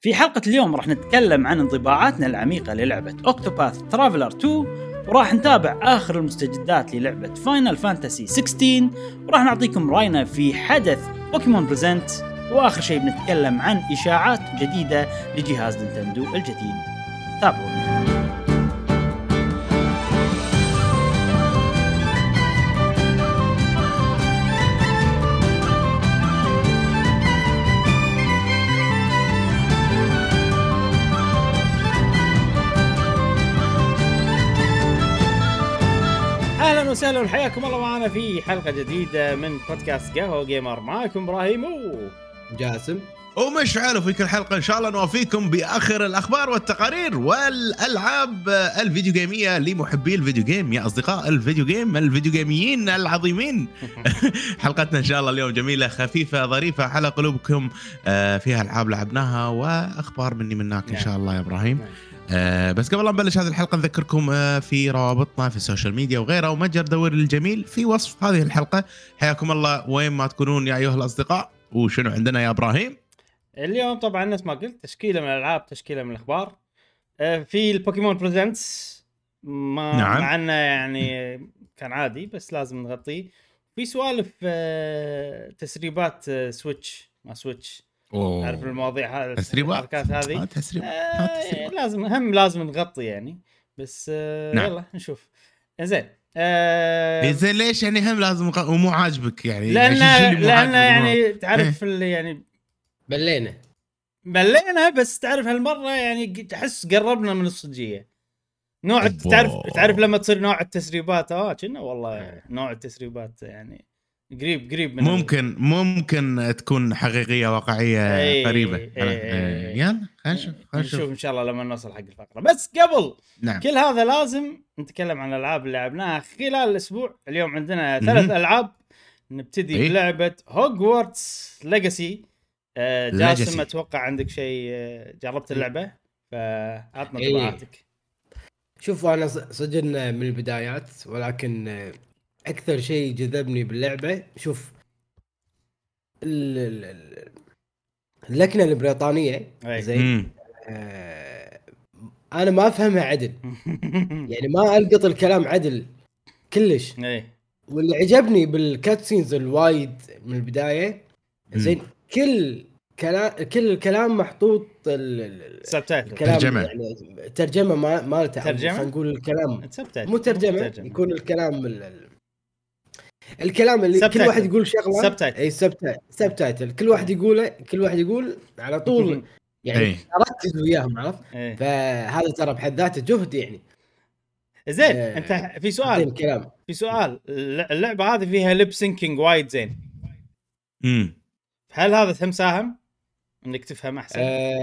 في حلقة اليوم راح نتكلم عن انطباعاتنا العميقة للعبة أوكتوباث ترافلر 2، وراح نتابع آخر المستجدات للعبة فاينل فانتسي 16، وراح نعطيكم رأينا في حدث بوكيمون بريزنت، وآخر شيء بنتكلم عن إشاعات جديدة لجهاز نينتندو الجديد. تابعونا. اهلا وسهلا وحياكم الله معنا في حلقه جديده من بودكاست قهوه جيمر. معاكم ابراهيم وجاسم ومشعل، في كل حلقه ان شاء الله نوافيكم باخر الاخبار والتقارير والالعاب الفيديو جيميه لمحبي الفيديو جيم، يا اصدقاء الفيديو جيم، الفيديو جيميين العظيمين. حلقتنا ان شاء الله اليوم جميله خفيفه ظريفه على قلوبكم، فيها العاب لعبناها واخبار مني منك ان شاء الله يا ابراهيم. بس قبل لا نبلش هذه الحلقة نذكركم في روابطنا في السوشيال ميديا وغيرها ومتجر دوري الجميل في وصف هذه الحلقة. حياكم الله وين ما تكونون يا أيها الأصدقاء. وشنو عندنا يا إبراهيم اليوم؟ طبعا نفس ما قلت، تشكيلة من الألعاب، تشكيلة من الأخبار. في البوكيمون بريزنتس نعم. معنا يعني كان عادي بس لازم نغطيه. في سوالف تسريبات سويتش ما سويتش، عارف المواضيع هذه، الحركات هذه لازم نغطي يعني. بس نعم. يلا نشوف. زين زين ليش يعني هم لازم ومو عاجبك يعني؟ لأن يعني تعرف اللي يعني بلينا بس تعرف هالمرة يعني تحس قربنا من الصجية. نوع تعرف لما تصير نوع التسريبات كنا والله نوع التسريبات يعني قريب من ممكن تكون حقيقية واقعية قريبة. يلا نشوف إن شاء الله لما نوصل حق الفقرة. بس قبل كل هذا لازم نتكلم عن الألعاب اللي لعبناها خلال الأسبوع. اليوم عندنا 3 ألعاب. نبتدي بلعبة هوغوارتس ليجاسي. جاسم أتوقع عندك شيء، جربت اللعبة فعطنا انطباعاتك. شوف أنا سجلنا من البدايات، ولكن أكثر شيء جذبني باللعبة شوف اللكنة البريطانية. زين أنا ما أفهمها عدل. يعني ما ألقط الكلام عدل كلش. واللي عجبني بالكاتسينز الوايد من البداية زين كل الكلام محطوط ترجمة يعني ترجمة مالته، خلينا نقول الكلام مو ترجمة، يكون الكلام اللي كل واحد يقول شغله اي سبتايتل كل واحد يقول على طول يعني اركز وياهم، عرفت؟ فهذا ترى بحد ذاته جهد يعني. زين انت في سؤال اللعبه هذه فيها ليب سينكينج وايد زين. هل هذا مساهم انك تفهم احسن؟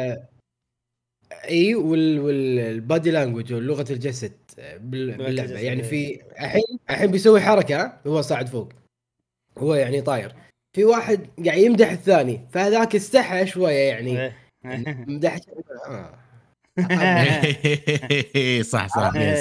اي والبادي لانجوج ولغه الجسد باللعبه يعني. في الحين بيسوي حركه هو صاعد فوق، هو يعني طاير، في واحد قاعد يمدح الثاني فهذاك استحى شويه يعني مدح صح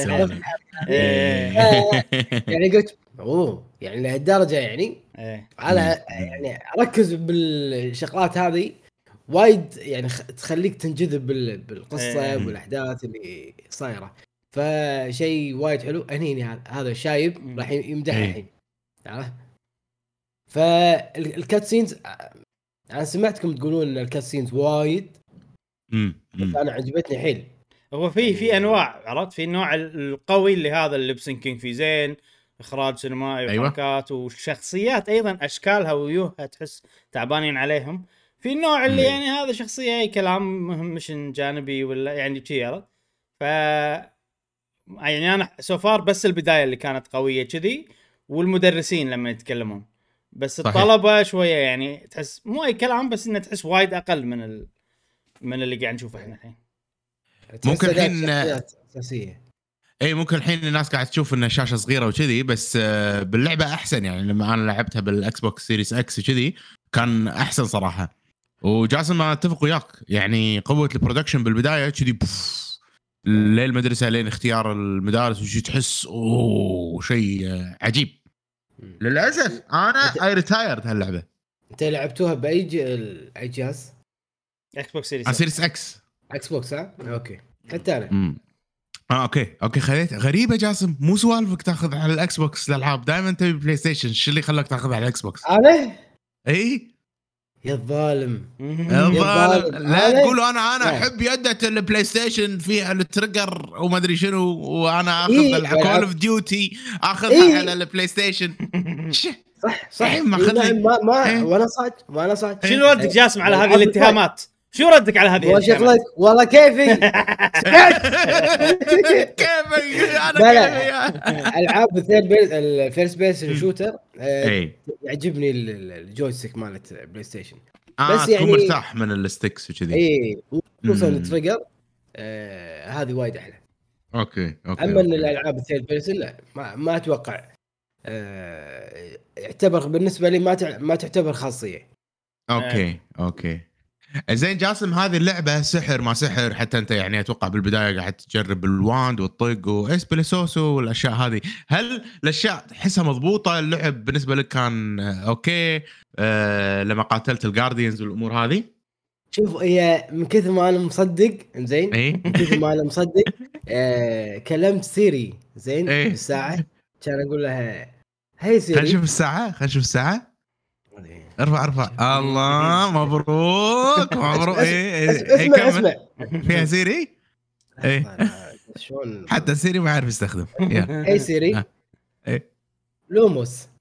يعني قلت يعني لهالدرجه يعني. على يعني اركز بالشغلات هذه وايد يعني تخليك تنجذب بالقصه والاحداث اللي صايره، فشيء وايد حلو. هني هذا شايب راح يمدح الحين، عرفت؟ فالكاتسينز انا سمعتكم تقولون ان الكاتسينز وايد، انا عجبتني حيل. هو في انواع، عرفت؟ في النوع القوي اللي هذا الليب سينكينج فيه زين، اخراج سينمائي وحركات والشخصيات ايضا اشكالها ويوها تحس تعبانين عليهم. في النوع اللي يعني هذا شخصيه اي كلام مهم مش جانبي ولا يعني شيء، عرفت؟ ف يعني انا سوفار بس البدايه اللي كانت قويه كذي، والمدرسين لما يتكلمون بس صحيح. الطلبه شويه يعني تحس مو اي كلام، بس انه تحس وايد اقل من اللي قاعد نشوفه احنا الحين. ممكن الحين اساسيه ممكن الحين الناس قاعد تشوف ان الشاشه صغيره وكذي، بس باللعبه احسن يعني. لما انا لعبتها بالاكس بوكس سيريس اكس وكذي كان احسن صراحه. وجاسم ما اتفق وياك يعني، قوه البرودكشن بالبدايه كذي لين المدرسه لين اختيار المدارس وشي تحس شيء عجيب. للاسف انا اي ريتايرد هاللعبه. انت لعبتوها باي جهاز؟ اكس بوكس سيريس سيريس اكس. اكس بوكس اوكي حتى انا اوكي خليت غريبه جاسم، مو سوالفك تاخذ على الاكس بوكس الالعاب، دائما تبي بلاي ستيشن، شو اللي خلاك تاخذ على الاكس بوكس؟ انا اي يا الظالم لا تقولوا انا احب يدة البلاي ستيشن فيها التريجر وما ادري شنو، وانا اخذ كول اوف ديوتي اخذها على البلاي ستيشن. صح ما وانا صاد شنو ردك جاسم على هذه الاتهامات؟ شو ردك على هذه الاتهامات؟ والله كيفي كيفي انا العاب الفيرست بيرسون شوتر يعجبني الجويستيك مالت بلاي ستيشن، بس يعني مرتاح من الستيكس وكذي. اي خصوصا التريجر هذه وايد احلى. اوكي اما الالعاب الثيرد بيرسون لا ما اتوقع يعتبر بالنسبه لي ما تعتبر خاصيه. اوكي زين جاسم، هذه اللعبه سحر ما سحر؟ حتى انت يعني اتوقع بالبدايه قاعد تجرب الواند والطق واسبليسوسو والاشياء هذه، هل الاشياء تحسها مضبوطه؟ اللعب بالنسبه لك كان اوكي لما قاتلت الجارديانز والامور هذه؟ شوف هي من كثر ما انا مصدق زين من كثر ما انا مصدق كلمت سيري زين بالساعه كان اقول لها هي سيري خلينا نشوف الساعه ارفع الله مبروك اسمع فيها سيري شلون حتى سيري ما يعرف يستخدم. اي سيري لوموس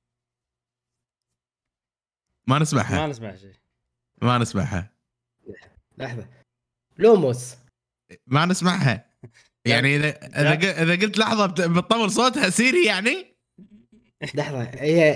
ما نسمعها ما نسمعها لحظه لوموس ما نسمعها يعني اذا قلت لحظه بتطول صوتها سيري يعني لحظه هي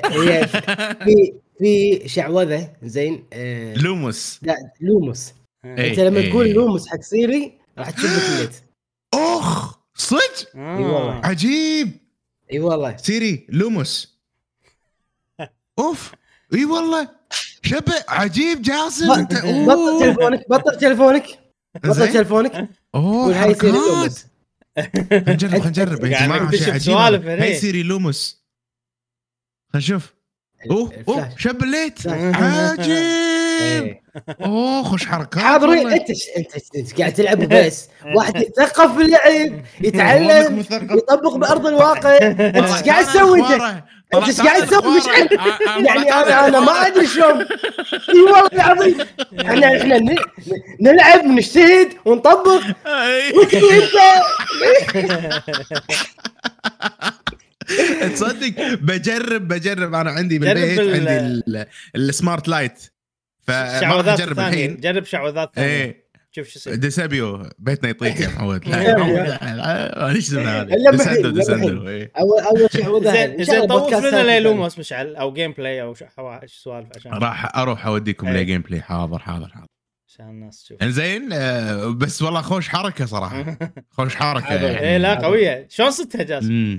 في شعوذه زين لوموس لا لوموس انت لما تقول لوموس حق سيري راح تشوف الكليت. اخ صدق اي والله عجيب. اي والله سيري لوموس اوف اي والله شبه عجيب جاسم. بطل تلفونك اوه هاي سيري لوموس. نجرب يا جماعه شيء عجيب. هاي سيري لوموس خلينا نشوف. اوه شبليت عجيب. اوه خوش حركات. حاضرين انت قاعد تلعب بس واحد يثقف في اللعب يتعلم يطبق بارض الواقع. انت ايش قاعد تسوي؟ انت ايش قاعد تسوي؟ مش يعني انا ما ادري شلون. اي والله العظيم احنا نلعب ونجتهد ونطبق تصدق بجرب انا عندي بالبيت عندي السمارت لايت فما اجرب الحين. جرب شعوذات ثانيه شوف شو يصير. ديسابيو بيتنا يطيق يا محمود. لا ايش اسمه هذا ديسندو اول شعوذه. زين طوف لنا لوموس مشعل او جيم بلاي او ايش سوالف عشان راح اروح اوديكم لجيم بلاي. حاضر عشان الناس تشوف. زين بس والله خوش حركه صراحه. خوش حركه يعني. لا قويه. شلون صدتها جاسم؟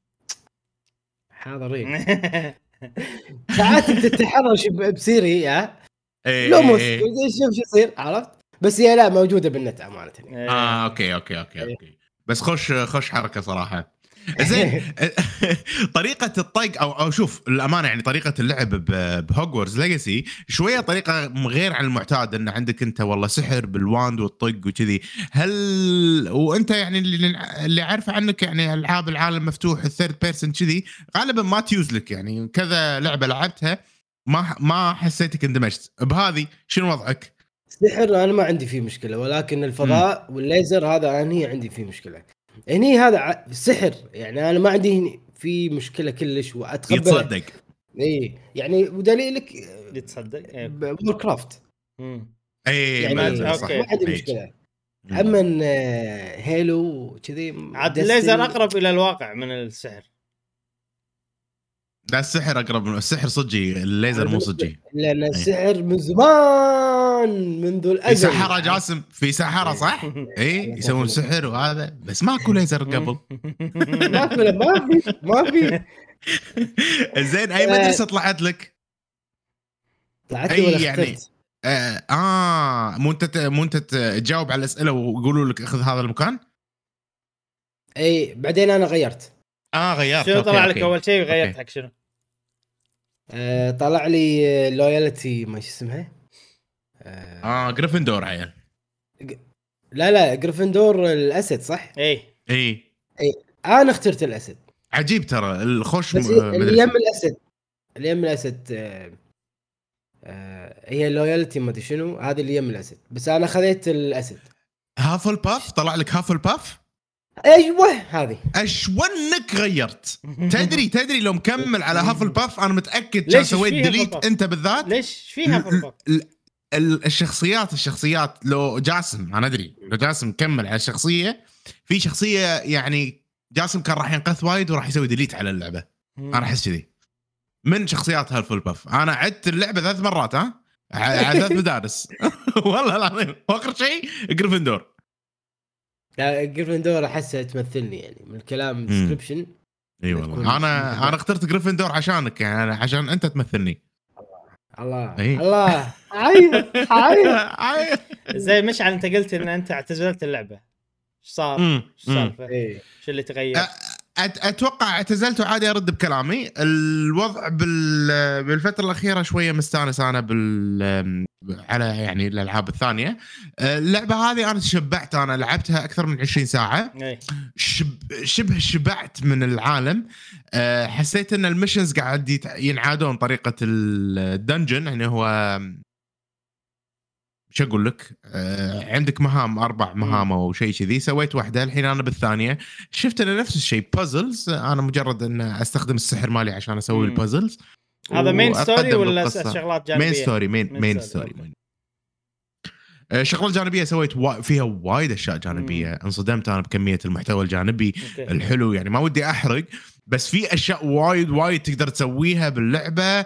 حاضرين ساعات انت تتحرش بسيري لوموس شوف شو يصير عرفت. بس هي لا موجوده بالنت امانه. اوكي بس خوش حركه صراحه. زين طريقه الطق او شوف الامانه يعني طريقه اللعب بهوغورتس ليجاسي شويه طريقه غير عن المعتاد، ان عندك انت والله سحر بالواند والطق وكذي. هل وانت يعني اللي عارفه عنك يعني العاب العالم مفتوح الثيرد بيرسون كذي غالبا ما تيوز لك، يعني كذا لعبه لعبتها ما حسيتك اندمجت بهذه. شنو وضعك؟ سحر انا ما عندي فيه مشكله، ولكن الفضاء والليزر هذا انا عندي فيه مشكله. هني هذا سحر يعني انا ما عندي في مشكله كلش واتقبل. يتصدق اي يعني ودليلك يتصدق ووركرافت اي يعني ما عندي مشكله. اما هيلو كذي عاد الليزر اقرب الى الواقع من السحر. لا السحر اقرب من السحر صجي، الليزر مو صجي لان السحر من زمان منذ الازل. في سحرة جاسم في سحرة صح؟ اي يسوون سحر وهذا بس ماكو ليزر قبل. ما في زين اي مدرسة طلعت لك؟ طلعت لي ولا يعني مو انت تجاوب على الاسئله ويقولوا لك اخذ هذا المكان؟ اي بعدين انا غيرت. غيرت. شنو طلع لك اول شيء غيرت حق شنو؟ طلع لي لويالتي ما اسمها جريفندور عيال. لا جريفندور الاسد صح؟ اي انا اخترت الاسد. عجيب ترى الخوش اللي يم الاسد هي اللويالتي ما ادري شنو هذه اللي يم الاسد، بس انا خذيت الاسد. هافل باف طلع لك هافل باف. ايوه هذه اشونك غيرت. تدري لو مكمل على هافل باف انا متاكد كان سويت ديليت انت بالذات. ليش فيها هافل باف؟ الشخصيات لو جاسم انا ادري لو جاسم مكمل على الشخصيه، في شخصيه يعني جاسم كان راح ينقث وايد وراح يسوي ديليت على اللعبه. انا احس كذي من شخصيات هالفول باف. انا عدت اللعبه 3 مرات على 3 مدارس والله العظيم. واخر شيء جريفندور. جريفندور احسها تمثلني يعني من الكلام ديسكريبشن. اي والله انا اخترت جريفندور عشانك يعني عشان انت تمثلني. الله هاي زي مشعل انت قلت ان انت اعتزلت اللعبه. ايش صار؟ السالفه؟ شو اللي تغير؟ اتوقع اعتزلت وعادي ارد بكلامي. الوضع بالفتره الاخيره شويه مستانس انا على يعني الالعاب الثانيه. اللعبه هذه انا تشبعت، انا لعبتها اكثر من 20 ساعه. شبه شبعت من العالم. حسيت ان الميشنز قاعد ينعادون طريقه الدنجن. يعني هو شو اقول لك، عندك مهام 4 مهام او شيء كذي، سويت واحده الحين انا بالثانيه شفت انا نفس الشيء بازلز. انا مجرد ان استخدم السحر مالي عشان اسوي البازلز. هذا مين ستوري ولا شغلات جانبيه؟ مين ستوري. شغلات جانبيه سويت فيها وايد اشياء جانبيه. انصدمت انا بكميه المحتوى الجانبي الحلو. يعني ما ودي احرق، بس في اشياء وايد تقدر تسويها باللعبه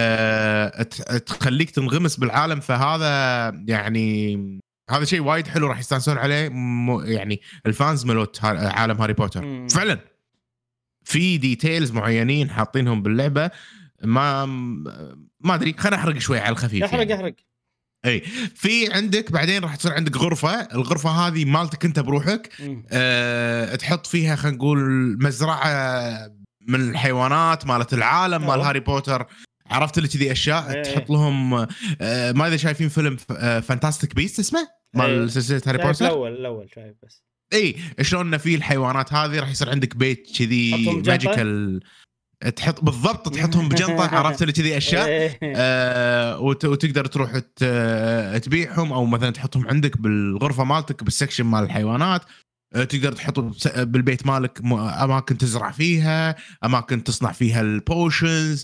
تخليك تنغمس بالعالم. فهذا يعني هذا شيء وايد حلو راح يستانسون عليه يعني الفانز ملوت عالم هاري بوتر. فعلا في ديتيلز معينين حاطينهم باللعبه. ما ادري، خلينا احرق شوي على الخفيف. احرق اي في عندك بعدين راح تصير عندك الغرفه هذه مالتك انت بروحك. تحط فيها خلينا نقول مزرعه من الحيوانات مالت العالم مال هاري بوتر. عرفت اللي كذي اشياء تحط لهم. ما اذا شايفين فيلم فانتاستيك بيست اسمه مال سلسله هاري بوتر الاول شايف بس. اي شلون في الحيوانات هذه راح يصير عندك بيت كذي ماجيكال تحط بالضبط تحطهم بجنطه. عرفت اللي كذي اشياء. وتقدر تروح تبيعهم او مثلا تحطهم عندك بالغرفه مالتك بالسكشن مال الحيوانات. تقدر تحط بالبيت مالك اماكن تزرع فيها، اماكن تصنع فيها البوشنز.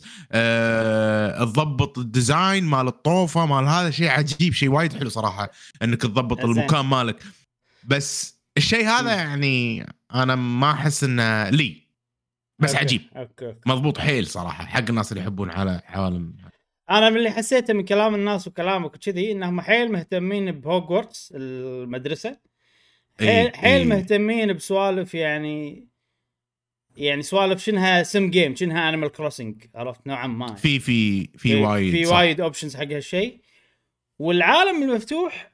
تضبط الديزاين مال الطوفه مال هذا. شيء عجيب، شيء وايد حلو صراحه انك تضبط المكان مالك. بس الشيء هذا يعني انا ما احس انه لي بس عجيب. مضبوط حيل صراحه حق الناس اللي يحبون على عوالم. انا من اللي حسيته من كلام الناس وكلامك وكذي انهم حيل مهتمين بهوغورتس المدرسه. حيل مهتمين بسوالف يعني سوالف شنها سم جيم، شنها انيمال كروسنج. عرفت نوعا ما في وايد اوبشنز حق هالشيء. والعالم المفتوح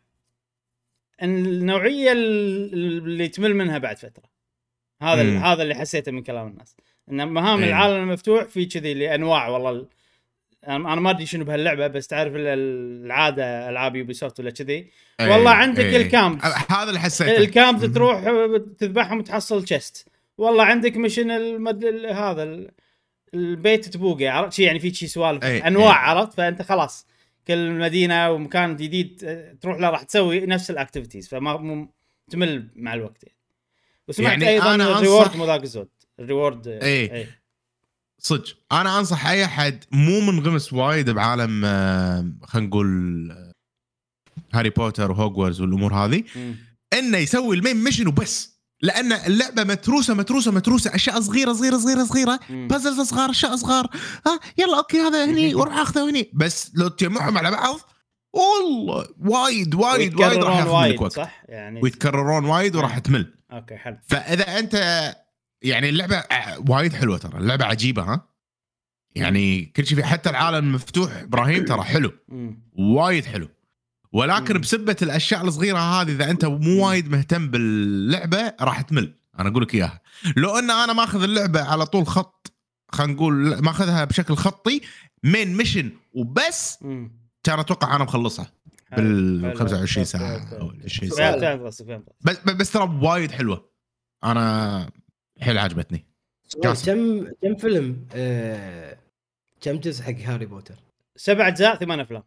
النوعيه اللي تمل منها بعد فتره. هذا اللي حسيته من كلام الناس ان مهام العالم المفتوح في كذي لانواع. والله انا ما ادري شنو بهاللعبه، بس تعرف العاده العاب يوبيسوفت ولا كذي. والله عندك الكامب هذا اللي حسيته. الكامب تروح تذبحهم وتحصل تشست. والله عندك مشن هذا البيت تبوقه. عرفت يعني في شيء سوالف انواع. عرفت فانت خلاص كل مدينه ومكان جديد تروح له راح تسوي نفس الاكتيفيتيز، فما تمل مع الوقت. وسمعت يعني ايضا الريورد مو ذاك الزود الريورد. صدق انا انصح اي احد مو منغمس وايد بعالم خلينا نقول هاري بوتر وهوغورتس والامور هذه انه يسوي المين ميشن وبس. لان اللعبه متروسه اشياء صغيره بازلز صغار اشياء صغار. يلا اوكي هذا هني وروح اخذه هني. بس لو تجمعهم على بعض والله وايد راح ياخذ منك وقت صح يعني ويتكررون وايد وراح تمل. اوكي حلو. فاذا انت يعني اللعبه وايد حلوه ترى اللعبه عجيبه. يعني كل شيء حتى العالم المفتوح ابراهيم ترى حلو وايد حلو. ولكن بسبه الاشياء الصغيره هذه اذا انت مو وايد مهتم باللعبه راح تمل. انا اقول لك اياها. لو ان انا ماخذ اللعبه على طول خط خلينا نقول ماخذها بشكل خطي مين ميشن وبس كان اتوقع انا مخلصها. بال 25 ساعه او 20 ساعه. بس ترى وايد حلوه، انا حيل عجبتني. كم فيلم كم جزء حق هاري بوتر؟ 7 أجزاء 8 أفلام.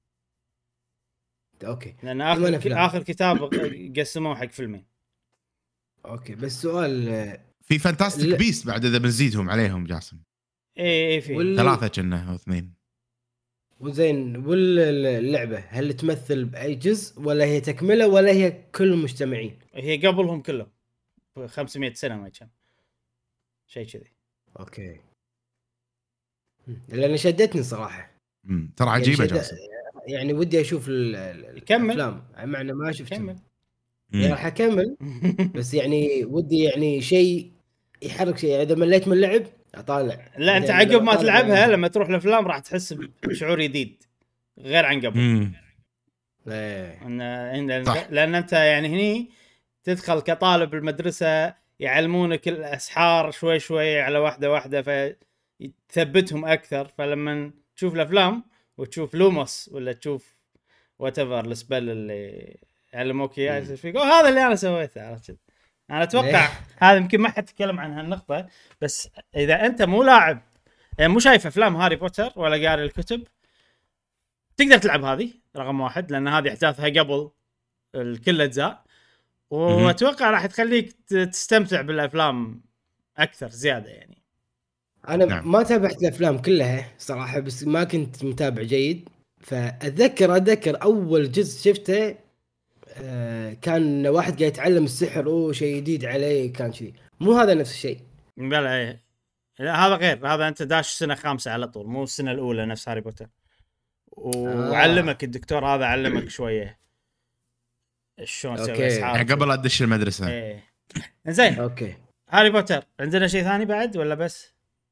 اوكي، لان اخر كتاب قسموه حق فيلمين. اوكي بس سؤال، في فانتاستيك بيست بعد اذا بنزيدهم عليهم جاسم. اي في 3 كنا او 2. وزين، واللعبه هل تمثل باي جزء ولا هي تكمله ولا هي كلهم مجتمعين؟ هي قبلهم كلهم 500 سنه ما كان شيء كذي. اوكي، لان شدتني صراحه. ترى عجيبه يعني جاسم، يعني ودي اشوف الافلام مع انه ما شفتهم. يعني راح اكمل بس يعني ودي يعني شيء يحرك شيء. اذا مليت من اللعب اطالع. لا انت عقب ما تلعبها لما تروح الافلام راح تحس بشعور جديد غير عن قبل. لان انت يعني هني تدخل كطالب المدرسه يعلمونك الاسحار شوي شوي على واحده فتثبتهم اكثر. فلما تشوف الافلام وتشوف لوموس ولا تشوف واتيفر السبل اللي علموك اياه هذا اللي انا سويته. عرفت؟ انا اتوقع هذا يمكن ما حد تكلم عن هالنقطه، بس اذا انت مو لاعب يعني مو شايف افلام هاري بوتر ولا قاري الكتب تقدر تلعب هذه رقم 1 لان هذه احداثها قبل الكل اجزاء، واتوقع راح تخليك تستمتع بالافلام اكثر زياده. يعني انا ما تابعت الافلام كلها صراحه، بس ما كنت متابع جيد. فاتذكر اول جزء شفته كان واحد قاعد يتعلم السحر شيء جديد عليه، كان شيء مو هذا نفس الشيء. لا هذا غير، هذا انت داش سنه 5 على طول، مو السنه الاولى نفس هاري بوتر. وعلمك الدكتور هذا علمك شويه شلون تسوي اسحار يعني قبل لا تدش المدرسه. زين اوكي. هاري بوتر عندنا شيء ثاني بعد ولا بس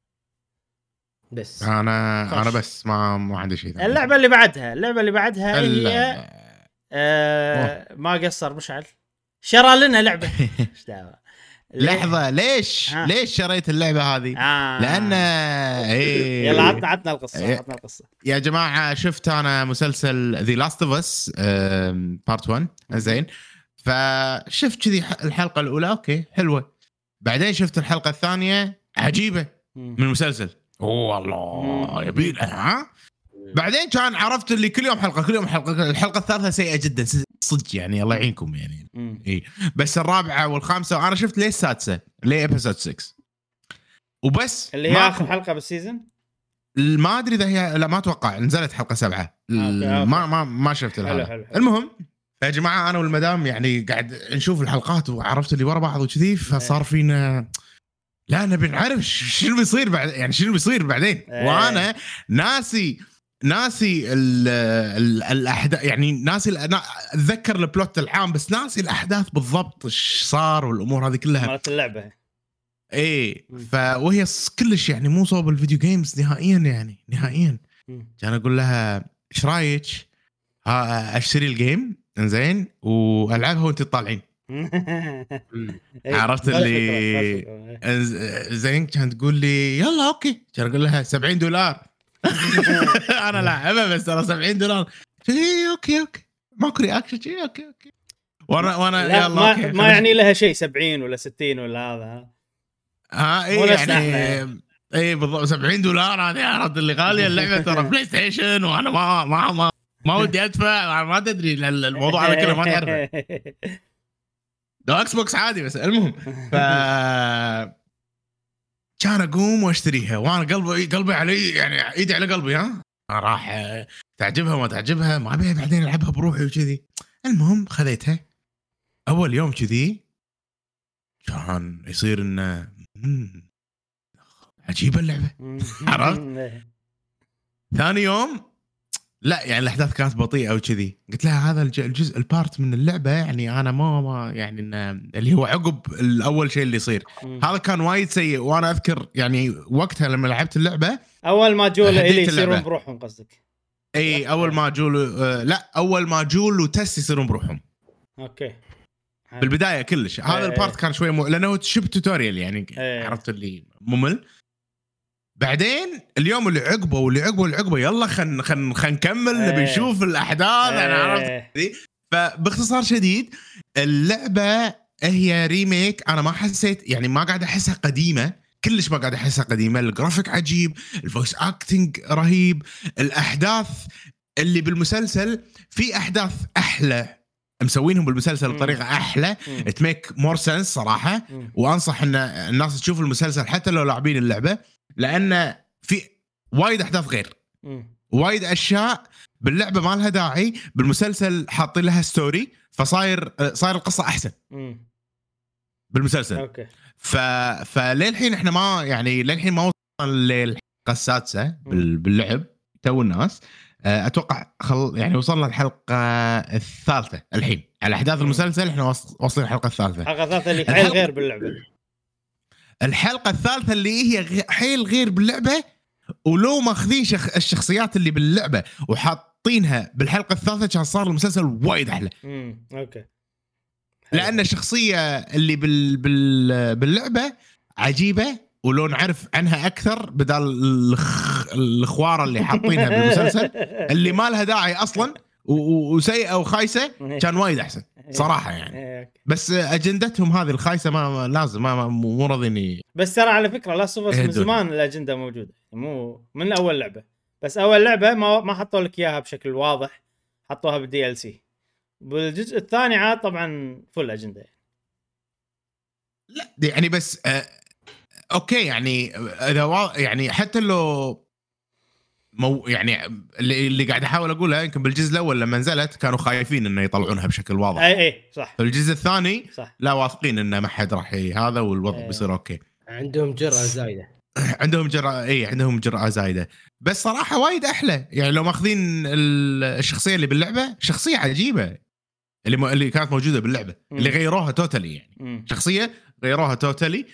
انا بس ما عندي شيء ثاني. اللعبه اللي بعدها هي ما قصر مشعل شرى لنا لعبه. ايش دعوه لحظه، ليش شريت اللعبه هذه؟ لان يلا عطنا القصه. يا جماعه شفت انا مسلسل ذا لاست اوف اس بارت 1 زين، فشفت كذي الحلقه الاولى اوكي حلوه، بعدين شفت الحلقه الثانيه عجيبه من المسلسل والله يبيلها. بعدين كان عرفت اللي كل يوم حلقه، الحلقه الثالثه سيئه جدا صدق يعني الله يعينكم يعني. بس الرابعه والخامسه وانا شفت ليه السادسه ليه ابيسود 6 وبس اللي هي اخر حلقه بالسيزون. ما ادري اذا هي، لا ما اتوقع نزلت حلقه 7. ما شفت حلو. المهم يا جماعه انا والمدام يعني قاعد نشوف الحلقات وعرفت اللي ورا بعض وكذي، فصار فينا لا نبي نعرف شنو بيصير بعد، يعني شنو بيصير بعدين. وانا ناسي الاحداث، يعني ناسي اتذكر البلوت العام بس ناسي الاحداث بالضبط ايش صار والامور هذه كلها مالت اللعبه. وهي كلش يعني مو صوب الفيديو جيمز نهائيا. كان اقول لها ايش رايك اشتري الجيم انزين والعبها وانت طالعين. عرفت اللي زين كانت تقول لي يلا اوكي، كان اقول لها $70 انا لاعبها بس ترى $70. اوكي ماكو رياكشن اوكي وانا يلا اوكي ما يعني لها شيء 70 ولا 60 ولا هذا يعني بالضبط $70 هذه عرفت اللي غاليه اللعبه ترى بلاي ستيشن، وانا ما ودي ادفع، ما تدري الموضوع هذا كله ما تعرفه. ده اكس بوكس عادي بس المهم كان اقوم واشتريها وانا قلبي علي يعني ايدي على قلبي راح تعجبها ما تعجبها ما ابيها بعدين العبها بروحي وكذي. المهم خذيتها اول يوم كذي كان يصير انه عجيبه اللعبه عرفت. ثاني يوم لا يعني الاحداث كانت بطيئه وكذي، قلت لها هذا الجزء البارت من اللعبه يعني انا ما يعني اللي هو عقب الاول شيء اللي يصير هذا كان وايد سيء. وانا اذكر يعني وقتها لما لعبت اللعبه اول ما جول اللي يصيرون بروحهم قصدك؟ اول ما جول لا اول ما جول وتس يصيرون بروحهم. اوكي بالبدايه كلش هذا البارت كان شوي لانه شبه توتوريال يعني عرفت اللي ممل. بعدين اليوم اللي عقبه يلا خن نكمل نبي نشوف الاحداث. انا عرفت دي. فباختصار شديد اللعبه هي ريميك. انا ما حسيت يعني ما قاعد احسها قديمه كلش، ما قاعد احسها قديمه. الجرافيك عجيب، الفويس اكتنج رهيب، الاحداث اللي بالمسلسل في احداث احلى مسوينهم بالمسلسل بطريقه احلى تميك مور سنس صراحه. وانصح ان الناس تشوف المسلسل حتى لو لاعبين اللعبه، لان في وايد احداث غير، وايد اشياء باللعبه ما لها داعي، بالمسلسل حاطين لها ستوري، فصاير القصه احسن بالمسلسل. اوكي. فللحين احنا ما يعني للحين ما وصلنا للحلقه السادسه باللعب تو الناس. اتوقع يعني وصلنا الحلقه الثالثه الحين على احداث المسلسل. احنا واصلين الحلقه الثالثه. الحلقه الثالثه اللي حيل غير باللعبه. الحلقه الثالثه اللي هي حيل غير باللعبه، ولو ماخذين الشخصيات اللي باللعبه وحاطينها بالحلقه الثالثه كان صار المسلسل وايد احلى. اوكي. لان الشخصيه اللي باللعبه عجيبه، ولو نعرف عنها اكثر بدل الخواره اللي حاطينها بالمسلسل اللي ما لها داعي اصلا وسيئه وخايسه، كان وايد احسن صراحه يعني. بس اجندتهم هذه الخايسه ما لازم مو راضيني. بس ترى على فكره لا سوفس من زمان الاجنده موجوده، مو من اول لعبه، بس اول لعبه ما حطوا لك اياها بشكل واضح، حطوها بالدي ال سي. بالجزء الثاني عاد طبعا فل اجنده يعني. لا يعني بس اوكي يعني اذا يعني حتى لو يعني اللي قاعد احاول اقولها يمكن بالجزء الاول لما نزلت كانوا خايفين انه يطلعونها بشكل واضح. اي صح. فالجزء الثاني صح. لا واثقين انه ما حد راح هذا والوضع بيصير اوكي. عندهم جرأة زايده. عندهم جرأة زايده. بس صراحه وايد احلى يعني لو ماخذين الشخصيه اللي باللعبه، شخصيه عجيبه اللي كانت موجوده باللعبه اللي غيروها توتالي يعني. شخصيه غيروها توتالي،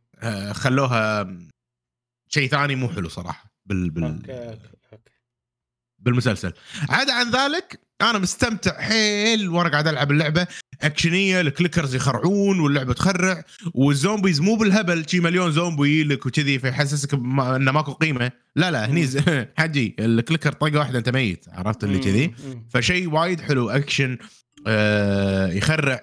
خلوها شيء ثاني مو حلو صراحه أوكي. بالمسلسل. عدا عن ذلك انا مستمتع حيل وانا قاعد العب اللعبه. اكشنيه، الكليكرز يخرعون واللعبه تخرع، والزومبيز مو بالهبل شي مليون زومبي لك وكذي فيحسسك انه ماكو قيمه. لا هني حجي الكليكر طقه واحده انت ميت، عرفت اللي كذي. فشيء وايد حلو اكشن يخرع.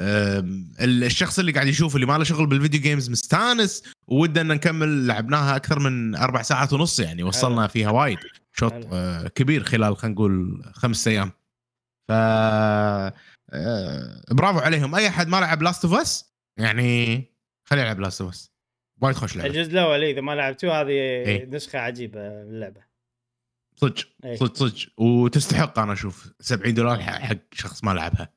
الشخص اللي قاعد يشوف اللي ما له شغل بالفيديو جيمز مستانس ودنا نكمل. لعبناها اكثر من 4 ساعات ونص يعني، وصلنا فيها وايد شوط كبير خلال خلينا نقول 5 ايام. ف برافو عليهم. اي احد ما لعب لاست اوف اس يعني خليه يلعب لاست اوف اس، وايد خوش لعبه. الجزء الاول اذا ما لعبتوه هذه نسخه عجيبه اللعبه صدق وتستحق. انا اشوف $70 حق شخص ما لعبها.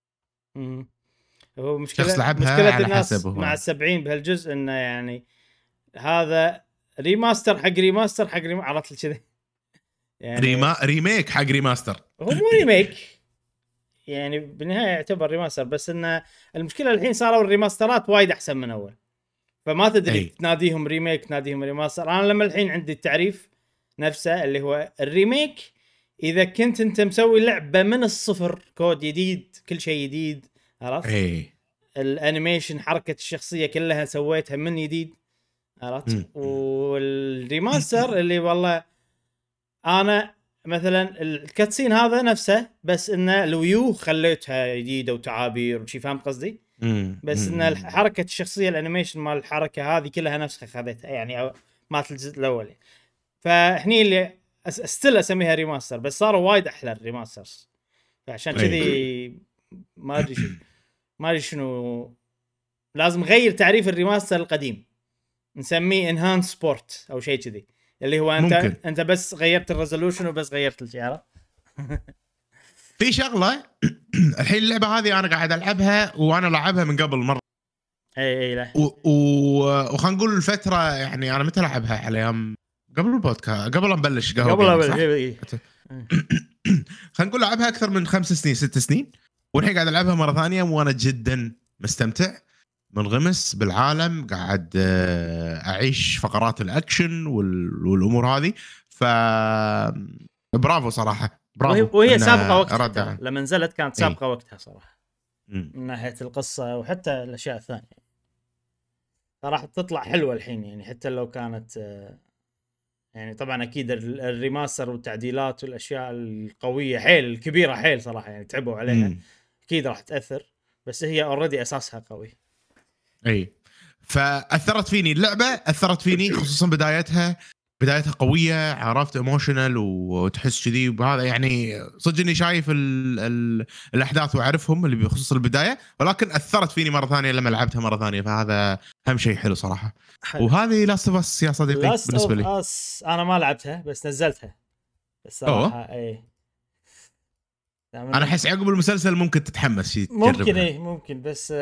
هو مشكله الناس مع 70 بهالجزء انه يعني هذا ريماستر حق ريماستر عرفت كذا يعني. ريميك حق ريماستر. هو مو ريميك يعني بالنهايه يعتبر ريماستر، بس ان المشكله الحين صاروا الريماسترات وايد احسن من اول، فما تدري تناديهم ريميك تناديهم ريماستر. انا لما الحين عندي التعريف نفسه اللي هو الريميك اذا كنت انت مسوي لعبه من الصفر، كود جديد، كل شيء جديد، عرفت؟ الانيميشن، حركه الشخصيه كلها سويتها من جديد، عرفت؟ والريماستر اللي والله انا مثلا الكاتسين هذا نفسه، بس ان الويو خليتها جديده وتعابير وشي، فاهم قصدي؟ بس ان حركه الشخصيه الانيميشن مال الحركه هذه كلها نفسها خذيتها يعني مالت الجزء الاول. فهني اللي استل اسميها ريماستر، بس صاروا وايد احلى الريماسترز. فعشان كذي ما ادري شنو لازم نغير تعريف الريماستر القديم، نسميه انهانس سبورت او شيء كذي، اللي هو انت بس غيرت الريزولوشن وبس غيرت الشيء. في شغله الحين اللعبه هذه انا قاعد العبها وانا لاعبها من قبل مره. اي لا وخلينا نقول الفتره يعني انا متى لعبها على ايام قبل البودكاست، قبل لا نبلش خلينا نقول لعبها اكثر من 5 سنين 6 سنين، والحين قاعد العبها مره ثانيه وانا جدا مستمتع منغمس بالعالم، قاعد اعيش فقرات الاكشن والامور هذه. ف برافو صراحه، برافو. وهي سابقه وقتها لما نزلت، كانت سابقه وقتها صراحه من ناحيه القصه وحتى الاشياء الثانيه. راح تطلع حلوه الحين يعني، حتى لو كانت يعني طبعا اكيد الريماستر والتعديلات والاشياء القويه حيل الكبيره حيل صراحه يعني تعبوا عليها اكيد راح تاثر، بس هي اوريدي اساسها قوي. اي فاثرت فيني اللعبه، اثرت فيني خصوصا بدايتها قويه، عرفت ايموشنال وتحس كذي، وهذا يعني صدق اني شايف الاحداث واعرفهم اللي بخصوص البدايه، ولكن اثرت فيني مره ثانيه لما لعبتها مره ثانيه، فهذا اهم شيء حلو صراحه. وهذه لاست اوف اس يا صديقي بالنسبه لي. انا ما لعبتها بس نزلتها بس صراحه. اي انا احس عقب المسلسل ممكن تتحمس تجربها. ممكن ممكن بس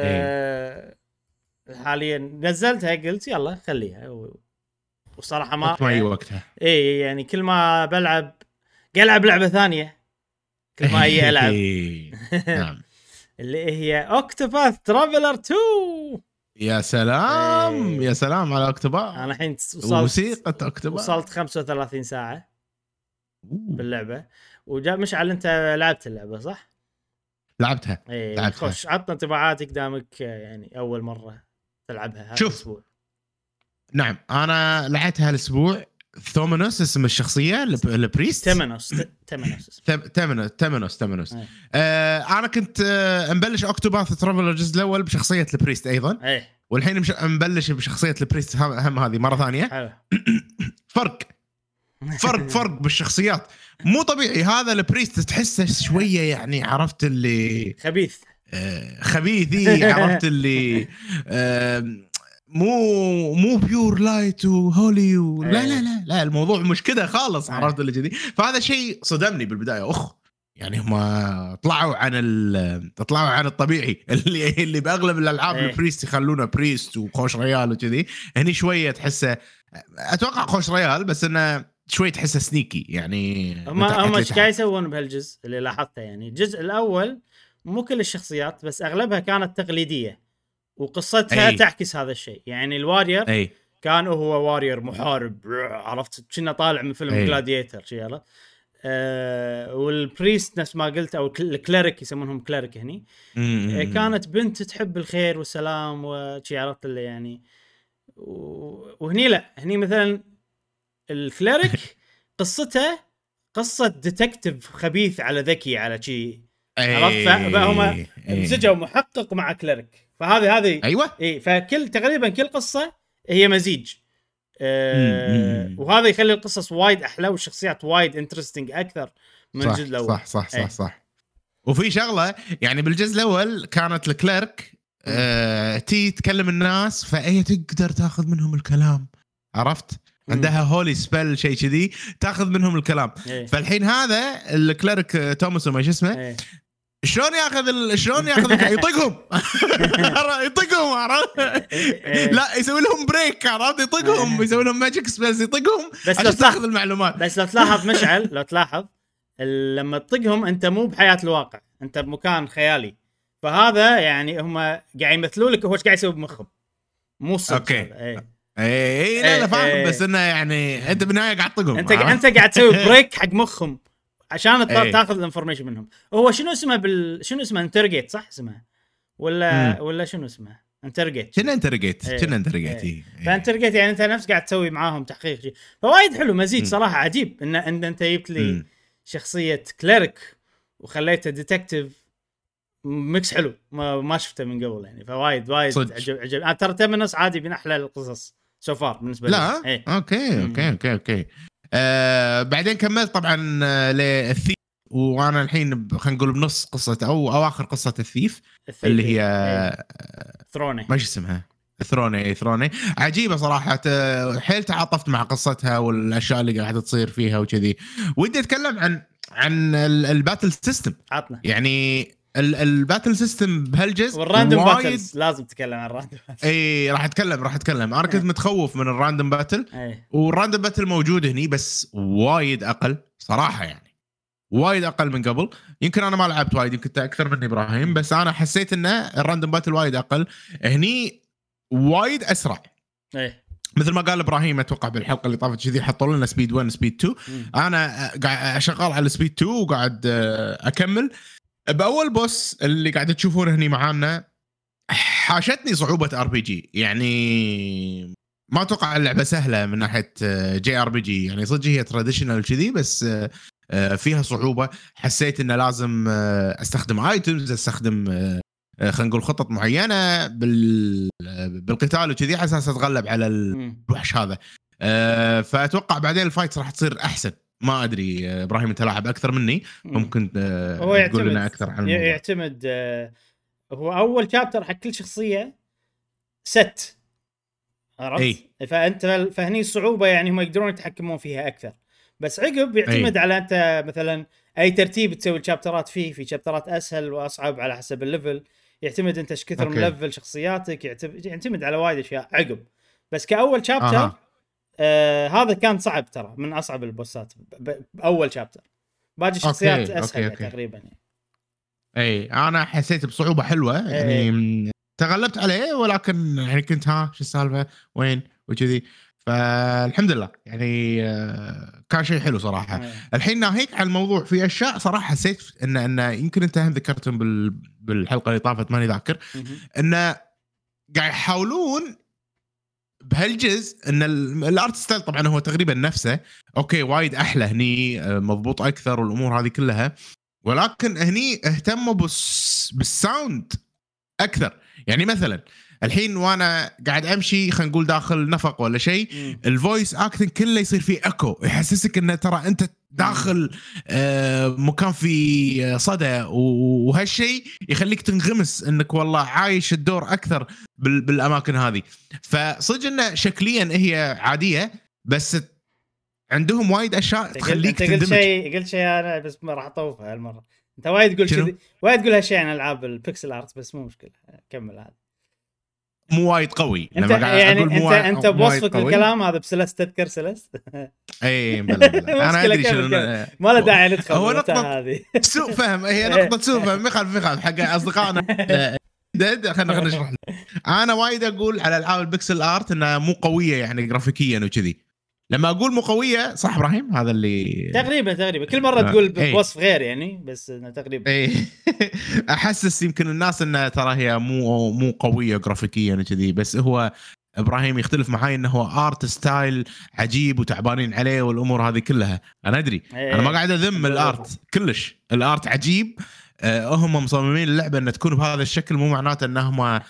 حاليا نزلتها قلت يلا خليها وصراحه ما اي وقتها يعني كل ما بلعب العب لعبه ثانيه كل ما هي العب نعم اللي هي اوكتوباث ترافلر 2. يا سلام يا سلام على اوكتوباث. انا الحين موسيقى اوكتوباث وصلت 35 ساعه باللعبه. وجاء مشعل انت لعبت اللعبه صح؟ لعبتها خش عطنا انطباعاتك دامك يعني اول مره تلعبها هذا الاسبوع. نعم انا لعبتها الاسبوع. ثومنوس اسم الشخصيه البريست. تيمنوس. انا كنت مبلش اوكتوباث ترافلر الجزء الاول بشخصيه البريست ايضا. والحين مبلش بشخصيه البريست هم هذه مره ثانيه. فرق بالشخصيات مو طبيعي. هذا البريست تحسه شويه يعني عرفت اللي خبيث عرفت اللي مو بيور لايت وهولي لا الموضوع مش كده خالص عرفت اللي كذي. فهذا شيء صدمني بالبدايه. يعني هم طلعوا عن الطبيعي اللي باغلب الالعاب البريست يخلونه بريست وخوش ريال وكذي. هني شويه تحسه اتوقع خوش ريال بس انه شوي تحسه سنيكي يعني. هم ايش قاعد يسوون بهالجزء اللي لاحظته؟ يعني الجزء الاول مو كل الشخصيات بس اغلبها كانت تقليديه وقصتها تعكس هذا الشيء. يعني الوارير كان هو وارير محارب عرفت كنا طالع من فيلم جلاديتر شيء والبريست نفس ما قلت او الكليريك يسمونهم كليريك هني كانت بنت تحب الخير والسلام وشي عرفت اللي يعني. وهني لا هني مثلا الكليريك قصته قصة ديتكتيف خبيث على ذكي على شيء عرفت. فهم مسجوا محقق مع كليريك فهذه ايوه فكل تقريبا كل قصة هي مزيج. وهذا يخلي القصص وايد احلى والشخصيات وايد انترستينج اكثر من الجزء الاول. صح. وفي شغله يعني بالجزء الاول كانت الكليرك تي تكلم الناس فهي تقدر تاخذ منهم الكلام عرفت. عندها هولي سبيل شيء كذي تاخذ منهم الكلام. فالحين هذا الكليرك توماس ما شو اسمه شلون ياخذ يطقهم عرفت. لا يسوي لهم بريك عرفت يطقهم يسوي لهم ماجيك سبيلز يطقهم عشان تاخذ المعلومات. بس لو تلاحظ مشعل لو تلاحظ لما تطقهم انت مو بحياة الواقع انت بمكان خيالي. فهذا يعني هم قاعد يمثلوا لك هو ايش قاعد يسوي بمخهم مو صدق. اوكي لا فاهم بس انه يعني انت بالنهايه قاعد تطقهم انت قاعد تسوي بريك حق مخهم عشان تاخذ الانفورميشن منهم. هو شنو اسمه شنو اسمه انترجيت صح اسمه ولا شنو اسمه انترجيت فانترجيت يعني انت نفس قاعد تسوي معاهم تحقيق. فوايد حلو مزيج صراحه عجيب ان انت جبت لي شخصيه كليرك وخليته ديتكتيف ميكس حلو ما شفته من قبل يعني. فوايد عجب. ترى تمنس عادي من احلى القصص سوفار بالنسبه لي. لا اوكي بعدين كملت طبعا للثيف وانا الحين خلينا نقول بنص قصه او اواخر قصه الثيف اللي هي ثروني ما اسمها ثروني عجيبه صراحه. حيل تعاطفت مع قصتها والاشياء اللي قاعده تصير فيها وكذي. ودي اتكلم عن الباتل سيستم عطنا يعني الباتل سيستم بهالجزء والراندوم باتلز لازم تتكلم عن الراندوم. راح اتكلم انا كنت متخوف من الراندوم باتل والراندوم باتل موجود هني بس وايد اقل صراحه يعني وايد اقل من قبل. يمكن انا ما لعبت وايد يمكن اكثر مني ابراهيم بس انا حسيت ان الراندوم باتل وايد اقل هني وايد اسرع. مثل ما قال ابراهيم اتوقع بالحلقه اللي طافت كذي حطوا لنا سبيد 1 سبيد 2 انا قاعد شغال على سبيد 2 وقاعد اكمل باول بوس اللي قاعد تشوفونه هني معانا. حاشتني صعوبه ار بي جي يعني ما اتوقع اللعبه سهله من ناحيه جي ار بي جي، يعني صدق هي تراديشنال كذي، بس فيها صعوبه. حسيت انه لازم استخدم ايتمز، استخدم خلينا نقول خطط معينه بالقتال وكذي على اساس اتغلب على الوحش هذا. فاتوقع بعدين الفايت راح تصير احسن. ما ادري ابراهيم انت لاعب اكثر مني، ممكن تقول لنا اكثر عن الموضوع. يعتمد هو اول شابتر حق كل شخصيه ست، عرفت؟ فانت فهني الصعوبه يعني هم يقدرون يتحكمون فيها اكثر، بس عقب يعتمد على انت مثلا اي ترتيب تسوي الشابترات فيه. في شابترات اسهل واصعب على حسب الليفل، يعتمد انت ايش كثر ملفل شخصياتك، يعتمد على وايد اشياء عقب. بس كاول شابتر هذا كان صعب ترى، من اصعب البوسات باول شابتر. باقي الشخصيات اسهل يعني تقريبا يعني. اي انا حسيت بصعوبه حلوه يعني تغلبت عليه، ولكن يعني كنت شو السالفه وين وكذي. فالحمد لله يعني كان شيء حلو صراحه. الحين ناهيك على الموضوع، في اشياء صراحه حسيت ان يمكن انت هم ذكرتهم بالحلقه اللي طافت ماني ذاكر، ان قاعد يحاولون بهالجزء ان الارت ستايل طبعا هو تقريبا نفسه، اوكي وايد احلى هني، مضبوط اكثر والامور هذه كلها، ولكن هني اهتموا بالساوند اكثر. يعني مثلا الحين وانا قاعد امشي خلينا نقول داخل نفق ولا شيء، الفويس اكتنج كله يصير فيه اكو، يحسسك ان ترى انت داخل مكان في صدى، وهالشيء يخليك تنغمس انك والله عايش الدور اكثر بالاماكن هذه. فصدق انه شكليا هي عاديه، بس عندهم وايد اشياء تخليك تندمج. قلت شيء انا بس ما راح اطوفها هالمره. انت وايد تقول كذي، وايد تقول هالشيء عن العاب البيكسل ارت، بس مو مشكله كمل عادي. مو وايد قوي لما قاعد يعني اقول انت بوصفك الكلام هذا بسلست، تذكر سلست؟ اي بلا انا ادري شنو، ما له داعي ندخل هو نقطه هذه سوء فهم، هي نقطه سوء فهم. مخالف حق اصدقائنا خلينا نشرح. انا وايد اقول على العاب البيكسل ارت انها مو قويه يعني جرافيكيا وكذي. لما اقول مو قويه صح ابراهيم؟ هذا اللي تقريبا كل مره تقول بوصف غير يعني، بس تقريبا احسس يمكن الناس انها ترى هي مو قويه جرافيكيا وكذي، بس هو ابراهيم يختلف معاي انه هو ارت ستايل عجيب وتعبانين عليه والامور هذه كلها. انا ادري انا ما قاعد اذم الارت كلش، الارت عجيب. هم مصممين اللعبه ان تكون بهذا الشكل، مو معناته انهم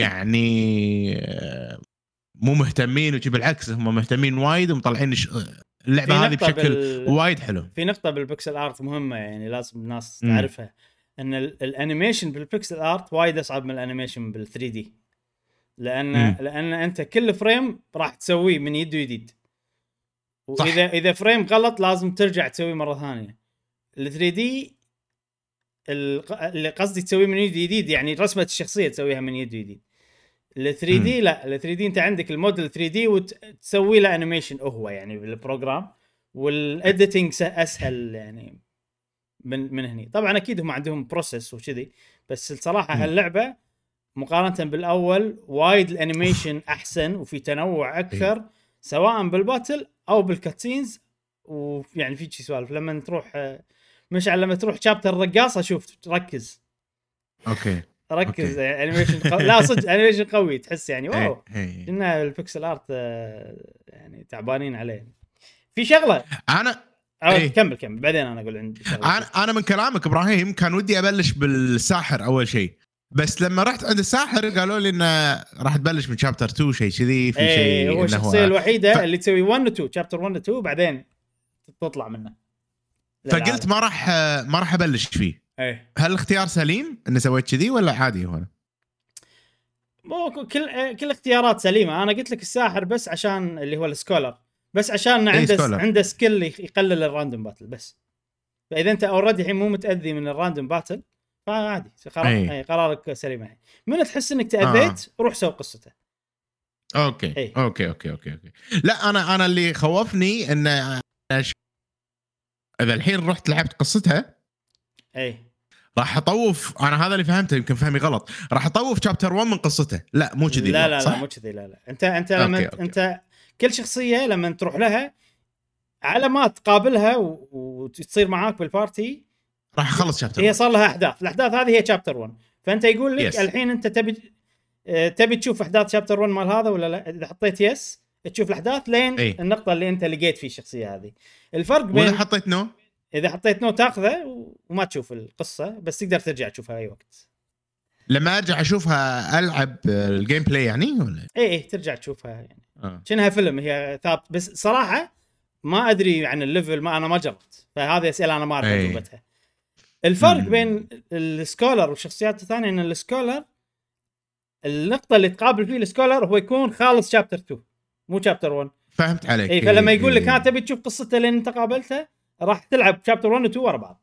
يعني مو مهتمين وجي، بالعكس هم مهتمين وايد ومطلعين اللعبه هذه بشكل وايد حلو. في نقطه بالبيكسل ارت مهمه يعني لازم الناس تعرفها، ان الانيميشن بالبيكسل ارت وايد اصعب من الانيميشن بال3 دي، لان انت كل فريم راح تسويه من يد وجديد، واذا فريم غلط لازم ترجع تسويه مره ثانيه. ال3 دي اللي قصدي تسويه من يد جديد يعني رسمه الشخصيه تسويها من يد جديد. ال 3 دي لا، ال 3 دي انت عندك الموديل 3 دي وتسوي له انيميشن هو يعني بالبروجرام، والاديتنج اسهل يعني من هني. طبعا اكيد هم عندهم بروسيس وكذي، بس الصراحه هاللعبه مقارنه بالاول وايد الانيميشن احسن وفي تنوع اكثر، سواء بالباتل او بالكاتسينز. ويعني في شيء سوالف لما تروح مشعل، لما تروح شابتر الرقاصه شوف ركز اوكي ركز انيميشن لا صدق انيميشن قوي، تحس يعني واو ان البيكسل ارت يعني تعبانين عليه. في شغله انا كمل بعدين انا اقول عندي شغله. انا من كلامك ابراهيم كان ودي ابلش بالساحر اول شيء، بس لما رحت عند الساحر قالوا لي انه راح تبلش من شابتر 2 شيء كذي. في شيء هو الشخصيه الوحيده اللي تسوي 1 و 2 شابتر 1 و 2 بعدين تطلع منه. فقلت ما راح ابلش فيه. هل الاختيار سليم ان سويت كذي ولا عادي؟ هو مو كل اختيارات سليمه. انا قلت لك الساحر بس عشان اللي هو السكولر، بس عشان عنده سكيل يقلل الراندوم باتل بس. فاذا انت اوريدي الحين مو متاذي من الراندوم باتل فعادي قرارك سليم. يعني من تحس انك تاذيت روح سوي قصته. اوكي. لا انا اللي خوفني ان اذا الحين رحت لعبت قصتها راح اطوف. انا هذا اللي فهمته، يمكن فهمي غلط. راح اطوف شابتر 1 من قصته. لا مو كذي. لا مو كذي. لا انت لما انت كل شخصيه لما تروح لها على ما تقابلها وتصير معاك بالبارتي راح اخلص شابتر. هي صار لها الاحداث هذه هي شابتر 1. فانت يقول لك الحين انت تبي تشوف احداث شابتر 1 مال هذا ولا لا. اذا حطيت يس تشوف الاحداث لين النقطه اللي انت لقيت فيه الشخصيه هذه. الفرق بين اذا حطيت نو، اذا حطيت نو تاخذه وما تشوف القصه، بس تقدر ترجع تشوفها اي وقت. لما ارجع اشوفها العب الجيم بلاي يعني ولا ايه ترجع تشوفها يعني شنها فيلم هي ثابت. بس صراحه ما ادري عن الليفل، ما انا ما جربت، فهذه اسئله انا ما اعرف اجوبتها. الفرق بين السكولر والشخصيات الثانيه ان السكولر النقطه اللي تقابل فيه السكولر هو يكون خالص شابتر 2 مو شابتر 1. فهمت عليك. اي فلما يقول لك ها تبي تشوف قصته لين انت قابلته راح تلعب شابتر 1 و 2 ورا بعض.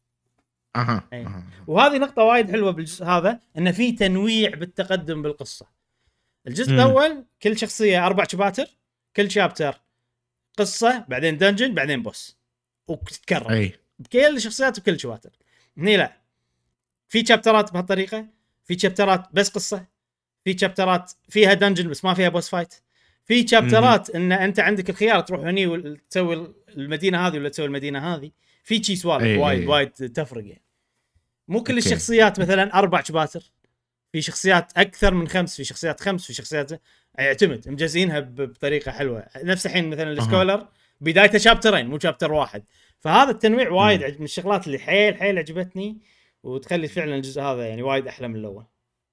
وهذه نقطه وايد حلوه بالجزء هذا، انه في تنويع بالتقدم بالقصه. الجزء الاول كل شخصيه 4 شباتر، كل شابتر قصه، بعدين دنجن، بعدين بوس، وتتكرر بكل الشخصيات وكل شباتر. هني لا، في شابترات بهالطريقه، في شابترات بس قصه، في شابترات فيها دنجن بس ما فيها بوس فايت، في شابترات ان انت عندك الخيار تروح هني وتسوي المدينه هذه ولا تسوي المدينه هذه. في شيء سوالف وايد تفرق يعني. مو كل الشخصيات مثلا 4 شباتر، في شخصيات اكثر من 5، في شخصيات 5، في شخصيات يعتمد مجزينها بطريقه حلوه. نفس الحين مثلا السكولر بدايته شابترين مو شابتر واحد. فهذا التنويع وايد من الشغلات اللي حيل عجبتني، وتخلي فعلا الجزء هذا يعني وايد احلى من الاول.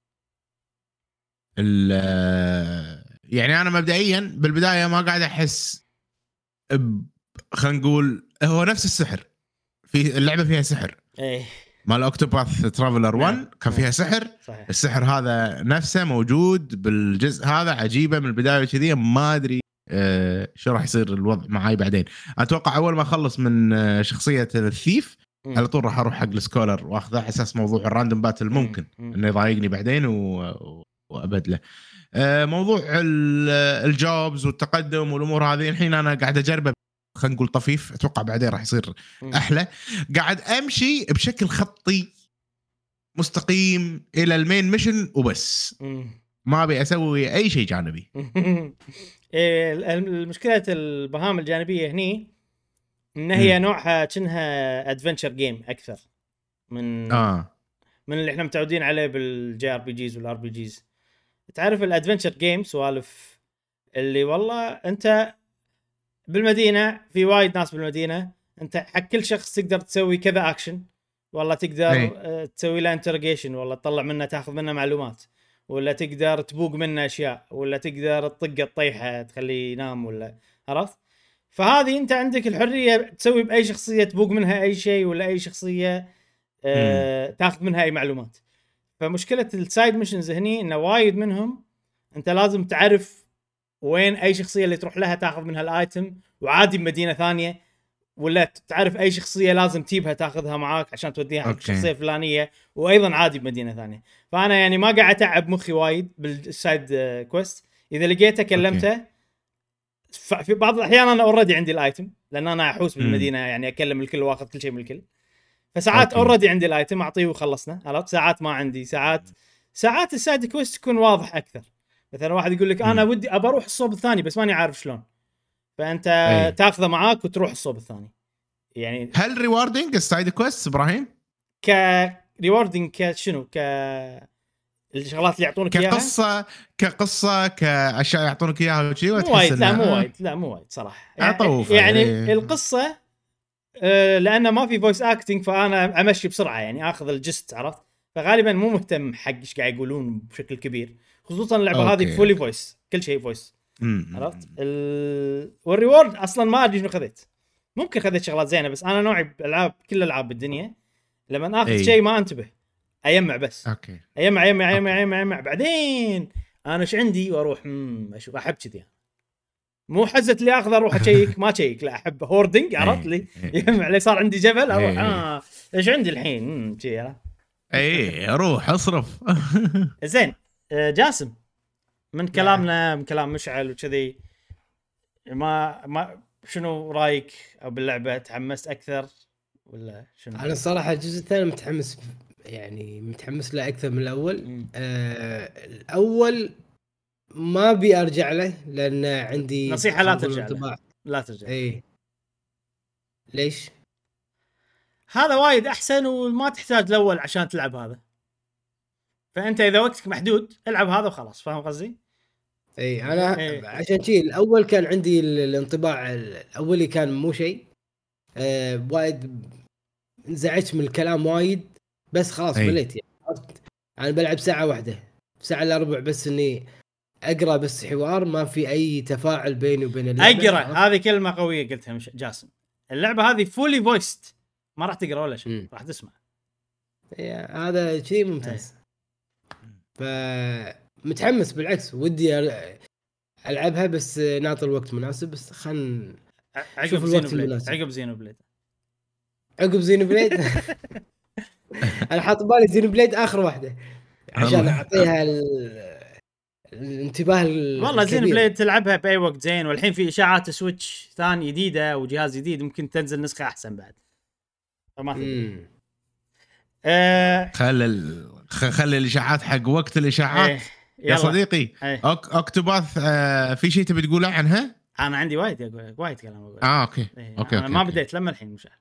يعني انا مبدئيا بالبدايه ما قاعد احس خلينا نقول هو نفس السحر في اللعبه، فيها سحر مال اوكتوباث ترافلر 1 كان فيها سحر. صحيح. السحر هذا نفسه موجود بالجزء هذا. عجيبه من البدايه كذي، ما ادري شو راح يصير الوضع معاي بعدين. اتوقع اول ما اخلص من شخصيه الثيف على طول راح اروح حق السكولر واخذه على اساس موضوع الراندوم باتل ممكن انه يضايقني بعدين وابدله. موضوع الجوبز والتقدم والامور هذه الحين انا قاعد اجربه، خلينا نقول طفيف. اتوقع بعدين راح يصير احلى. قاعد امشي بشكل خطي مستقيم الى المين ميشن وبس، ما ابي اسوي اي شيء جانبي. المشكله البهام الجانبيه هني ان هي نوعها كأنها ادفنتشر جيم اكثر من من اللي احنا متعودين عليه بالجي ار بي جيز والار بي جيز. تعرف الادفنتشر جيم سوالف اللي والله انت بالمدينه في وايد ناس بالمدينه، انت حق كل شخص تقدر تسوي كذا اكشن، والله تقدر تسوي له انترجيشن، والله تطلع منه تاخذ منه معلومات، ولا تقدر تبوق منه اشياء، ولا تقدر تطق الطيحه تخليه ينام، ولا عرفت. فهذه انت عندك الحريه تسوي باي شخصيه تبوق منها اي شيء، ولا اي شخصيه تاخذ منها اي معلومات. فمشكله السايد ميشنز هني انه وايد منهم انت لازم تعرف وين اي شخصيه اللي تروح لها تاخذ منها الايتم، وعادي بمدينه ثانيه، ولا تعرف اي شخصيه لازم تجيبها تاخذها معاك عشان توديها حق شخصيه فلانيه، وايضا عادي بمدينه ثانيه. فانا يعني ما قاعد اتعب مخي وايد بالسايد كويست. اذا لقيته كلمته. في بعض الاحيان انا اوريدي عندي الايتم لان انا احوس بالمدينه، يعني اكلم الكل واخذ كل شيء من الكل. فساعات اوريدي عندي الايتم اعطيه وخلصنا، عرفت. ساعات ما عندي، ساعات السايد كويست يكون واضح اكثر. مثلا واحد يقول لك انا ودي ابى اروح الصوب الثاني بس ماني عارف شلون، فانت تاخذه معاك وتروح الصوب الثاني. يعني هل ريواردينج السايد كويست ابراهيم؟ ريواردينج كشنو؟ الشغلات اللي يعطونك اياها كقصه كاشياء يعطونك اياها وشي، وتحس مو وايد صراحه يعني القصه لانه ما في فويس اكتنج، فانا امشي بسرعه يعني اخذ الجست، عرفت. فغالبا مو مهتم حق ايش قاعد يقولون بشكل كبير، خصوصا اللعبه هذه فولي فويس، كل شيء فويس، عرفت. والريورد اصلا ما ادري شنو خذيت، ممكن خذيت شغلات زينه، بس انا نوعي بالالعاب كل الالعاب بالدنيا لما اخذ شيء ما انتبه، ايمع بس. ايمع بعدين انا ايش عندي واروح اشوف. احب كذي، مو حزت لي اخذ اروح اشيك ما اشيك، لا احب هوردنج، عرفت لي. يجمع لي صار عندي جبل اروح ايش عندي الحين شي اروح اصرف. زين جاسم، من كلامنا من كلام مشعل وكذي، ما شنو رايك او باللعبه؟ تحمست اكثر ولا شنو؟ انا الصراحه الجزء الثاني متحمس له اكثر من الاول. الاول ما بي ارجع له لان عندي نصيحه لا ترجع ليش؟ هذا وايد احسن وما تحتاج الاول عشان تلعب هذا. فانت اذا وقتك محدود العب هذا وخلاص، فاهم قصدي؟ اي انا عشان شيء الاول كان عندي الانطباع الاولي كان مو شيء وايد انزعجت من الكلام وايد، بس خلاص مليت يعني. انا بلعب ساعه واحده، ساعه الا ربع، بس اني اقرا بس حوار، ما في اي تفاعل بيني وبين اللعبه. اقرا هذه كلمه قويه قلتها مش جاسم. اللعبه هذه فولي فويست، ما راح تقرا ولا شيء، راح تسمع. هذا شيء ممتاز. فمتحمس بالعكس، ودي العبها، بس نعطي الوقت مناسب. بس خلنا نشوف الوقت المناسب. عقب زينو بليد انا حاط بالي زينو بليد اخر واحده عشان اعطيها الانتباه والله زينو بليد تلعبها باي وقت زين، والحين في اشاعات سويتش ثاني جديده وجهاز جديد، ممكن تنزل نسخه احسن بعد. فما في خلي الاشاعات حق وقت الاشاعات. يا صديقي اكتوباث في شيء تبي تقوله عنها؟ انا عندي وايد كلام اقول. اوكي انا ما بديت لما الحين مش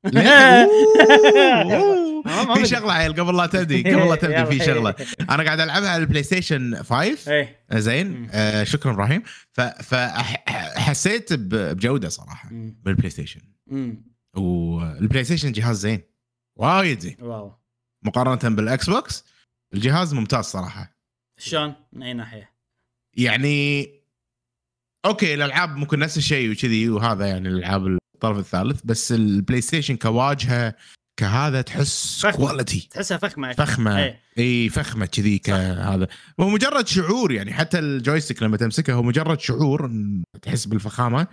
في شغله عيل قبل لا تبدي في شغله انا قاعد العبها على البلاي ستيشن 5 زين. شكرا ابراهيم. فحسيت بجوده صراحه بالبلاي ستيشن، والبلاي ستيشن جهاز زين وايد زين مقارنه بالاكس بوكس. الجهاز ممتاز صراحه. شلون من اي ناحيه؟ يعني اوكي الالعاب ممكن نفس الشيء وكذي وهذا، يعني الالعاب الطرف الثالث، بس البلاي ستيشن كواجهه كهذا تحس كواليتي، تحسها فخمه. اي فخمه كذي كهذا. هو مجرد شعور يعني، حتى الجويستيك لما تمسكه هو مجرد شعور تحس بالفخامه.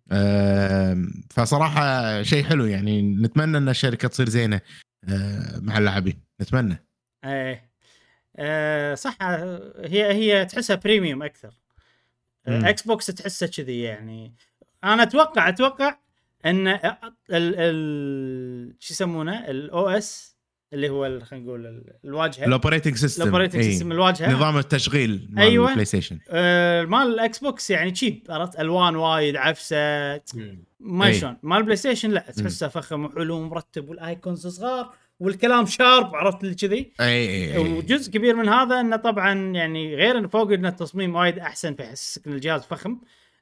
فصراحه شيء حلو يعني. نتمنى ان الشركه تصير زينه مع اللاعبين، نتمنى. صح. هي تحسها بريميوم اكثر. اكس بوكس تحسه كذي يعني. انا اتوقع ان شو يسمونه الاو اس اللي هو خلينا نقول الواجهه، الاوبريتنج سيستم الواجهه، نظام التشغيل مال البلاي ستيشن. مال الاكس بوكس يعني تشيب، عرفت، الوان وايد عفسه ما شلون. مال البلاي ستيشن لا، تحسه فخم وحلو ومرتب، والايكونز صغار والكلام شارب، عرفت اللي كذي. وجزء كبير من هذا انه طبعا يعني غير انه فوق ان التصميم وايد احسن، فيحسسك ان الجهاز فخم.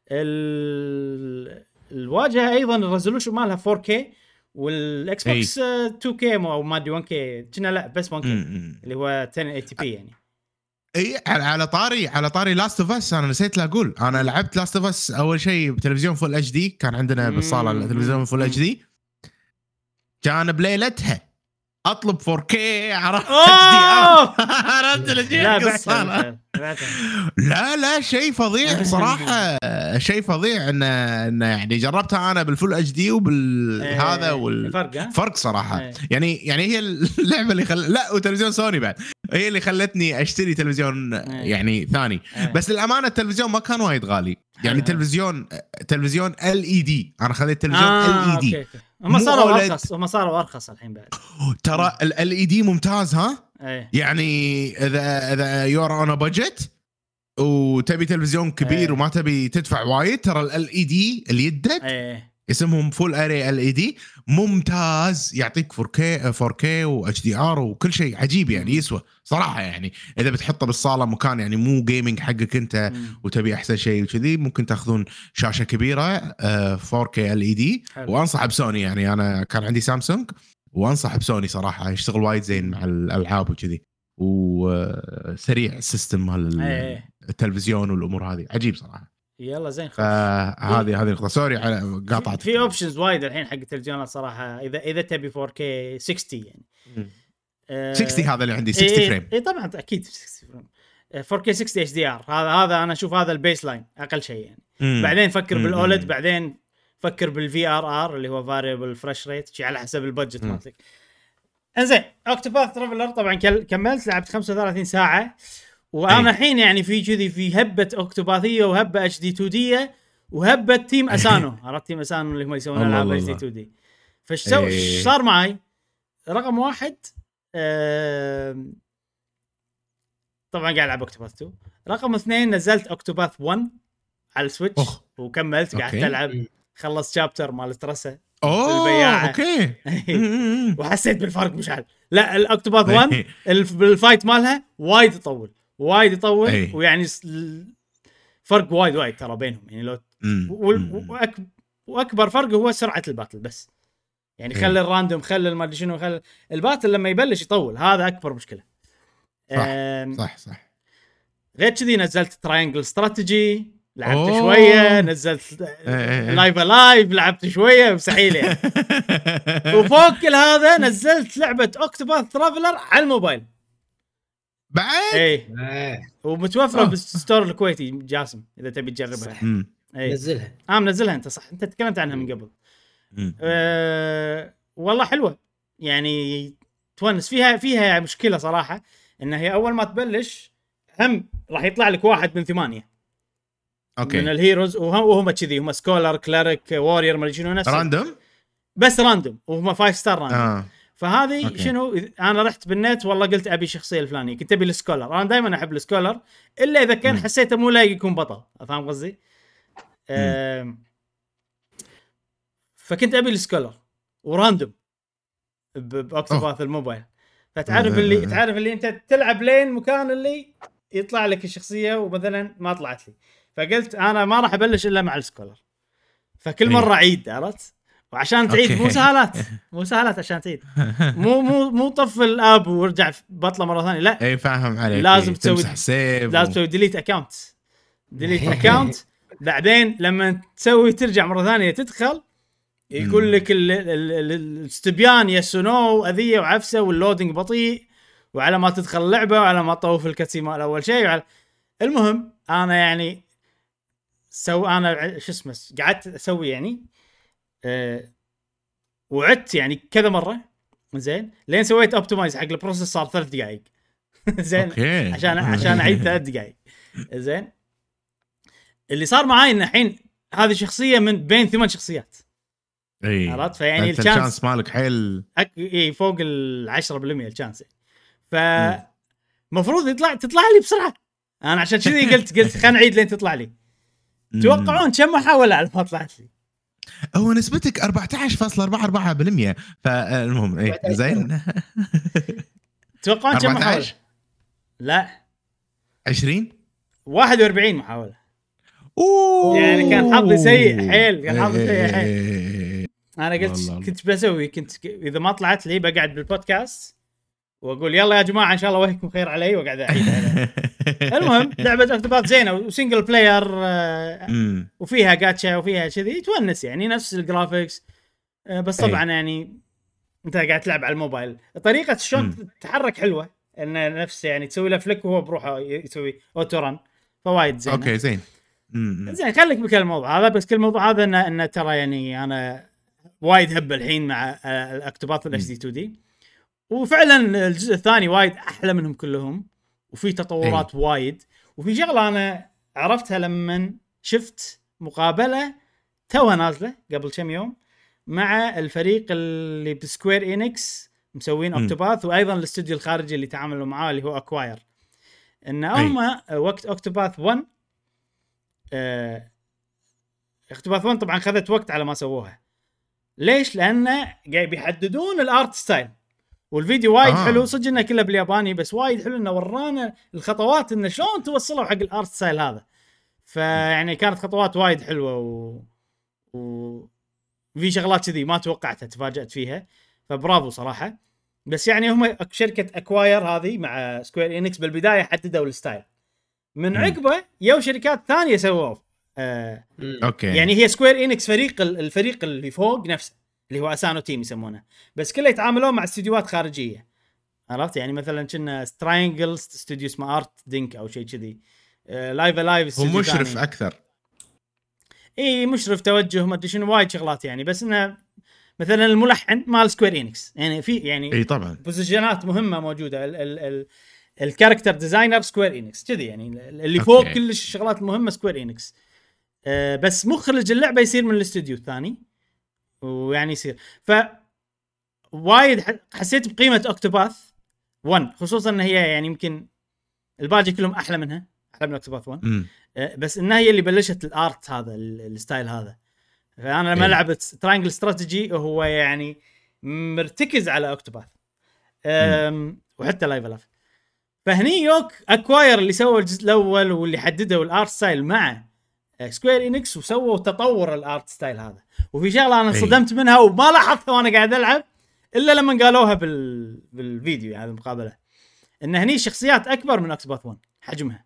الواجهه ايضا الريزولوشن مالها 4K، والاكس بوكس 2K او ما ادري 1K كنا، لا بس 1K اللي هو 1080p يعني. اي على طاري لاست اوف اس، انا نسيت لا اقول، انا لعبت لاست اوف اس اول شيء بتلفزيون فول اتش دي، كان عندنا بالصاله التلفزيون فول اتش دي، كان بليلتها اطلب 4K عرفت لا شيء فظيع صراحه. شيء فظيع ان يعني جربتها انا بالفول اتش دي وبالهذا والفرق صراحه. يعني هي اللعبه اللي لا وتلفزيون سوني بعد هي اللي خلتني اشتري تلفزيون يعني ثاني. بس للامانه التلفزيون ما كان وايد غالي يعني. تلفزيون LED، انا خذيت تلفزيون LED. هم صاروا ارخص الحين بعد. ترى LED ممتاز ها. يعني اذا يور اون بادجت وتبي تلفزيون كبير وما تبي تدفع وايد، ترى LED اللي يدك اسمهم فول اري LED ممتاز، يعطيك 4K و HDR وكل شيء عجيب يعني. يسوى صراحه يعني. اذا بتحطه بالصاله مكان يعني مو جيمنج حقك انت وتبي احسن شيء وكذي، ممكن تاخذون شاشه كبيره 4K LED. وانصح بسوني يعني، انا كان عندي سامسونج وانصح بسوني صراحه، يشتغل وايد زين مع الالعاب وكذي، وسريع السيستم مال التلفزيون والامور هذه عجيب صراحه. يلا زين. هذه نقطه. سوري على قاطعت. في اوبشنز وايد الحين حق التلفزيونات صراحه. اذا تبي 4K 60 يعني 60 هذا اللي عندي 60 فريم. اي طبعا اكيد 60 فريم 4K 60 HDR. هذا انا اشوف هذا البيس لاين اقل شيء يعني. بعدين فكر بالاولد، بعدين فكر بالVRR اللي هو فاريبل فريش ريت، شيء على حسب البادجت مالتك. انزين اوكتوباث ترافلر طبعا كملت، لعبت 35 ساعه، وانا الحين يعني في كذي في هبه اوكتوباثيه وهبه اتش دي 2 دي وهبه تيم اسانو. عرفت تيم اسانو اللي هم يسوون العاب اتش دي 2 دي. فايش صار معي؟ رقم واحد طبعا قاعد العب اوكتوباث 2. رقم اثنين نزلت اوكتوباث 1 على السويتش وكملت قاعد العب. خلص شابتر مال ترسه البياعه. اوكي وحسيت بالفرق مشعل. لا الاوكتوباث 1 الفايت مالها وايد يطول ويعني فرق وايد ترى بينهم يعني لو واكبر فرق هو سرعه الباتل بس يعني خلي الراندوم خلي ما ادري شنو خلي الباتل لما يبلش يطول هذا اكبر مشكله صح غير كذي نزلت تراينجل استراتيجي لعبت شويه نزلت لايف لعبت شويه مستحيل يعني وفوق كل هذا نزلت لعبه اوكتوباث ترافلر على الموبايل بعد ومتوفره بالستور الكويتي جاسم اذا تبي تجربها نزلها منزلها انت صح انت تكلمت عنها من قبل والله حلوه يعني تونس فيها مشكله صراحه ان هي اول ما تبلش هم راح يطلع لك واحد من 8 من الهيروز وهم كذي هم سكولر كلاريك وورير ما شنو نفس راندوم بس راندوم وهم 5 ستار راندوم فهذه شنو انا رحت بالنت والله قلت ابي الشخصيه الفلانيه كنت ابي السكولر انا دائما احب السكولر الا اذا كان حسيته مو لايق يكون بطل فاهم قصدي فكنت ابي السكولر وراندوم باوكتوباث الموبايل فتعرف اللي انت تلعب لين مكان اللي يطلع لك الشخصيه ومثلا ما طلعت لي فقلت انا ما راح ابلش الا مع السكولر فكل مره عيد عرفت وعشان تعيد مو سهالات عشان تعيد مو طفل الاب وارجع بطله مره ثانيه لا اي فاهم عليك لازم تسوي حساب لازم تسوي ديليت اكاونت بعدين لما تسوي ترجع مره ثانيه تدخل يقول لك الاستبيان يس نو اذيه وعفسه واللودينج بطيء وعلى ما تدخل اللعبه وعلى ما تطوف الكاتسين مال اول شيء المهم انا يعني انا شو اسمه قعدت اسوي يعني وعدت يعني كذا مره زين لين سويت اوبتمايز حق البروسيس صار 3 دقائق زين عشان اعيد 3 دقائق زين اللي صار معاي ان الحين هذه شخصيه من بين 8 شخصيات عرفت فيعني الشانس مالك حيل فوق ال 10% الشانس مفروض تطلع لي بسرعه انا عشان كذي قلت خلينا نعيد لين تطلع لي توقعون كم محاوله على ما طلعت لي هو نسبتك 14.44% فالمهم زين توقعون كم محاوله لا 20 41 محاوله يعني كان حظي سيء حيل انا كنت بسوي اذا ما طلعت لي بقعد بالبودكاست واقول يلا يا جماعه ان شاء الله وجهكم خير علي وقاعد اعيد المهم لعبه اوكتوباث زينه وسنجل بلاير وفيها جاتشا وفيها كذي تونس يعني نفس الجرافيكس بس طبعا يعني انت قاعد تلعب على الموبايل طريقه شلون تتحرك حلوه ان نفس يعني تسوي له فليك وهو بروحه يسوي اوتو رن فوايد زين اوكي زين زين خليك بكل الموضوع هذا بس كل الموضوع هذا ان ترى يعني انا وايد هب الحين مع الاوكتوباث الاتش دي 2 دي وفعلا الجزء الثاني وايد احلى منهم كلهم وفي تطورات وايد وفي شغله انا عرفتها لما شفت مقابله توها نازله قبل كم يوم مع الفريق اللي بسكوير إنكس مسوين اوكتوباث وايضا الاستوديو الخارجي اللي تعاملوا معاه اللي هو اكواير ان هم وقت اوكتوباث 1 اوكتوباث 1 طبعا خذت وقت على ما سووها ليش لانه قاعد بيحددون الارت ستايل والفيديو وايد حلو صدق انه كله بالياباني بس وايد حلو انه ورانا الخطوات انه شلون توصلوا حق الارت ستايل هذا فيعني كانت خطوات وايد حلوه وفي شغلات كذي ما توقعتها تفاجأت فيها فبرافو صراحه بس يعني هم شركه اكواير هذه مع سكوير إنكس بالبدايه حددوا الستايل من عقبه يو شركات ثانيه سووه اوكي يعني هي سكوير إنكس الفريق اللي فوق نفسه اللي هو اسانو تيم يسمونه بس كله يتعاملون مع استديوهات خارجيه عرفت يعني مثلا كنا تراينجل استوديو اسمه ارت دينك او شيء كذي لايف هو مشرف تاني. اكثر مشرف توجه ما ادري شنو وايد شغلات يعني بس انه مثلا الملحن مال سكوير إنكس يعني في يعني طبعا بوزيشنات مهمه موجوده الكاركتر ديزاينر سكوير إنكس كذي يعني اللي فوق كل الشغلات المهمه سكوير إنكس بس مخرج اللعبه يصير من الاستوديو الثاني ويعني يصير وايد حسيت بقيمه اوكتوباث 1 خصوصا ان هي يعني يمكن الباقي كلهم احلى من اوكتوباث 1 بس انها هي اللي بلشت الارت هذا الستايل هذا فانا لما لعبت تراينجل استراتيجي هو يعني مرتكز على اوكتوباث وحتى لايف الاف فهني يوك اكواير اللي سوى الجزء الاول واللي حددوا الارت ستايل مع سكوير انكس وسووا تطور الارت ستايل هذا. وفي شغله انا صدمت منها وما لاحظتها وانا قاعد العب الا لما قالوها بالفيديو هذه المقابله، ان هني الشخصيات اكبر من اكتوباث 1 حجمها.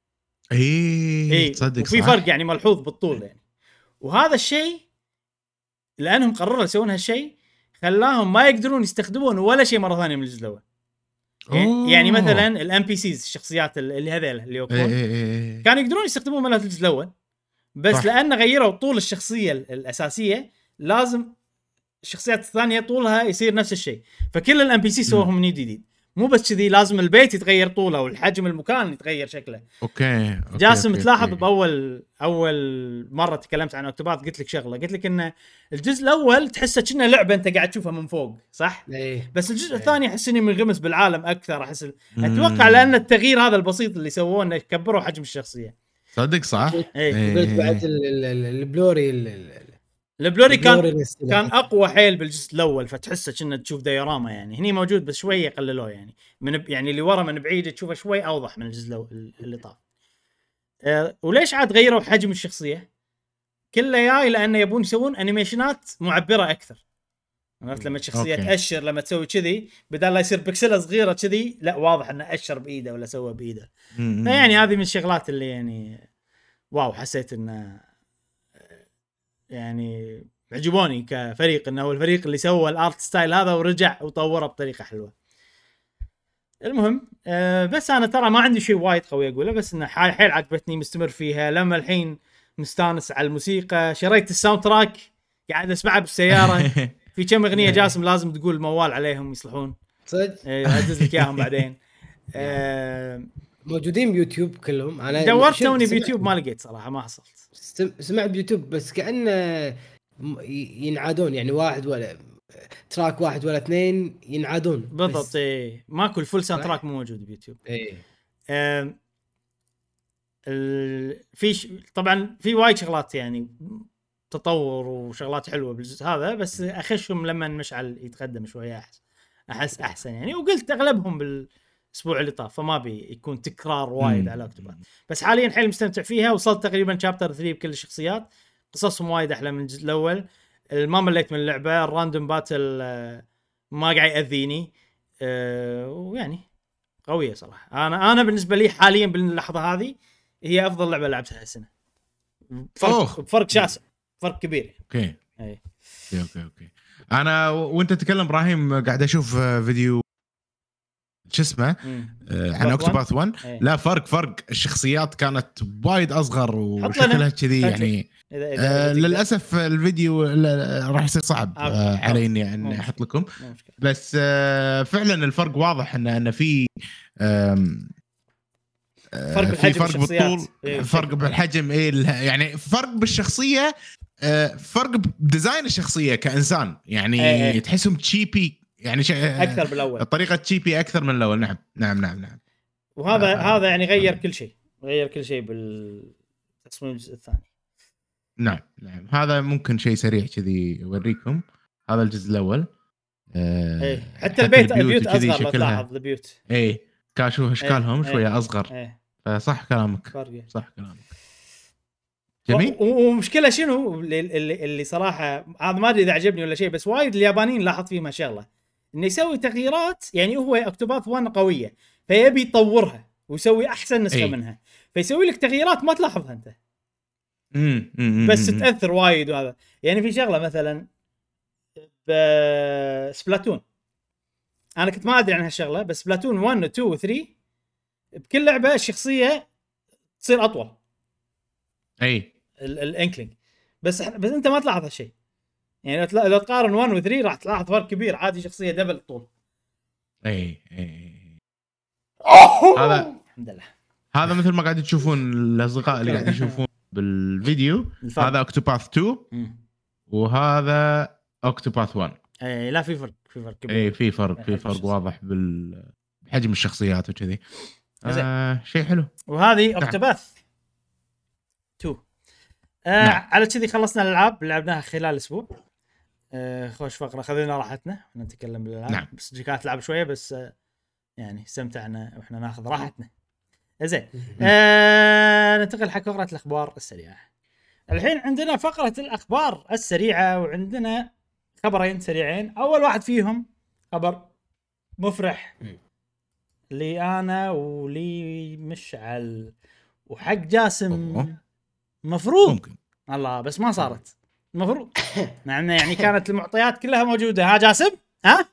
تصدق وفي فرق يعني ملحوظ بالطول يعني. وهذا الشيء لانهم قرروا يسوون هالشيء خلاهم ما يقدرون يستخدمون ولا شيء مره ثانيه من الجزء الاول. يعني مثلا الام بي سيز الشخصيات اللي هذيل اللي يوقفون كانوا يقدرون يستخدمون مالت الجزء الاول، بس لان غيروا طول الشخصيه الاساسيه لازم الشخصيات الثانيه طولها يصير نفس الشيء. فكل الام بي سي سووهم من جديد. مو بس كذي، لازم البيت يتغير طوله والحجم المكان يتغير شكله. اوكي جاسم تلاحظ باول مره تكلمت عن اكتوباث قلت لك شغله، قلت لك ان الجزء الاول تحسه كأنه لعبه انت قاعد تشوفها من فوق صح؟ بس الجزء الثاني احس اني منغمس بالعالم اكثر. احس اتوقع لان التغيير هذا البسيط اللي سووه انه كبروا حجم الشخصيه. صدق صح. قلت بعد البلوري كان اقوى حيل بالجزء الاول، فتحسه كأنه تشوف ديوراما يعني. هني موجود بس شويه قللوه يعني يعني اللي ورا من بعيد تشوفه شوي اوضح من الجزء اللي طاف. وليش عاد غيروا حجم الشخصيه؟ كله جاي لانه يبون يسوون انيميشنات معبره اكثر. عرفت لما الشخصيه تاشر لما تسوي كذي بدل لا يصير بكسله صغيره كذي، لا واضح انه اشر بايده ولا سوى بايده. يعني هذه من الشغلات اللي يعني واو، حسيت انه يعني عجبوني كفريق، انه هو الفريق اللي سوى الارت ستايل هذا ورجع وطوره بطريقه حلوه. المهم بس انا ترى ما عندي شيء وايد قوي اقوله، بس انه حيل عجبتني مستمر فيها. لما الحين مستانس على الموسيقى، شريت الساوند تراك قاعد اسمعه بالسياره. في كم اغنيه جاسم لازم تقول الموال عليهم يصلحون صدق. ادز لك اياهم بعدين. موجودين بيوتيوب كلهم. انا دورت توني بيوتيوب ما لقيت صراحه، ما حصلت. سمعت بيوتيوب بس كأنه ينعادون يعني، واحد ولا تراك واحد ولا اثنين ينعادون بالضبط. ماكو الفول ساوند تراك مو موجود بيوتيوب. في طبعا في وايد شغلات يعني تطور وشغلات حلوه بالجزء هذا، بس اخشهم لما المشعل يتقدم شويه احس احسن يعني. وقلت اغلبهم بالاسبوع اللي طاف، فما بي يكون تكرار وايد على اكتوباث. بس حاليا حيل مستمتع فيها. وصلت تقريبا شابتر 3 بكل الشخصيات، قصصهم وايد احلى من الجزء الاول. ما مليت من اللعبه. الراندوم باتل ما قاعد ياذيني، ويعني قويه صراحه. انا بالنسبه لي حاليا باللحظه هذه هي افضل لعبه لعبتها السنه. فرق شاسع، فرق كبير. اوكي انا وانت تتكلم ابراهيم قاعد اشوف فيديو شو اسمه عن اكتوباث 1. لا فرق الشخصيات كانت وايد اصغر وشكلها كذي يعني. للاسف الفيديو راح يصير صعب علي اني احط لكم، بس فعلا الفرق واضح ان في فرق بالطول، فرق بالحجم، يعني فرق بالشخصيه، فرق بديزاين الشخصيه كانسان يعني. تحسهم تشيبي يعني اكثر بالاول، الطريقه تشيبي اكثر من الاول. نعم. وهذا يعني غير كل شيء بالتصميم الجزء الثاني. نعم. هذا ممكن شيء سريع كذي اوريكم. هذا الجزء الاول. حتى البيوت اصغر لو تلاحظ البيوت. كاشوف اشكالهم شويه اصغر. صح كلامك. جميل. ومشكله شنو اللي صراحه هذا ما ادري اذا عجبني ولا شيء، بس وايد اليابانيين لاحظت فيهم شغله، انه يسوي تغييرات. يعني هو اكتوباث 1 قويه فيبي يطورها ويسوي احسن نسخه منها، فيسوي لك تغييرات ما تلاحظها انت بس تاثر وايد. وهذا يعني في شغله مثلا بسبلاتون انا كنت ما ادري عن هالشغله، بس سبلاتون 1 و 2 و 3 بكل لعبه الشخصيه تصير اطول. الانكلينج بس انت ما تلاحظ هالشيء يعني. لو تقارن 1 و 3 راح تلاحظ فرق كبير. عادي شخصيه دبل طول. هذا الحمد لله. هذا مثل ما قاعد تشوفون الاصدقاء اللي قاعد يشوفون بالفيديو. هذا اكتوباث 2 وهذا اكتوباث 1. لا في فرق كبير. في فرق واضح بحجم الشخصيات وكذي. شيء حلو. وهذه اكتوباث 2. على كذي خلصنا الالعاب اللي لعبناها خلال اسبوع. خوش فقره خذينا راحتنا نتكلم بالالعاب. بس كانت لعب شويه بس يعني استمتعنا واحنا ناخذ راحتنا. زين ننتقل حق فقرة الأخبار السريعة. الحين عندنا فقرة الأخبار السريعة، وعندنا خبرين سريعين. أول واحد فيهم خبر مفرح لي أنا ولي مشعل وحق جاسم. مفروض ممكن الله بس ما صارت المفروض مع يعني كانت المعطيات كلها موجودة. ها جاسم ها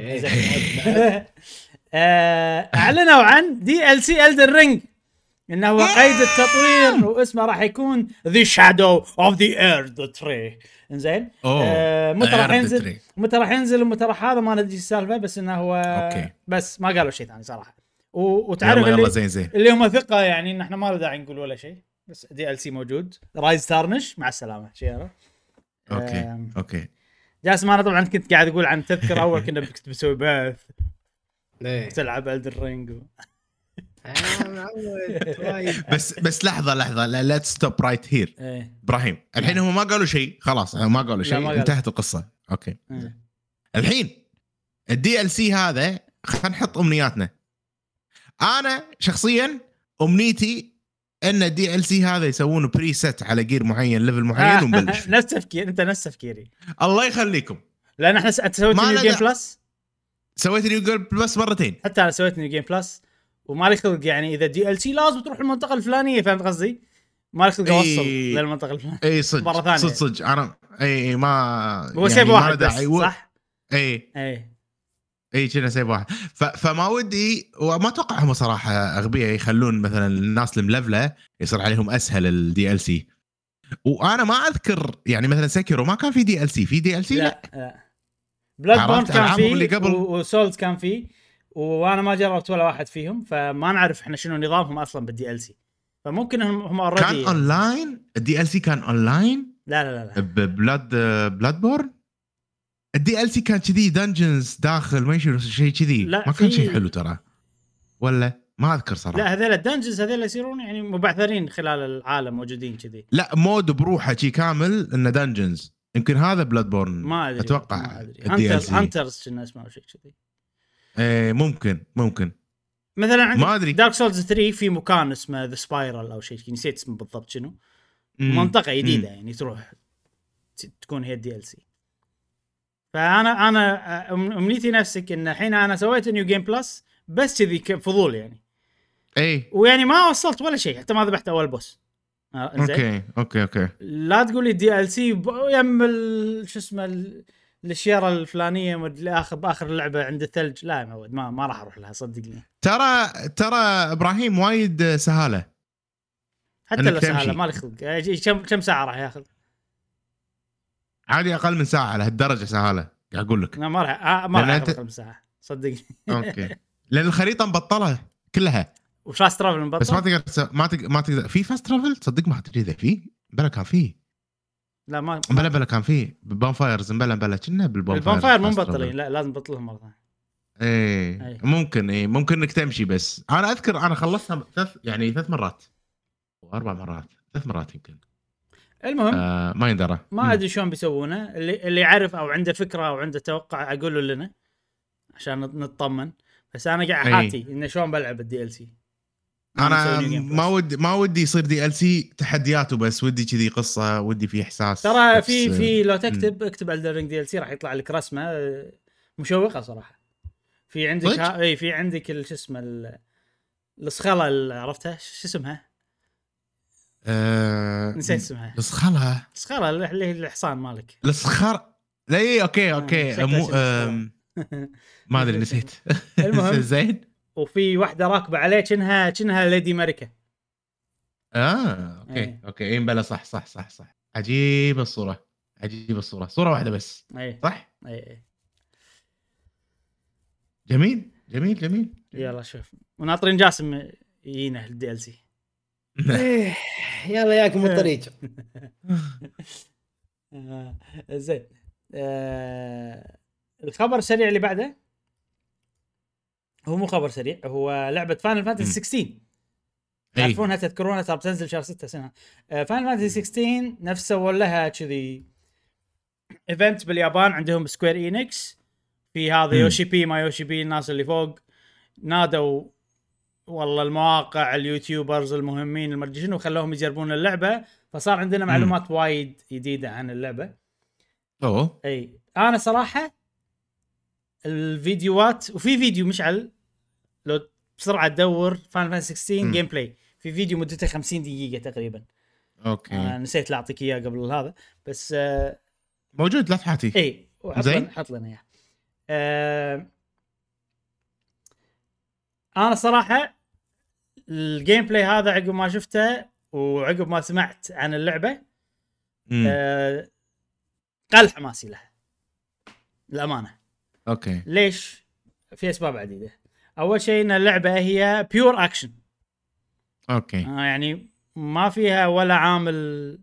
اعلنوا عن DLC Elden Ring انه هو قيد التطوير واسمه راح يكون The Shadow of the Earth Tree. انزين متى راح ينزل ومتى راح هذا ما ندري السالفه، بس انه هو أوكي. بس ما قالوا شيء ثاني صراحه. وتعرف يلا زين اللي هم ثقه يعني ان احنا ما له داعي نقول ولا شيء، بس DLC موجود. رايز تارنش مع السلامه شيره. اوكي جاسم انا طبعا كنت قاعد اقول عن تذكر اول كنا بنسوي بث تلعب Elden Ring بس لحظه لا ستوب رايت هير ابراهيم. الحين هم ما قالوا شيء، خلاص ما قالوا شيء، انتهت القصه. اوكي الحين الدي ال سي هذا خلينا نحط امنياتنا. انا شخصيا امنيتي ان الدي ال سي هذا يسوون بريست على جير معين ليفل معين ونبلش. نفس تفكير انت نفس تفكيري. الله يخليكم. لان احنا سويت نيو جيم بلس، سويت نيو جيم بلس مرتين، حتى انا سويت نيو جيم بلس وما لي خلق يعني اذا دي ال سي لازم تروح المنطقه الفلانيه، فهمت قصدي؟ ما لي خلق اوصل للمنطقه الفلانيه. اي صدق مره ثانيه صدق انا اي ما هو سيف واحد بس صح. اي كنا سيف واحد. فما ودي وما اتوقع هم صراحه اغبياء يخلون مثلا الناس الملفله يصير عليهم اسهل الدي ال سي. وانا ما اذكر يعني مثلا سكيرو ما كان في دي ال سي. في دي ال سي لا بلاد بورن كان فيه وسولز كان فيه، وانا ما جربت ولا واحد فيهم فما نعرف احنا شنو نظامهم اصلا بالدي ال سي. فممكن هم اوريدي كان اونلاين. الدي ال سي كان اونلاين. لا بلاد بورن الدي ال سي كان كذي دنجنز داخل ما يشيل شيء كذي، ما كان شيء حلو ترى ولا ما اذكر صراحه. لا هذول الدنجنز هذول يصيرون يعني مبعثرين خلال العالم موجودين كذي. لا مود بروحه شيء كامل انه دنجنز. يمكن هذا بلاد بورن ما ادري اتوقع. هانترز كنا اسمه او شيء كذي. ممكن مثلا عندك دارك سولز 3 في مكان اسمه ذا سبايرال او شيء نسيت اسمه بالضبط شنو. منطقه جديده يعني تروح تكون هي الدي ال سي. فانا امنيتي نفسك ان الحين انا سويت نيو جيم بلس بس كذي فضول يعني. ويعني ما وصلت ولا شيء، حتى ما ذبحت اول بوس. اوكي لا تقول لي دي ال سي يم شو اسمه الاشياء الفلانيه باخر اللعبه عند الثلج. لا يا معود ما راح اروح لها صدقني. ترى ابراهيم وايد سهاله، حتى لو سهاله ما لي خلق. كم ساعه راح ياخذ؟ عادي اقل من ساعه على هالدرجه سهاله قاعد اقول لك. لا ما راح اقل من ساعه صدقني. اوكي لان الخريطه مبطله كلها وفاست ترافل مبطل، بس ما تقدر في فاست ترافل. تصدق ما ادري اذا في بلا كان فيه. لا ما بلا كان فيه بونفايرز بلا كنا بالبونفاير مو مبطلين. لا لازم تبطلهم مره ثانيه. ممكن انك تمشي. بس انا اذكر انا خلصتها 3 مرات او 4 مرات 3 مرات يمكن. المهم ما يندرى ما ادري شلون بيسوونه. اللي يعرف او عنده فكره او عنده توقع اقوله لنا عشان نطمن. بس انا قاعد حاتي انه شلون بلعب الدي ال سي. انا ما ودي يصير دي ال سي تحدياته، بس ودي كذي قصه، ودي فيه احساس. ترى في لو اكتب Elden Ring دي ال سي راح يطلع لك رسمه مشوقه صراحه. في عندك في عندك شو اسمه الصخله اللي عرفتها شو اسمها؟ نسيت اسمها. الصخره اللي هي الحصان مالك. الصخر لا اوكي ما ادري نسيت. المهم زين. وفي واحده راكبه عليه كأنها ليدي ماريكا. اوكي بلا صح عجيب الصوره صوره واحده بس. صح جميل يلا شوف وناطرين جاسم يجينا الدي ال سي. يلا ياكم الطريق. زين الخبر السريع اللي بعده هو مو خبر سريع، هو لعبة فاينل فانتسي 16. تعرفونها تذكرونها ترى بتنزل شهر 6 سنة. فاينل فانتسي 16 نفس سووا لها كذي ايفنت باليابان عندهم سكوير إينكس في هذا يوشي بي الناس اللي فوق نادوا والله المواقع اليوتيوبرز المهمين المرجعين وخلوهم يجربون اللعبة، فصار عندنا معلومات وايد جديدة عن اللعبة. اي انا صراحة الفيديوهات، وفي فيديو مشعل لو بسرعة تدور فاينل فانتسي 16 جيم بلاي، في فيديو مدته 50 دقيقة تقريبا. اوكي نسيت لا اعطيك اياه قبل هذا، بس موجود لا تحاتي. اي حط لنا اياه. انا صراحه الجيم بلاي هذا عقب ما شفته وعقب ما سمعت عن اللعبه قل حماسي لها الامانه. اوكي ليش؟ في اسباب عديده. اول شيء ان اللعبه هي بيور اكشن. اوكي يعني ما فيها ولا عامل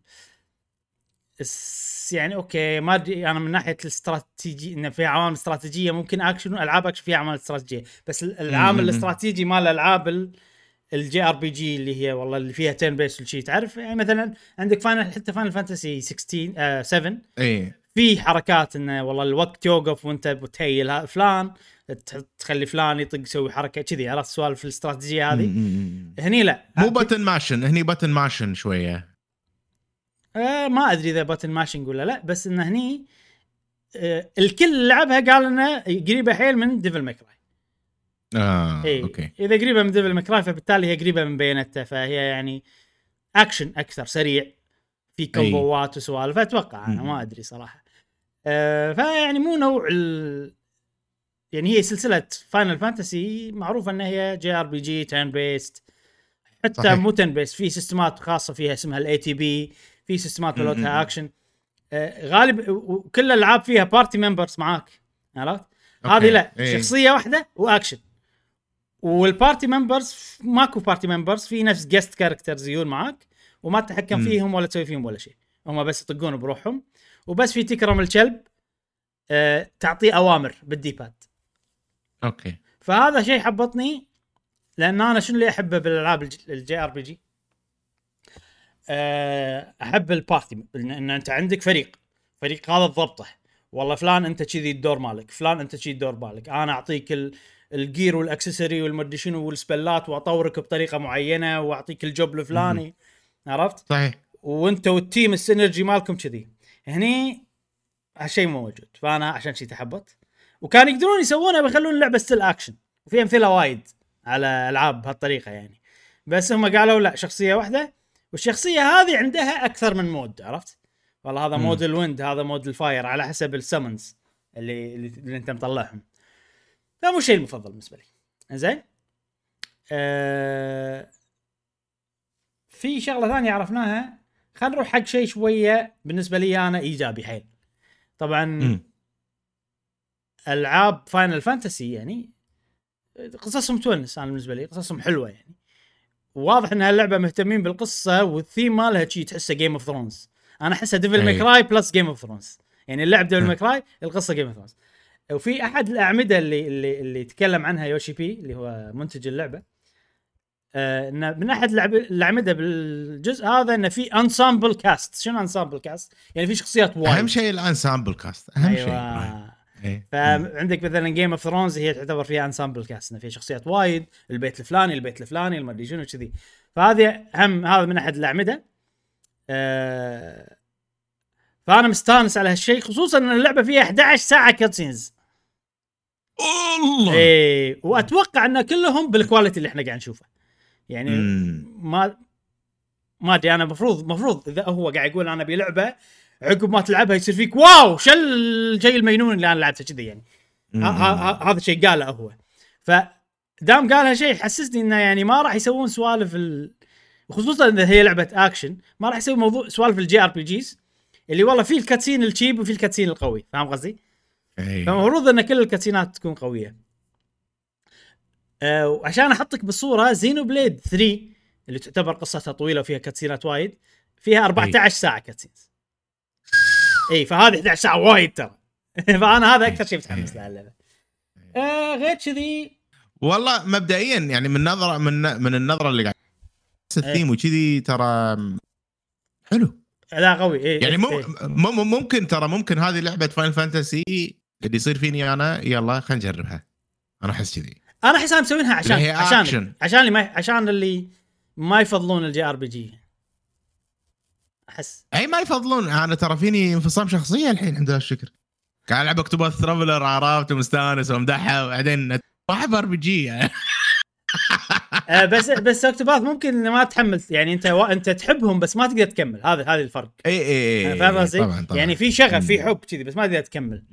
يعني اوكي ما ادري انا من ناحيه الاستراتيجي ان في عوامل استراتيجيه ممكن اكشن والعاب اكشن فيها عوامل استراتيجيه، بس العامل الاستراتيجي مال الالعاب الجي ار بي جي اللي هي والله اللي فيها تيرن بيس والشي تعرف، يعني مثلا عندك حتى فاينل فانتسي 16 7 اي في حركات انه والله الوقت يوقف وانت بتهيل فلان تخلي فلان يطق يسوي حركه كذي، عرفت سوالف الاستراتيجيه هذه. هني لا مو باتن ماشن، هني باتن ماشن شويه. ما ادري اذا باتن ماشينج ولا لا، بس انه هني الكل لعبها قال انه قريبه حيل من ديفل ماكراي. اوكي اذا قريبه من ديفل ماكراي فبالتالي هي قريبه من بياناته، فهي يعني اكشن اكثر سريع في كومبوات وسوالف. اتوقع انا ما ادري صراحه. فيعني مو نوع يعني هي سلسله فاينل فانتسي معروفه انها هي جي ار بي جي تيرن بيست، حتى صحيح. مو تيرن بيست، في سيستمات خاصه فيها اسمها الاي تي بي، في سيستمات ملوتها اكشن. غالب وكل الالعاب فيها بارتي ممبرز معاك، عرفت؟ هذه لا شخصيه واحده واكشن، والبارتي ممبرز ماكو بارتي ممبرز، في نفس جيست كاركترز يجون معاك وما تتحكم فيهم ولا تسوي فيهم ولا شيء، هم بس يطقون بروحهم وبس. في تكرم الكلب تعطيه اوامر بالديباد. اوكي فهذا شيء حبطني، لان انا شنو اللي احبه بالالعاب الجي ار بي جي، احب البارتي، ان انت عندك فريق هذا تضبطه، والله فلان انت كذي الدور مالك، فلان انت كذي الدور مالك، انا اعطيك الجير والاكسسوري والمدري شنو والسبلات واطورك بطريقه معينه واعطيك الجوب الفلاني، عرفت؟ صحيح. وانت والتيم السينرجي مالكم كذي. هني هالشيء مو موجود، فانا عشان شيء تحبط. وكان يقدرون يسوونها بيخلون اللعبه ستيل اكشن، وفي امثله وايد على العاب بهالطريقه يعني، بس هم قالوا لا شخصيه واحده، والشخصيه هذه عندها اكثر من مود، عرفت؟ والله هذا مود الويند، هذا مود الفاير، على حسب السمنز اللي انت مطلعهم. ده مو الشيء المفضل بالنسبه لي. زين في شغله ثانيه عرفناها، خلينا نروح حق شيء شويه بالنسبه لي انا ايجابي حيل. طبعا العاب فاينل فانتسي يعني قصصهم تونس، انا بالنسبه لي قصصهم حلوه يعني، واضح ان هاللعبه مهتمين بالقصه والثيم مالها شيء تحسه جيم اوف ثرونز. انا احسها ديفل ماكراي بلس جيم اوف ثرونز، يعني اللعب ديفل ماكراي القصه جيم اوف ثرونز. وفي احد الاعمده اللي تكلم عنها يوشي بي اللي هو منتج اللعبه، ان من احد الاعمده بالجزء هذا ان في انسامبل كاست. شنو انسامبل كاست؟ يعني في شخصيات وايد. اهم شيء الانسامبل كاست، اهم شيء. فعندك مثلا جيم اوف ثرونز هي تعتبر فيها انسامبل كاست، ان في شخصيات وايد، البيت الفلاني ما ادري شنو كذي. فهذه هم هذا من احد الاعمده. فانا مستانس على هالشيء، خصوصا ان اللعبه فيها 11 ساعه كاتسينز. الله. واتوقع ان كلهم بالكواليتي اللي احنا قاعد نشوفه يعني. ما ادري انا مفروض اذا هو قاعد يقول انا بلعبه عقب ما تلعبها يصير فيك واو شل الشيء المجنون اللي انا لعبته كذي يعني. هذا الشيء قاله هو، فدام قالها شيء حسسني انه يعني ما راح يسوون سوالف خصوصا اذا هي لعبه اكشن، ما راح يسوي موضوع سوالف الجي ار بي جيز اللي والله في الكاتسين الشيب وفي الكاتسين القوي، فاهم قصدي؟ فمفروض ان كل الكاتسينات تكون قويه. وعشان احطك بالصوره، زينو بليد 3 اللي تعتبر قصتها طويله وفيها كاتسينات وايد، فيها 14 ساعه كاتسينز. فهذه 11 ساعه وايد ترى. فانا هذا اكثر شيء متحمس له اللعبه. غير كذي والله مبدئيا يعني من النظره اللي قاعد الثيم وكذي ترى حلو، لا قوي. يعني ممكن هذه لعبه فاينل فانتسي اللي يصير فيني انا، يلا خلينا نجربها. انا احس كذي. انا احس مسوينها عشان اللي ما يفضلون الجي ار بي جي. احس اي ما يفضلون. انا ترى فيني انفصام شخصيه الحين الحمد لله الشكر. قاعد العب اكتوباث ترافلر، عرفت ومستانس ومدحها، وبعدين صاحب ار بي جي يعني. بس اكتوباث ممكن ما تحمل يعني، انت تحبهم بس ما تقدر تكمل. هذا الفرق. اي فاهم قصدي؟ طبعا. يعني في شغف في حب كذي بس ما تقدر تكمل.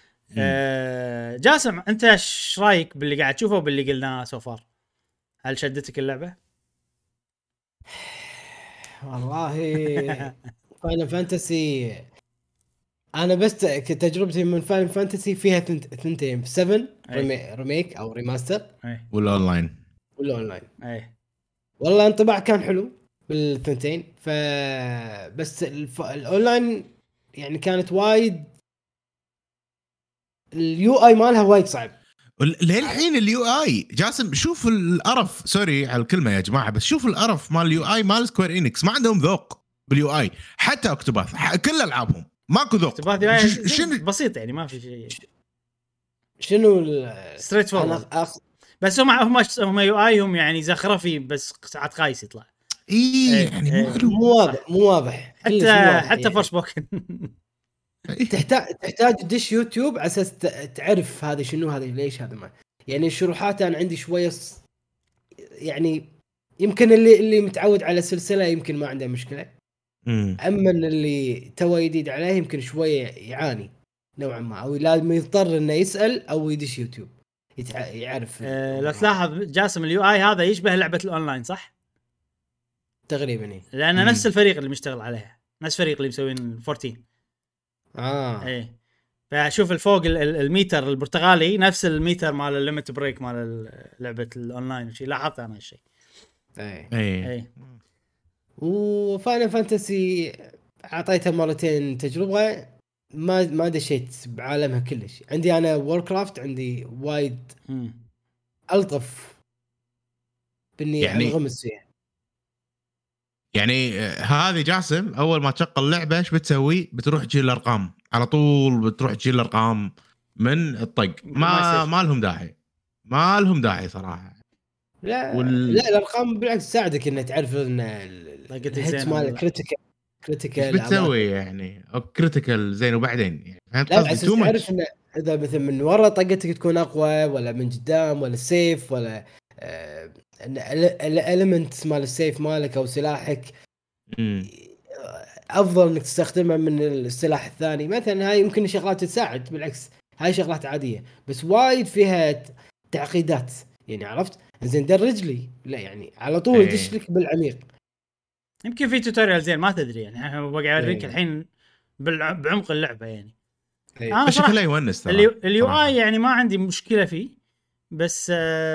جاسم انت ايش رايك باللي قاعد تشوفه وباللي قلناه سوفار؟ هل شدتك اللعبه؟ والله فاينل فانتسي انا بس تجربتي من فاينل فانتسي فيها ثنتين، 7 ريميك او ريماستر والاونلاين. والله انطباع كان حلو بالثنتين. بس الاونلاين يعني كانت وايد، اليو اي مالها وايد صعب للحين. اليو اي جاسم شوف القرف، سوري على الكلمه يا جماعه، بس شوف القرف مال اليو اي مال سكوير انكس. ما عندهم ذوق باليو اي. حتى اكتوباث كل العابهم ماكو ذوق. شنو بسيط يعني ما في شيء. شنو ستريت فورورد. بس هم يو اي هم يعني زخرفي بس ساعات خايس يطلع. يعني مو واضح حتى فرش بوكن. تحتاج تدش يوتيوب على اساس تعرف هذا شنو، هذا ليش، هذا ما يعني. الشروحات انا عندي شويه يعني يمكن اللي متعود على سلسله يمكن ما عنده مشكله. اما اللي تو جديد عليه يمكن شويه يعاني نوعا ما، او لازم يضطر انه يسال او يدش يوتيوب يعرف. لو تلاحظ جاسم اليو اي هذا يشبه لعبه الاونلاين صح تقريبا. لان نفس الفريق اللي مشتغل عليها، نفس الفريق اللي مسوين 14. ايه فشوف الفوق الميتر البرتغالي نفس الميتر مال الليمت بريك مال لعبه الاونلاين وشي. لاحظت انا الشيء. اي وفاينل فانتسي اعطيتها مرتين تجربه، ما دشيت بعالمها كلش. عندي انا ووركرافت عندي وايد الطف بني يعني انغمس فيها. يعني هذه جاسم اول ما تشغل اللعبه ايش بتسوي؟ بتروح تجيب الارقام على طول، بتروح تجيب الارقام من الطق. ما لهم داعي صراحه. لا الارقام بالعكس تساعدك ان تعرف ان الهيت مال كريتيكال بتسوي يعني او كريتيكال زين. وبعدين يعني فهمت قصدي؟ تعرف ان اذا مثلا من ورا طقتك تكون اقوى ولا من قدام ولا السيف ولا الاليمنت مال السيف مالك او سلاحك افضل انك تستخدمها من السلاح الثاني مثلا. هاي يمكن شغلات تساعد، بالعكس هاي شغلات عاديه بس وايد فيها تعقيدات يعني. عرفت زين درج لي لا يعني على طول يدش لك بالعميق. يمكن في توتوريال زين ما تدري يعني. هو قاعد يوريك الحين بعمق اللعبه يعني. انا شكله يونس اليو اي يعني ما عندي مشكله فيه، بس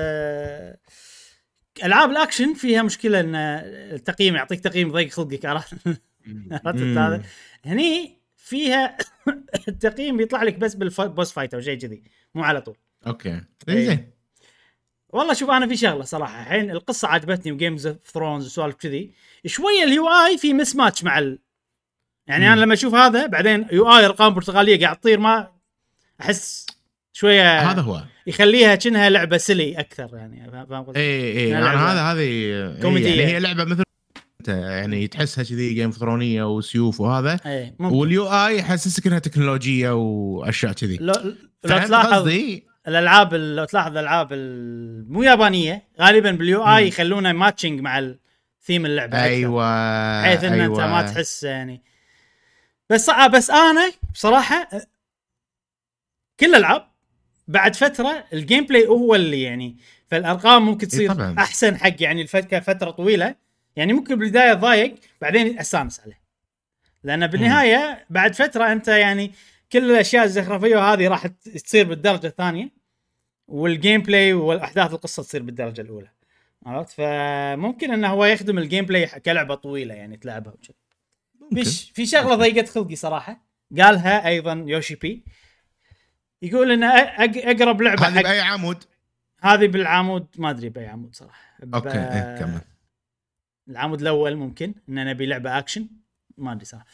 العاب الاكشن فيها مشكله ان التقييم يعطيك تقييم ضيق خلقك. عرفت هذا هني فيها التقييم بيطلع لك بس بالبوس فايت او شيء كذي، مو على طول. اوكي زين. والله شوف انا في شغله صراحه الحين القصه عجبتني وجيمز اوف ثرونز وسوالف كذي شويه. اليو اي في مس ماتش مع يعني انا لما اشوف هذا بعدين يو اي ارقام برتغاليه قاعد تطير، ما احس شويه هذا هو يخليها كأنها لعبه سلي اكثر يعني. فاهم قصدي؟ اي انا هذه كوميديه يعني. هي لعبه مثل يعني تحسها كذي جيم ثرونيه وسيوف وهذا. واليو اي يحسسك انها تكنولوجيه واشياء كذي. لو تلاحظ الالعاب، لو تلاحظ الالعاب مو يابانيه غالبا باليو اي يخلونه ماتشنج مع الثيم اللعبه ايوه حيث ان انت ما تحس يعني. بس انا بصراحه كل الالعاب بعد فتره الجيم بلاي هو اللي يعني، فالارقام ممكن تصير احسن حق يعني فتره طويله يعني. ممكن بالبدايه ضايق بعدين استانس عليه، لان بالنهايه بعد فتره انت يعني كل الاشياء الزخرفيه هذه راح تصير بالدرجه الثانيه، والجيم بلاي والاحداث القصه تصير بالدرجه الاولى. عرفت؟ فممكن انه هو يخدم الجيم بلاي كلعبه طويله يعني تلعبها وكذا. في شغله ضيقت خلقي صراحه قالها ايضا يوشي بي، يقول ان اقرب لعبه هذه باي عمود؟ هذه بالعمود ما ادري باي عمود صراحه. اوكي كمل. العمود الاول ممكن ان نبي لعبه اكشن ما ادري صراحه.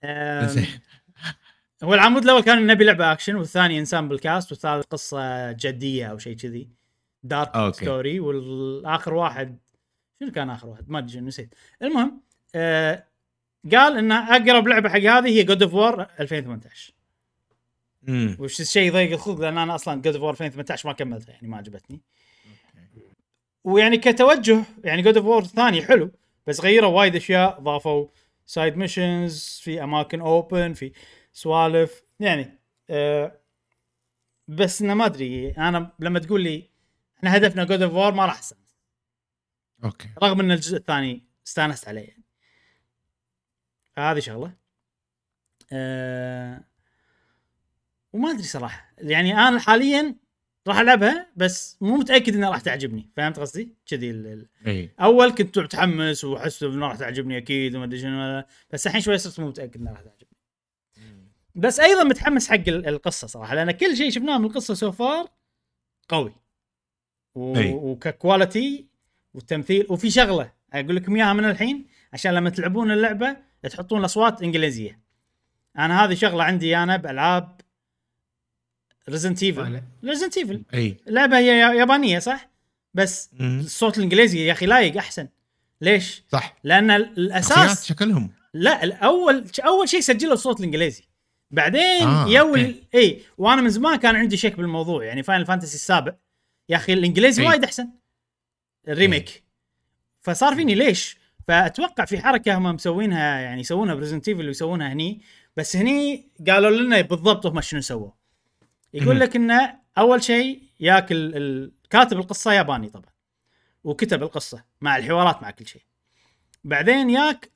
هو العمود الاول كان نبي لعبه اكشن، والثاني انسان بالكاست، والثالث قصه جديه او شيء كذي. دارك ستوري. والاخر واحد شنو كان اخر واحد؟ ما ادري نسيت. المهم قال ان اقرب لعبه حق هذه هي جود اوف وور 2018. وش الشيء يضيق الخلق لان انا اصلا جود اوف وور 2018 ما كملتها يعني ما عجبتني. ويعني كتوجه يعني جود اوف وور ثاني حلو بس غيروا وايد اشياء، ضافوا سايد ميشنز في اماكن اوبن في سوالف يعني بس انا ما ادري. انا لما تقول لي احنا هدفنا جود اوف وور ما راح استانس اوكي رغم ان الجزء الثاني استانست عليه يعني. هذه شغله وما ادري صراحه يعني انا حاليا راح العبها بس مو متاكد انها راح تعجبني. فهمت قصدي كذي اول كنت متحمس وحسيت انها راح تعجبني اكيد وما ادري شنو بس الحين شوي صرت مو متاكد انها راح تعجبني. بس ايضا متحمس حق القصه صراحه لان كل شيء شفناه من القصه سوفار قوي وككواليتي والتمثيل. وفي شغله اقول لكم اياها من الحين عشان لما تلعبون اللعبه تحطون الاصوات انجليزيه. انا هذه شغله عندي انا بالعاب ريزنت ايفل لعبه هي يابانيه صح بس الصوت الانجليزي يا اخي لايق احسن. ليش؟ صح لان الاساس شكلهم لا اول شيء سجلوا الصوت الانجليزي بعدين يول اي. وانا من زمان كان عندي شك بالموضوع يعني فاينل فانتسي السابع يا اخي الانجليزي وايد احسن الريميك فصار فيني ليش. فاتوقع في حركه هم مسوينها يعني يسوونها بريزنت ايفل ويسوونها هني بس هني قالوا لنا بالضبط هم شنو سووا. يقول لك انه اول شيء ياكل الكاتب القصه ياباني طبعا وكتب القصه مع الحوارات مع كل شيء. بعدين ياك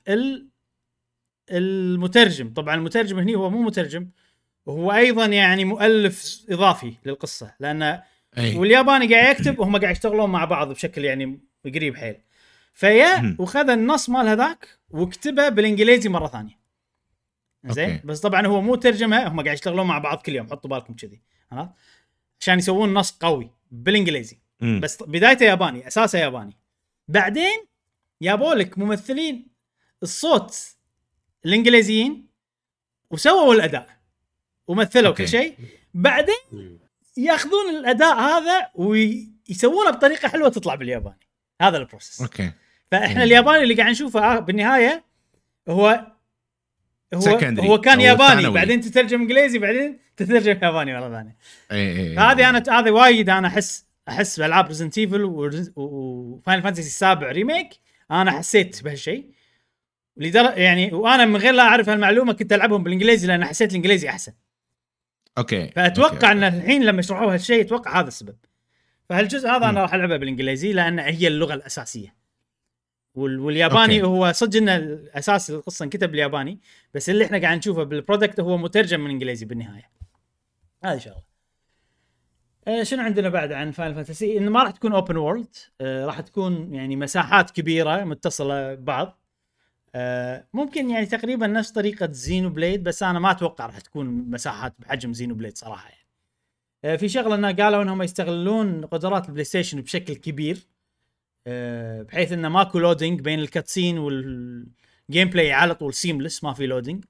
المترجم طبعا المترجم هني هو مو مترجم وهو ايضا يعني مؤلف اضافي للقصه لانه والياباني قاعد يكتب وهم قاعد يشتغلون مع بعض بشكل يعني قريب حيل. فيا وخذ النص مال هذاك وكتبه بالانجليزي مره ثانيه زين. بس طبعا هو مو ترجمه هم قاعد يشتغلون مع بعض كل يوم حطوا بالكم كذي عشان يسوون نص قوي بالانجليزي بس بدايته ياباني اساسه ياباني. بعدين يابولك ممثلين الصوت الانجليزيين وسووا الاداء ومثلوا كل شيء. بعدين ياخذون الاداء هذا ويسوونه بطريقه حلوه تطلع بالياباني. هذا البروسيس فاحنا الياباني اللي قاعد نشوفه بالنهايه هو كان ياباني ثانوي. بعدين تترجم انجليزي بعدين تترجم ياباني مره ثانيه. هذه انا هذا وايد انا احس بالعاب ريزنت ايفل وفاينل فانتسي السابع ريميك انا حسيت بهالشيء يعني وانا من غير لا اعرف هالمعلومه كنت العبهم بالانجليزي لان حسيت الانجليزي احسن. فاتوقع ان الحين لما يشرحوا هالشيء اتوقع هذا السبب. فهالجزء هذا انا راح العبه بالانجليزي لان هي اللغه الاساسيه والياباني هو صدق ان الاساس القصه انكتب بالياباني بس اللي احنا قاعد نشوفه بالبرودكت هو مترجم من انجليزي بالنهايه. هذه شغله. شنو عندنا بعد عن فاينل فانتسي؟ انه ما راح تكون اوبن وورلد راح تكون يعني مساحات كبيره متصله ببعض ممكن يعني تقريبا نفس طريقه زينو بليد بس انا ما اتوقع راح تكون مساحات بحجم زينو بليد صراحه يعني. في شغله انه قالوا انهم يستغلون قدرات البلاي ستيشن بشكل كبير بحيث انه ماكو لودينج بين الكاتسين والجيم بلاي على طول سيملس ما في لودينج.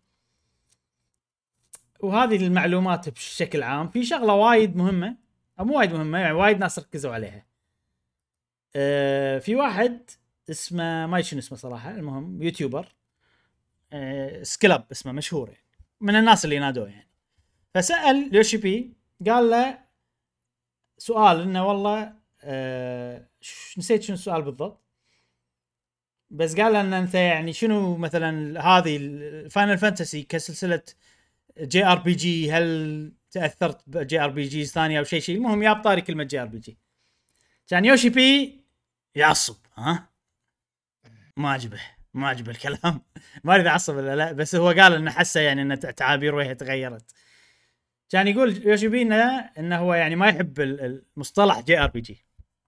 وهذه المعلومات بشكل عام. في شغله وايد مهمه او مو وايد مهمه يعني وايد ناس ركزوا عليها. في واحد اسمه ما شنو اسمه صراحه المهم يوتيوبر سكلاب اسمه مشهور يعني من الناس اللي نادوه يعني. فسأل يوشي بي قال له سؤال انه والله نسيت شنو السؤال بالضبط بس قال ان انت يعني شنو مثلا هذه فاينل فانتسي كسلسله جي ار بي جي هل تاثرت بجي ار بي جي ثانيه او شيء المهم يا بطاري كلمه جي ار بي جي كان يوشي بي يعصب ما عجبه الكلام ما ادري عصب ولا لا بس هو قال انه حسه يعني ان تعابير وجهه تغيرت. كان يقول يوشي بي انه هو يعني ما يحب المصطلح جي ار بي جي.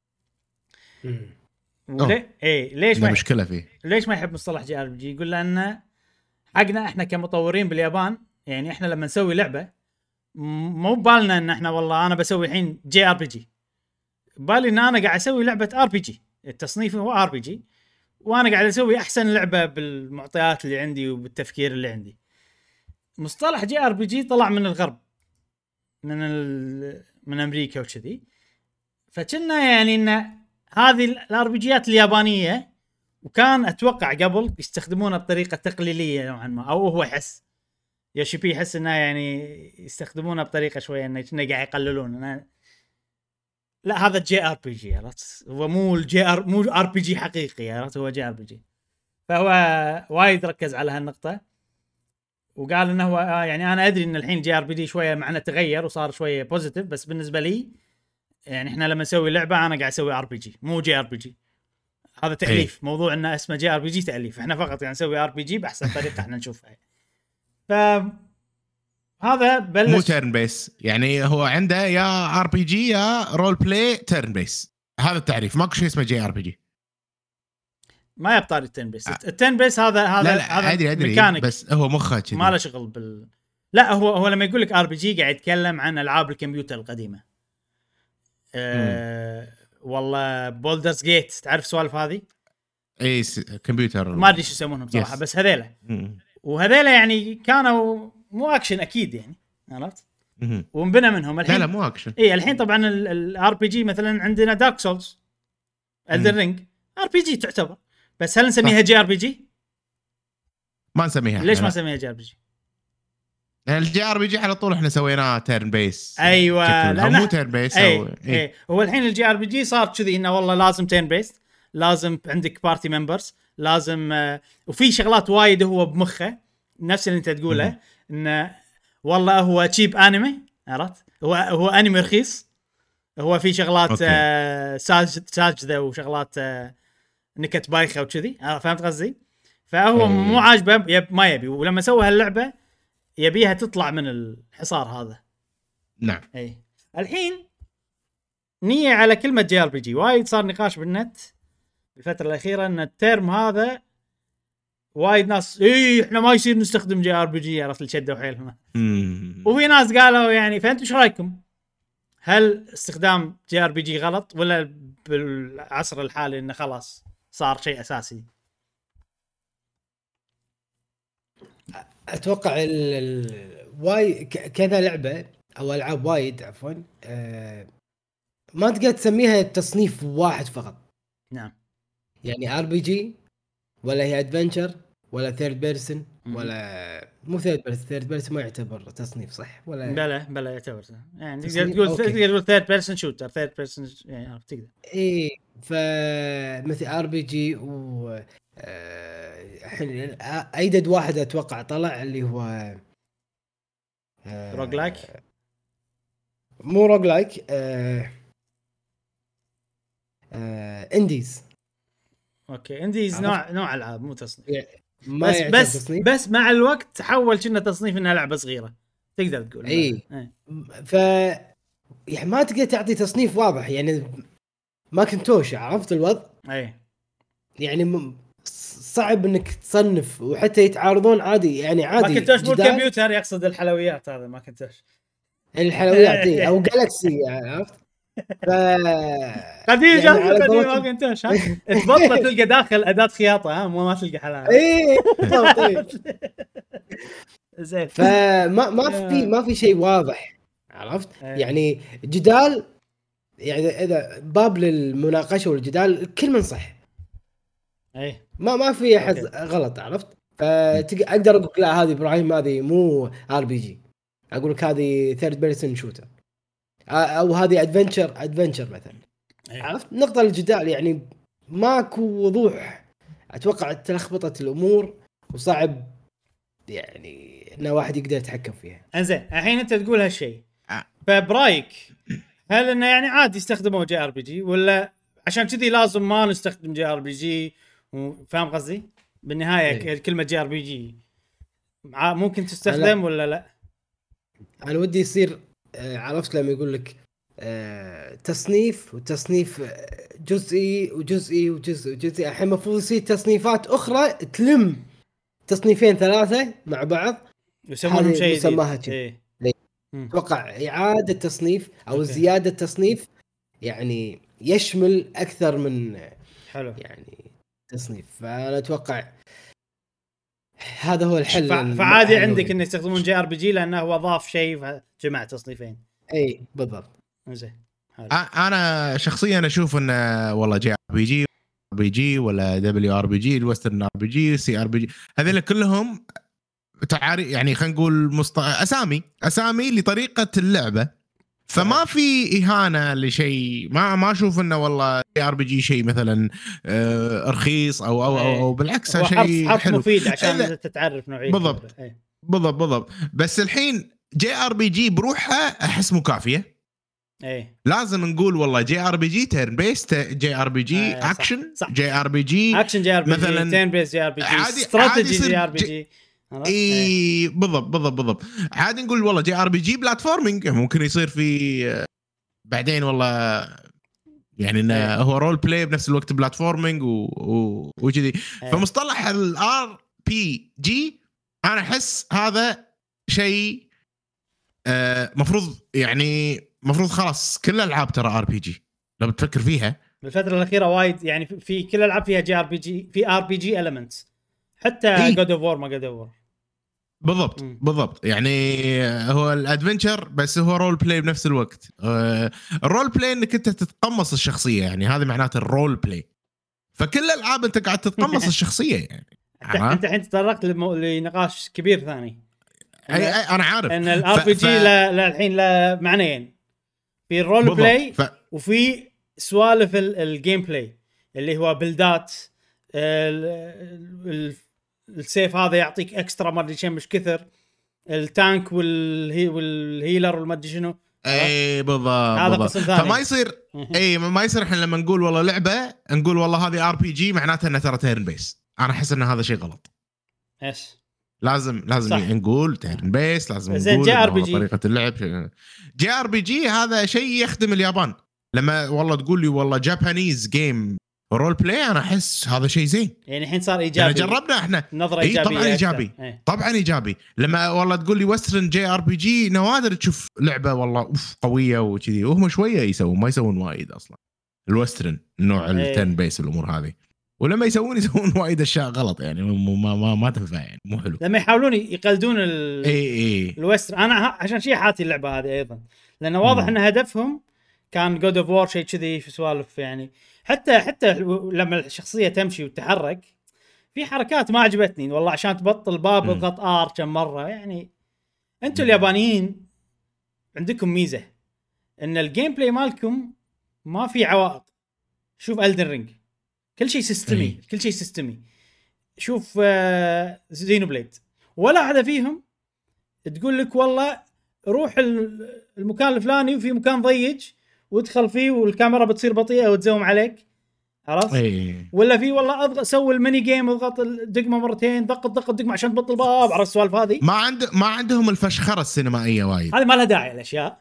ليش ما مشكله فيه ليش ما يحب مصطلح جي ار بي جي؟ يقول لأن حقنا احنا كمطورين باليابان يعني احنا لما نسوي لعبه مو بالنا ان احنا والله انا بسوي الحين جي ار بي جي بالي ان انا قاعد اسوي لعبه ار بي جي التصنيف هو ار بي جي وانا قاعد اسوي احسن لعبه بالمعطيات اللي عندي وبالتفكير اللي عندي. مصطلح جي ار بي جي طلع من الغرب من امريكا وكذي فكنا يعني ان هذه الار بي جيات اليابانيه، وكان اتوقع قبل يستخدمونها بطريقه تقليديه نوعا ما، او هو يحس يوشيبي يحس انها يعني يستخدمونها بطريقه شويه انه قاعد يقللون. لا هذا جي ار بي جي، عرفت؟ هو مو الجي ار، مو ار بي جي حقيقي، عرفت؟ هو جي ار بي جي. فهو وايد ركز على هالنقطه، وقال انه هو يعني انا ادري ان الحين جي ار بي دي شويه معناه تغير وصار شويه بوزيتيف، بس بالنسبه لي يعني احنا لما نسوي لعبه انا قاعد اسوي ار بي جي مو جي ار بي جي. هذا تاليف. موضوع انه اسمه جي ار بي جي تاليف، احنا فقط يعني نسوي ار بي جي باحسن طريقه احنا نشوفها. ف هذا بلش مو تيرن بيس، يعني هو عنده يا ار بي جي يا رول بلاي تيرن بيس، هذا التعريف. ماكو شيء اسمه جي ار بي جي. ما يبطل التن بيس. التن بيس هذا لا هذا أدري ميكانيك، بس هو مخه كذي، ما له شغل لا هو لما يقول لك ار بي جي قاعد يتكلم عن العاب الكمبيوتر القديمه. والله بولدرز جيت، تعرف سوالف هذه؟ اي كمبيوتر ما ادري شو يسمونهم بصراحه، بس هذيلا وهذيلا يعني كانوا مو اكشن اكيد يعني، عرفت؟ وانبنى منهم الحين. لا مو اكشن. اي الحين طبعا الار بي جي مثلا عندنا دارك سولز، الدر رينج، ار بي جي تعتبر، بس هل نسميها جي ار بي جي؟ ما نسميها. ليش ما نسميها جي ار بي جي؟ الجي ار بي جي على طول احنا سويناه تيرن بيس. ايوه مو تيرن بيس. اي هو الحين الجي ار بي جي صار كذي انه والله لازم تيرن بيس، لازم عندك بارتي ممبرز، لازم وفي شغلات وايد هو بمخه نفس اللي انت تقوله، انه والله هو تشيب انمي، عرفت؟ هو انمي رخيص، هو في شغلات ساجده وشغلات نكت بايخه وكذي، فهمت قصدي؟ فهو مو عاجبه، ما يبي، ولما سوى هاللعبه يبيها تطلع من الحصار هذا. نعم. اي الحين نية على كلمه جي ار بي جي، وايد صار نقاش بالنت الفتره الاخيره ان الترم هذا وايد ناس احنا ما يصير نستخدم جي ار بي جي، عرفت اللي شدوا حيلهم. وفي ناس قالوا يعني، فانتم ايش رايكم؟ هل استخدام جي ار بي جي غلط، ولا بالعصر الحالي انه خلاص صار شيء اساسي؟ اتوقع واي كذا لعبه او العاب وايد عفوا ما تقدر تسميها تصنيف واحد فقط. نعم. يعني ار بي جي ولا هي ادفنتشر ولا ثيرد بيرسون، ولا مو ثيرد بيرسون ما يعتبر تصنيف صح ولا بلا يعتبر يعني تقدر تقول ثيرد بيرسون شوتر، ثيرد بيرسون يعني تقدر. اي فمثل ار بي جي و الحين ايدد واحد اتوقع طلع اللي هو روج لايك، مو روج لايك، انديز. اوكي انديز نوع العاب مو تصنيف. بس مع الوقت تحول كنا تصنيف انها لعبه صغيره تقدر تقول. اي ف يعني ما تقدر تعطي تصنيف واضح، يعني ما كنتوش عرفت الوضع. اي يعني صعب انك تصنف، وحتى يتعارضون عادي، يعني عادي. ما كنتوش بالكمبيوتر، يقصد الحلويات، هذا ما كنتوش الحلويات او جالكسي، عرفت؟ قديم يعني ما كنتوش تبطل تلقى داخل اداه خياطه، ما تلقى حلاوه. اي زين. ما في شيء واضح، عرفت؟ يعني جدال، يعني اذا باب للمناقشه والجدال الكل من صح. اي ما في احد غلط، عرفت؟ فاقدر اقول لا هذه ابراهيم هذه مو ار بي جي، اقول لك هذه ثيرد بيرسون شوتر، او هذه ادفنتشر مثلا. عرفت نقطه الجدال؟ يعني ماكو وضوح. اتوقع تلخبطت الامور وصعب يعني ان واحد يقدر يتحكم فيها. انزين الحين انت تقول هالشيء، فبرايك هل انه يعني عادي يستخدموا جي ار بي جي، ولا عشان كذي لازم ما نستخدم جي ار بي جي؟ فاهم قصدي؟ بالنهايه كلمه جي ار بي جي ممكن تستخدم ولا لا؟ انا ودي يصير عرفت لما يقول لك تصنيف وتصنيف جزئي وجزئي الحين المفروض يصير تصنيفات اخرى تلم تصنيفين ثلاثه مع بعض يسمونهم شيء يسموها كذا. اتوقع اعاده تصنيف او زياده تصنيف، يعني يشمل اكثر من حلو يعني تصنيف. فانا اتوقع هذا هو الحل. فعادي عندك ان يستخدمون جي ار بي جي لانه هو ضاف شيء جمع تصنيفين. اي بالضبط. زين انا شخصيا اشوف انه والله جي ار بي جي ولا دبليو ار بي جي، الوسترن ار بي جي، سي ار بي جي، هذول كلهم تعاري يعني خلينا نقول اسامي لطريقه اللعبه. فما في اهانه لشيء، ما اشوف انه والله جي ار بي جي شيء مثلا رخيص او بالعكس شيء حلو مفيد عشان تتعرف نوعيه. بالضبط. بس الحين جي ار بي جي بروحها احس مو كافيه. لازم نقول والله جي ار بي جي تيرن بيست، جي ار بي جي اكشن، جي ار بي جي اكشن، جي ار بي جي تيرن بيست، جي ار بي جي استراتيجي، جي ار بي جي. اي بالضبط. عادي نقول والله جي ار بي جي بلاتفورمينج، ممكن يصير في بعدين والله يعني انه هو رول بلاي بنفس الوقت بلاتفورمينج وكذي. فمصطلح الار بي جي انا احس هذا شيء مفروض خلاص كل الالعاب ترى ار بي جي لو بتفكر فيها بالفتره الاخيره وايد، يعني في كل الالعاب فيها جي ار بي جي، في ار بي جي المنتس، حتى جود اوف وور ما جود اوف وور. بالضبط يعني هو الادفنتشر بس هو رول بلاي بنفس الوقت. الرول بلاي انك انت تتقمص الشخصيه، يعني هذا معناته الرول بلاي. فكل الالعاب انت قاعد تتقمص الشخصيه يعني. انت الحين تطرقت لنقاش كبير ثاني. انا عارف ان الار بي جي الحين لا معنيين، في الرول بلاي وفي سوالف الجيم بلاي اللي هو بلدات السيف هذا يعطيك اكسترا ما ادري شيء مش كثر، التانك والهيلر والما ادري شنو. اي بالضبط. فما يصير ما يصير احنا لما نقول والله لعبه نقول والله هذه ار بي جي معناته انها ترى تيرن بيس. انا احس ان هذا شيء غلط. لازم نقول تيرن بيس، لازم نقول جي ار بي جي طريقه اللعب. جي ار بي جي هذا شيء يخدم اليابان. لما والله تقول لي والله جابانيز جيم رول بلاي انا احس هذا شيء زين. يعني الحين صار ايجابي، جربنا احنا نظره ايجابيه. طبعا ايجابي طبعا ايجابي. لما والله تقول لي وسترن جي ار بي جي نوادر تشوف لعبه والله قويه وكذي، وهم شويه يسوون ما يسوون وايد اصلا الوسترن النوع التن بيس الامور هذه. ولما يسوون وايد اشياء غلط يعني ما تنفع يعني مو حلو. لما يحاولون يقلدون الوسترن. انا عشان شيء حاتي اللعبه هذه ايضا، لانه واضح ان هدفهم كان جود اوف وور شيء كذي في سوالف يعني. حتى لما الشخصيه تمشي وتتحرك في حركات ما عجبتني والله. عشان تبطل باب اضغط ار كم مره يعني. انتم اليابانيين عندكم ميزه ان الجيم بلاي مالكم ما في عوائق. شوف ألدن رينج كل شيء سيستمي، كل شيء سيستمي. شوف زينو بليد ولا واحده فيهم تقول لك والله روح المكان الفلاني وفي مكان ضيق وادخل فيه والكاميرا بتصير بطيئه وتزوم عليك، عرفت؟ ولا في والله اضغط سوي الميني جيم اضغط الدقمه مرتين، دق الدقمه عشان تبطل الباب. عرفت السوالف هذه؟ ما عندهم الفشخره السينمائيه وايد، هذه ما لها داعي الاشياء.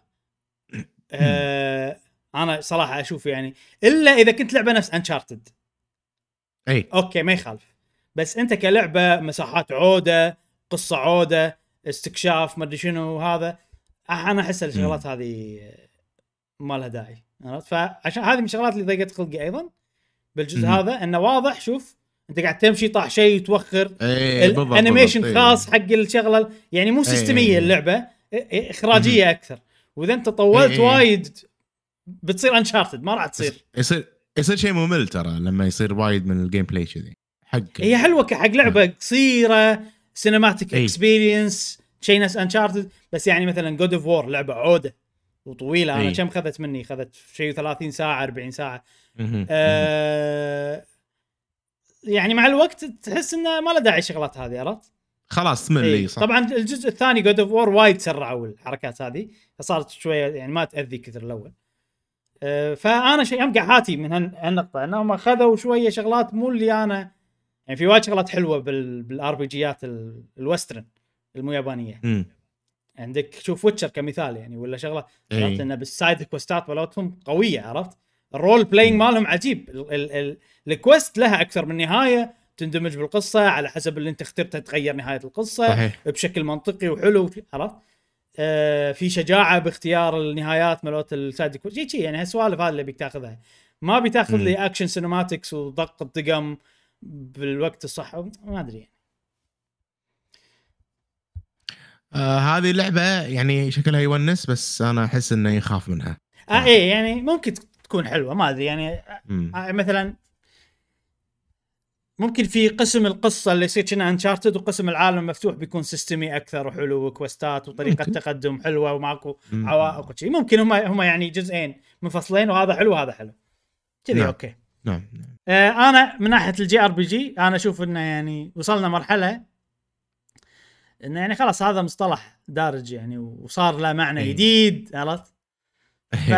انا صراحه اشوف يعني الا اذا كنت لعبه نفس انشارتد اوكي ما يخالف. بس انت كلعبه مساحات عوده، قصه عوده، استكشاف ما ادري شنو، هذا انا احس الشغلات هذه ما لها داعي. عرفت؟ فعشان هذه من الشغلات اللي ضيقت خلقي ايضا بالجزء هذا، انه واضح شوف انت قاعد تمشي طاح شيء يتوخر الانيميشن خاص حق الشغله يعني مو سيستميه اللعبه، اخراجيه اكثر. واذا انت طولت وايد بتصير انشارتد ما راح تصير. يصير شيء ممل ترى لما يصير وايد من الجيم بلاي كذي. هي حلوه حق لعبه قصيره سينماتيك اكسبيرينس شيء ناس انشارتد. بس يعني مثلا جود اوف وور لعبه عوده وطويله. انا كم خذت مني؟ خذت شيء 30 ساعه 40 ساعه. يعني مع الوقت تحس انه ما له داعي الشغلات هذه، عرفت؟ خلاص تملي صح. طبعا الجزء الثاني جود اوف وور وايد سرعوا الحركات هذه فصارت شويه يعني ما تاذي كثر الاول. فانا شيء ابقى حاتي من هالنقطه انهم اخذوا شويه شغلات مو اللي انا يعني. في وايد شغلات حلوه بالار بي جيات الوسترن المو يابانيه. عندك شوف ويتشر كمثال يعني، ولا شغله عرفت انه بالسايد كوستات مالتهم قويه، عرفت؟ الرول بلاينج مالهم عجيب. الكويست لها اكثر من نهايه تندمج بالقصه على حسب اللي انت اخترته تغير نهايه القصه صحيح. بشكل منطقي وحلو، عرفت؟ في شجاعه باختيار النهايات مالت السايد كويست يعني. هالسوالف هذه اللي بيك تاخذها، ما بتاخذ لي اكشن سينماتكس ودق الدقم بالوقت الصح ما ادري يعني. هذه اللعبه يعني شكلها يونس بس انا احس انه يخاف منها. ايه يعني ممكن تكون حلوه ما ادري يعني مثلا ممكن في قسم القصه اللي يصير كنا انشارتد وقسم العالم المفتوح بيكون سيستمي اكثر وحلو وكوستات وطريقه ممكن. تقدم حلوه وماكو عوائق وشيء. ممكن هم يعني جزئين منفصلين وهذا حلو وهذا حلو كذي. نعم. اوكي نعم. انا من ناحيه الجي ار بي جي انا اشوف انه يعني وصلنا مرحله انه يعني خلاص هذا مصطلح دارج يعني وصار له معنى جديد عرفت. ف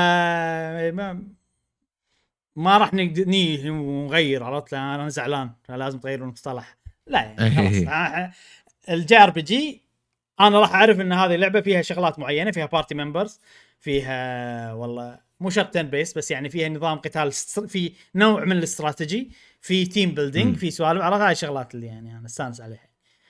ما راح نقدر ونغير عرفت. انا زعلان لازم تغيرون المصطلح لا يعني خلاص. الجي ار بي جي انا راح اعرف ان هذه لعبه فيها شغلات معينه فيها بارتي ممبرز فيها والله مو شرط تن بيس بس يعني فيها نظام قتال في نوع من الاستراتيجي في تيم بيلدينج في سوالف على هاي الشغلات اللي يعني انا استانس عليها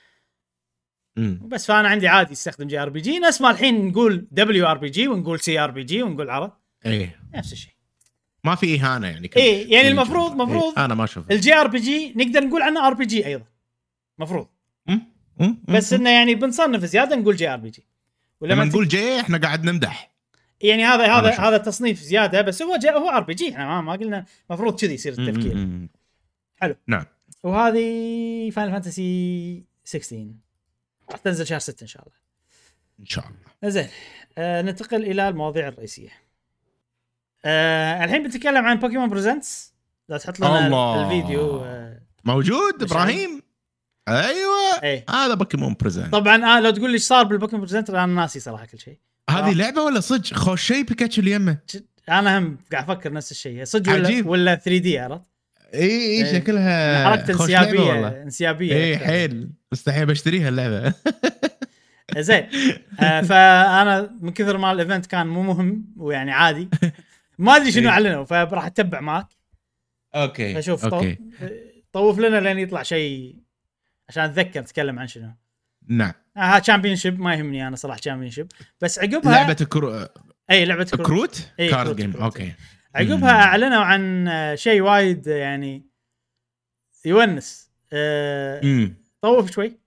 بس. فانا عندي عادي استخدم جي ار بي جي ناس ما الحين نقول دبليو ار بي جي ونقول سي ار بي جي ونقول عرض نفس الشيء ما في اهانه يعني يعني المفروض انا ما اشوف الجي ار بي جي نقدر نقول عنه ار بي جي ايضا مفروض بس انه يعني بنصنف زياده نقول جي ار بي جي ولما نقول جي احنا قاعد نمدح يعني هذا تصنيف زياده بس هو ار بي جي احنا ما قلنا مفروض كذي يصير التفكير. حلو نعم. وهذه فاينل فانتسي 16 راح تنزل شهر 6 ان شاء الله ان شاء الله. زين ننتقل الى المواضيع الرئيسيه. الحين بنتكلم عن بوكيمون بريزنتس. لا تحط لنا الفيديو موجود ابراهيم. ايوه هذا بوكيمون بريزنت. طبعا لو تقول لي ايش صار بالبوكيمون بريزنت انا ناسي صراحه كل شيء. هذه لعبه ولا صدق خوش شيء بيكاتشو اللي يمه؟ انا هم قاعد افكر نفس الشيء صدق ولا 3 دي عرفت. اي شكلها حركه انسيابيه اي حيل مستحيل بشتريها اللعبه. زين فانا من كثر ما الايفنت كان مو مهم ويعني عادي ما ادري شنو اعلنوا فراح اتبع معك. اوكي فشوف طوف لنا لين يطلع شيء عشان اتذكر نتكلم عن شنو. نعم تشامبيونشيب ما يهمني انا صراحه تشامبيونشيب بس عقبها لعبه كروت كارد جيم. اوكي عقبها اعلنوا عن شيء وايد يعني يونس. طوف شوي.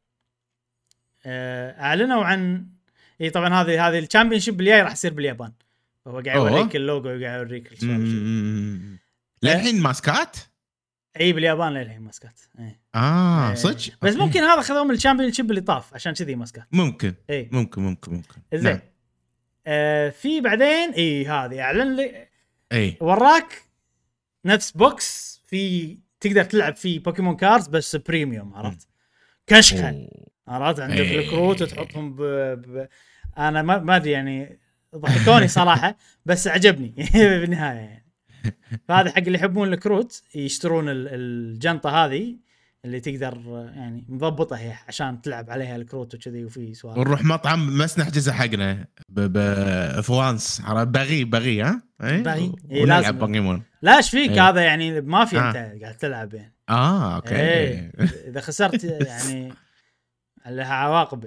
اعلنوا عن طبعا هذه الشامبيونشيب اللي جاي راح يصير باليابان. هو قاعد يوريك اللوجو وقاعد يوريك للحين ماسكات. باليابان للحين ماسكات. صدق بس ممكن هذا خذوه من الشامبيونشيب اللي طاف عشان كذي ماسكات. ممكن ممكن زين. في بعدين هذه اعلن لي وراك نفس بوكس في تقدر تلعب فيه بوكيمون كاردز بس بريميوم عرفت كشخه عرفت عندك الكروت وتحطهم انا ما ادري يعني ضحكوني صراحه بس عجبني بالنهايه يعني. فهذا حق اللي يحبون الكروت يشترون الجنطه هذه اللي تقدر يعني مضبطه هي عشان تلعب عليها الكروت وكذي وفي سوالف. ونروح مطعم مس نحجزه حقنا بفوانس بغي ها بغي نلعب بوكيمون. لا ايش فيك هذا يعني ما في انت قاعد تلعب يعني. اوكي اذا خسرت يعني لها عواقب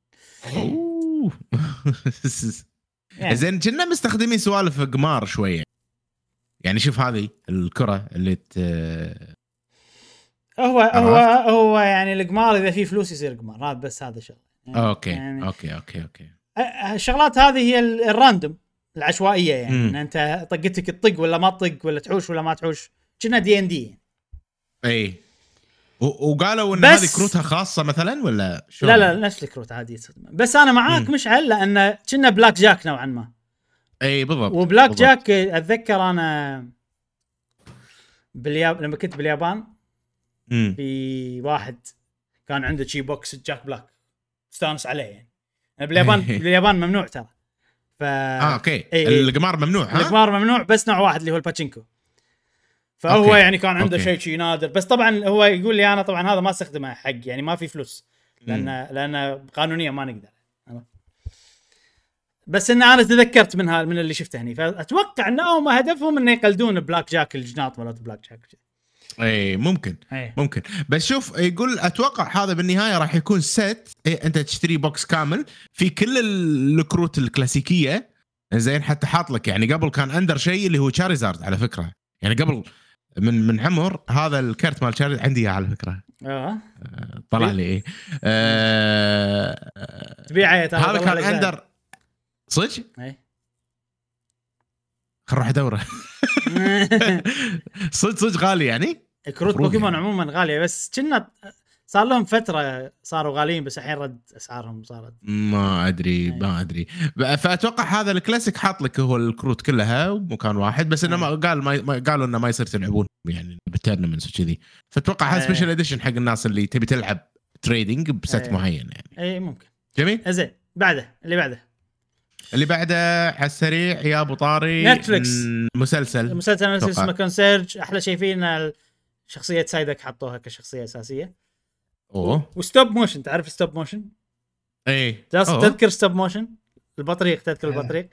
يعني. زين كنا مستخدمين سوالف قمار شويه يعني. شوف هذه الكره اللي هو يعني القمار اذا في فلوس يصير قمار هذا بس هذا شغله يعني. اوكي الشغلات هذه هي الراندوم العشوائيه يعني ان انت طقتك تطق ولا ما تطق ولا تحوش ولا ما تحوش كنا دي اي وقالوا ان هذه كروتها خاصه مثلا ولا شو؟ لا نفس الكروت عادي بس انا معاك مشعل لان كنا بلاك جاك نوعا ما. بالضبط. وبلاك جاك اتذكر انا لما كنت باليابان في واحد كان عنده شي بوكس جاك بلاك استانس عليه يعني. باليابان ممنوع ترى. اوكي القمار ممنوع. القمار ممنوع بس نوع واحد اللي هو الباتشينكو. فهو يعني كان عنده شيء نادر بس طبعا هو يقول لي انا طبعا هذا ما استخدمه حق يعني ما في فلوس لان قانونيا ما نقدر. بس ان انا تذكرت من اللي شفته هني فاتوقع انهم هدفهم انه يقلدون بلاك جاك الجناط مالت بلاك جاك. ممكن بس شوف يقول اتوقع هذا بالنهايه راح يكون سيت. انت تشتري بوكس كامل في كل الكروت الكلاسيكيه زين. حتى حاط لك يعني قبل كان اندر شيء اللي هو تشاريزارد على فكره يعني قبل من عمر هذا الكرت مال تشاريزارد عندي على فكره. طلع لي تبيعه هذا كان اندر صدق. نروح دوره. صدق غالي يعني. كروت بوكيمون يعني. عموما غاليه بس كنا صار لهم فتره صاروا غاليين بس الحين رد اسعارهم صارت ما ادري فاتوقع هذا الكلاسيك حاط لك هو الكروت كلها بمكان واحد بس انه قالوا انه ما يصير تلعبون يعني بالتورنمنتس وكذي فاتوقع هذا سبيشال اديشن حق الناس اللي تبي تلعب تريدنج بست معين يعني. اي ممكن. جميل. زين اللي بعده على السريع يا ابو طاري نتفليكس مسلسل اسمه كونسيرج. احلى شيء فيه ان شخصيه سايدك حطوها كشخصيه اساسيه. وستوب موشن. تعرف ستوب موشن؟ اي تذكر ستوب موشن البطريق. تذكر البطريق؟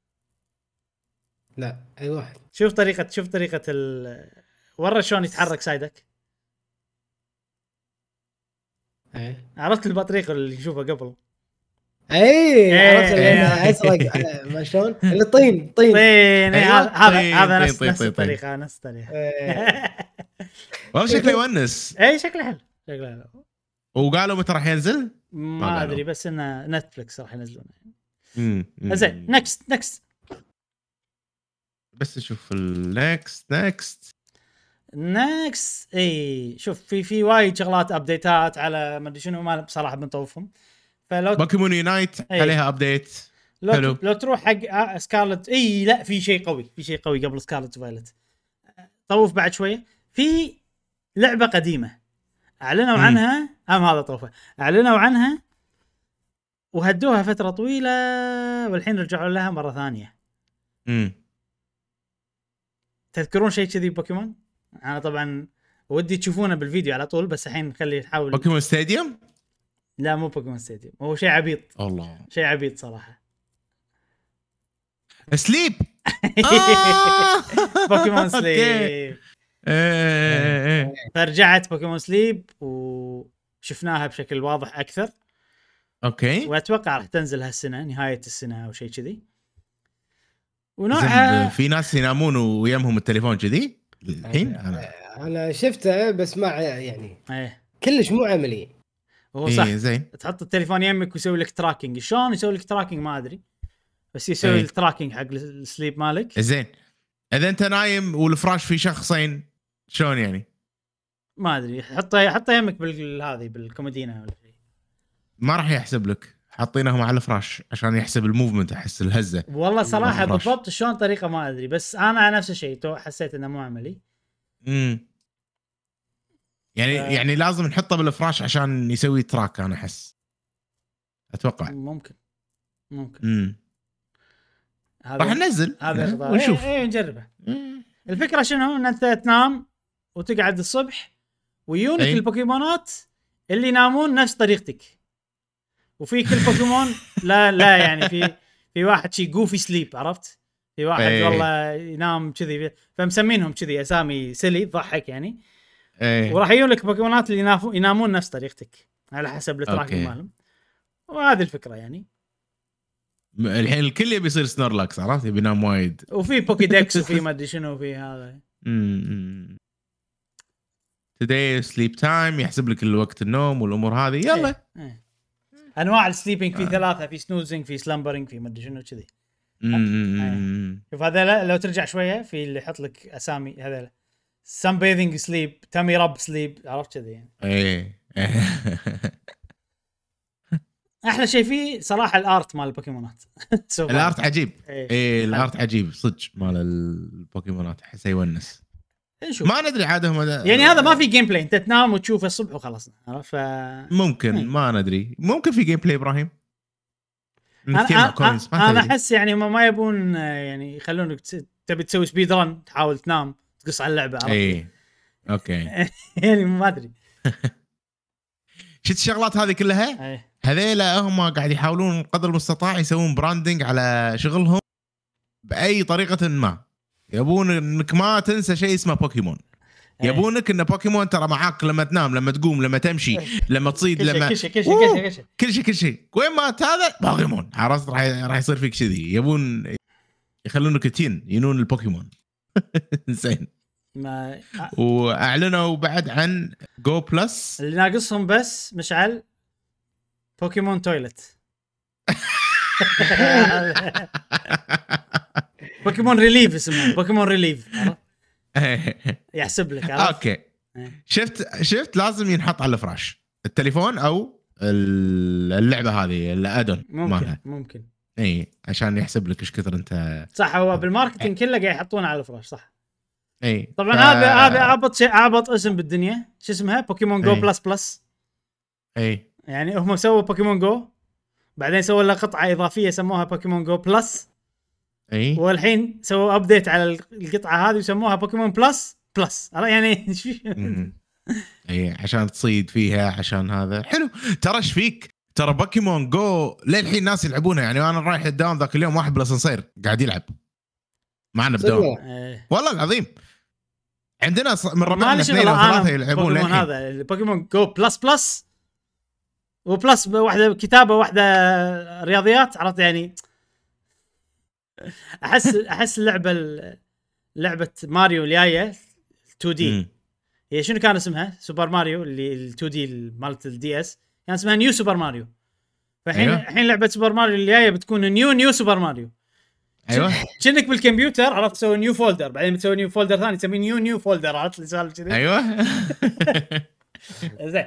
لا اي واحد. شوف طريقه ورا شلون يتحرك سايدك. عرفت البطريق اللي نشوفه قبل؟ عرفت اللي ازرق ما شلون اللي طين هذا نفس الطريقه والله شكله يونس. شكله حلو. وقالوا متى راح ينزل؟ ما ادري بس انه نتفلكس راح ينزلونه. زين نكست بس نشوف النكست. شوف في وايد شغلات ابديتات على ما ادري شنو ما بصراحه بنطوفهم. فلو بوكيمون يونايت عليها ابديت لو تروح حق سكارلت لا في شيء قوي قبل سكارلت فايلت. طوف بعد شويه في لعبه قديمه اعلنوا عنها هذا طوفه اعلنوا عنها وهدوها فتره طويله والحين رجعوا لها مره ثانيه. تذكرون شيء كذي بوكيمون؟ انا طبعا ودي تشوفونه بالفيديو على طول بس الحين نخلي نحاول. بوكيمون ستاديوم؟ لا مو بوكيمون ستاديوم. هو شيء عبيط والله شيء عبيط صراحه. سليب بوكيمون سليب. فرجعت بوكيمون سليب وشفناها بشكل واضح اكثر. اوكي. واتوقع راح تنزل هالسنه نهايه السنه او شيء كذي. ونوعها في ناس ينامون ويمهم التليفون كذي الحين. انا شفته بس ما يعني كلش مو عملي. هو صح زين. تحط التليفون يمك ويسوي لك تراكنج. شلون يسوي لك تراكنج ما ادري بس يسوي التراكنج حق السليب مالك. زين اذا انت نايم والفراش فيه شخصين شلون يعني؟ ما ادري. حطه يمك بالهذه بالكومودينا ولا شيء ما راح يحسب لك. حاطينهم على الفراش عشان يحسب الموفمنت. احس الهزه والله صراحه بالضبط شلون طريقه ما ادري بس انا نفس الشيء حسيت انه مو عملي. يعني لازم نحطه بالفراش عشان يسوي تراك. انا احس اتوقع ممكن راح ننزل هذا ونشوف نجربه. الفكره شنو ان انت تنام وتقعد الصبح ويونك البوكيمونات اللي ينامون نفس طريقتك. وفي كل بوكيمون لا يعني في واحد شي جوفي سليب. عرفت؟ في واحد والله ينام كذي فمسمينهم كذي اسامي سلي تضحك يعني. وراح يجون لك بوكيمونات اللي ينامون نفس طريقتك على حسب التراكنج مالهم. وهذه الفكره يعني. الحين الكل يبي يصير سنورلاكس. عرفت؟ يبي ينام وايد. وفي بوكي ديكس وفي ما ادري شنو في هذا. توداي سليب تايم يحسب لك الوقت النوم والامور هذه. يلا انواع السليبينج في ثلاثه. في سنوزنج في سلامبرنج في ما ادري شنو كذي. شوف هذا لو ترجع شويه في اللي يحط لك اسامي هذا سان بيذنج سليب تامي راب سليب. عرفت كذي يعني. احلى شيء فيه صراحه الارت مال البوكيمونات. الارت عجيب. الارت عجيب صدق مال البوكيمونات. احس يونس. ما ندري عادهم يعني هذا ما في جيم بلاي. انت تنام وتشوفه الصبح وخلص. عرفت؟ ممكن ما ندري. ممكن في جيم بلاي ابراهيم. انا احس يعني ما يبون يعني يخلونك تبي تسوي سبيد رن تحاول تنام تقص على اللعبه. عرفت؟ اوكي. يعني ما ادري. شفت الشغلات هذه كلها هذيلا هم قاعد يحاولون قدر المستطاع يسوون براندنج على شغلهم باي طريقه ما. يبون انك ما تنسى شيء اسمه بوكيمون. يبونك ان بوكيمون ترى معاك لما تنام لما تقوم لما تمشي لما تصيد لما كل شيء وين ما هذا بوكيمون. عرفت؟ راح يصير فيك كذي. يبون يخلونك ينون البوكيمون. زين. واعلنوا بعد عن جو بلس اللي ناقصهم بس مشعل بوكيمون تويلت. بوكيمون ريليف اسمه بوكيمون ريليف يحسب لك. اوكي شفت لازم ينحط على الفراش التليفون او اللعبه هذه الادون مالها ممكن اي عشان يحسب لك ايش كثر انت صح. هو بالماركتينج كله قاعد يحطونه على الفراش صح. اي طبعا هذا عبط اسم بالدنيا. شو اسمها؟ بوكيمون جو بلس بلس. اي يعني هم سووا بوكيمون جو بعدين سووا لها قطعه اضافيه سموها بوكيمون جو بلس. اي والحين سووا ابديت على القطعه هذه وسموها بوكيمون بلس يعني اي عشان تصيد فيها عشان هذا حلو. ترى ايش فيك؟ ترى بوكيمون جو للحين ناس يلعبونها. يعني وانا رايح الدوام ذاك اليوم واحد بالاسانسير قاعد يلعب معنا بدوام والله العظيم. عندنا من ربعنا 2 أو 3 يلعبون للحين. هذا البوكيمون جو بلس وبلس واحده كتابه واحده رياضيات عرفت يعني. احس لعبه ماريو الجايه 2 دي هي شنو كان اسمها؟ سوبر ماريو اللي ال 2 دي مالت الدي اس كان اسمها نيو سوبر ماريو. فالحين الحين لعبه سوبر ماريو اللي جايه بتكون نيو سوبر ماريو. ايوه كأنك بالكمبيوتر عرفت تسوي نيو فولدر بعدين بتسوي نيو فولدر ثاني تسميه نيو فولدر عرفت السالفه كذي. ايوه زين.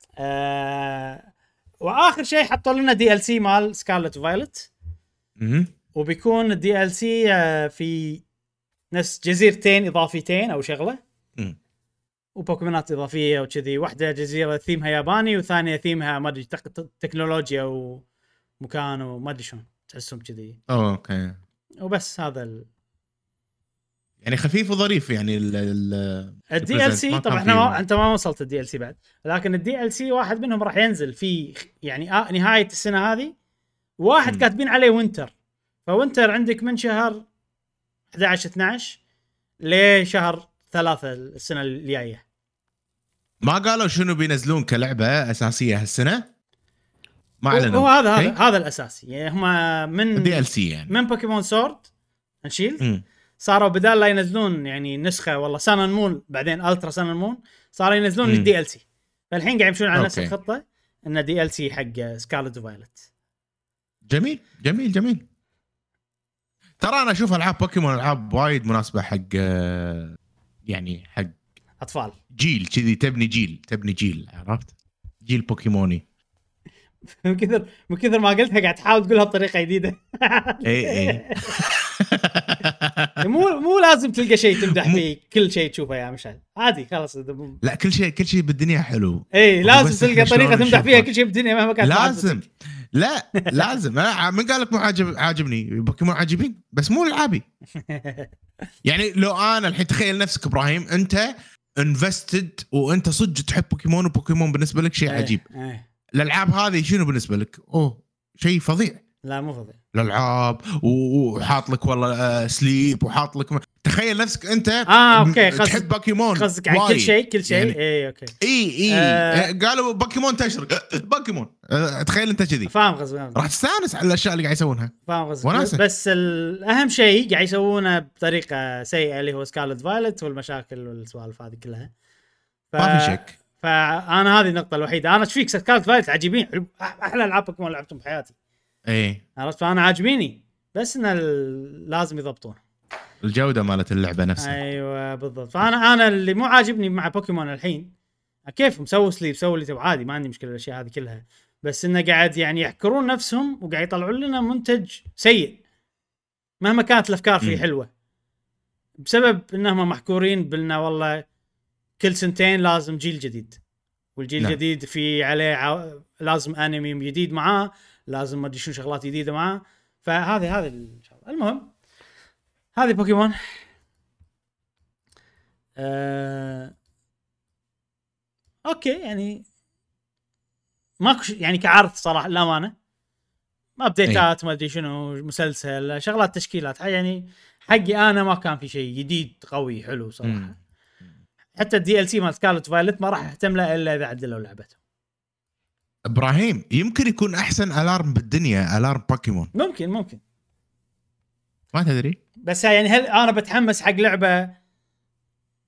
واخر شيء حطوا لنا دي ال سي مال سكارلت وفايلت. وبيكون الدي ال سي في نفس جزيرتين اضافيتين او شغله وبوكيمونات اضافيه وكذي. واحده جزيره ثيمها ياباني وثانيه ثيمها ما ادري تكنولوجيا ومكان وما ادري شلون تحسهم كذي. اوكي وبس هذا يعني خفيف وظريف. يعني الدي ال سي طبعا انت ما وصلت الدي ال سي بعد. لكن الدي ال سي واحد منهم راح ينزل في يعني نهايه السنه هذه. واحد كاتبين عليه وينتر. فوينتر عندك من شهر 11-12 لشهر 3 السنه الجايه. ما قالوا شنو بينزلون كلعبه اساسيه هالسنه؟ ما اعلنوا. هو هذا الاساسي. يعني هم من دي ال سي يعني من بوكيمون سورد نشيل صاروا بدال لا ينزلون يعني نسخه والله سان مون بعدين الترا سان مون صاروا ينزلون الدي ال سي. فالحين قاعد يمشون على نفس الخطه ان دي ال سي حق سكارلت وفايلت. جميل. ترى انا اشوف العاب بوكيمون العاب وايد مناسبه حق يعني حق اطفال جيل كذي. تبني جيل عرفت جيل بوكيموني. من كثر ما قلتها قاعد تحاول تقولها بطريقه جديده. اي مو لازم تلقى شيء تمدح فيه كل شيء تشوفه يا مشعل عادي خلاص. لا كل شيء بالدنيا حلو. اي لازم تلقى طريقه تمدح فيها كل شيء بالدنيا مهما كان. لازم لا لازم. انا من قال لك مو عاجبني بوكيمون عاجبين بس مو العابي. يعني لو انا الحين تخيل نفسك ابراهيم انت انفستد وانت صدق تحب بوكيمون وبوكيمون بالنسبه لك شيء عجيب. الالعاب هذه شنو بالنسبه لك؟ شيء فظيع. لا مو فظيع الالعاب وحاط لك والله سليب وحاط لك تخيل نفسك انت اوكي تحب بوكيمون قصدك على كل شيء يعني اي اوكي اي قالوا بوكيمون تشرق بوكيمون تخيل انت كذي فاهم قصدي راح تستانس على الاشياء اللي قاعد يسوونها. فاهم قصدي بس الاهم شيء قاعد يسوونه بطريقه سيئه اللي هو سكارلت فايلت والمشاكل والسوالف هذه كلها. ما في شك. فانا هذه النقطه الوحيده. انا ايش فيك سكارلت فايلت عجيبين احلى العاب بوكيمون لعبتهم بحياتي. اي عرفت. فانا عاجبيني بس انه لازم يضبطون الجوده مالت اللعبه نفسها. ايوه بالضبط. فانا اللي مو عاجبني مع بوكيمون الحين كيف مسوي سليب سوي اللي تبغى عادي ما عندي مشكله الاشياء هذه كلها. بس انه قاعد يعني يحكرون نفسهم وقاعد يطلعون لنا منتج سيء مهما كانت الافكار فيه حلوه بسبب انهم محكورين بلنا والله كل سنتين لازم جيل جديد. والجيل الجديد في عليه لازم انمي جديد معاه لازم ما ادري شنو شغلات جديده معاه. فهذه ان شاء الله. المهم هذه بوكيمون. اوكي يعني ماكو يعني كعرض صراحه للامانه ما ابديتات ما ادري شنو مسلسل شغلات تشكيلات يعني حقي انا ما كان في شيء جديد قوي حلو صراحه. حتى الدي ال سي مال سكارلت فايلت ما راح اهتم له الا اذا عدلوا لعبته. ابراهيم يمكن يكون احسن الارم بالدنيا الارم بوكيمون. ممكن ما تدري. بس يعني هل انا بتحمس حق لعبه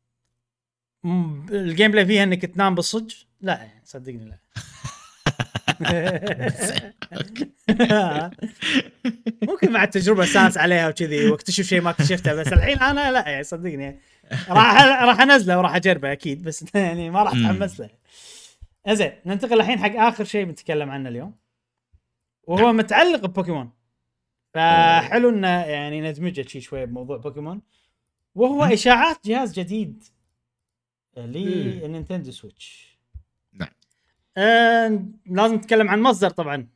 الجيم بلاي فيها انك تنام بالصج؟ لا يعني صدقني لا. ممكن مع التجربه استانس عليها وكذي واكتشف شيء ما اكتشفته، بس الحين انا لا يعني صدقني راح انزله وراح اجربه اكيد، بس يعني ما راح اتحمس له. زين ننتقل الحين حق اخر شيء بنتكلم عنه اليوم، وهو متعلق ببوكيمون. فحلو انه يعني ندمجه شيء شويه بموضوع بوكيمون، وهو اشاعات جهاز جديد للنينتندو سويتش. نعم. لازم نتكلم عن مصدر طبعا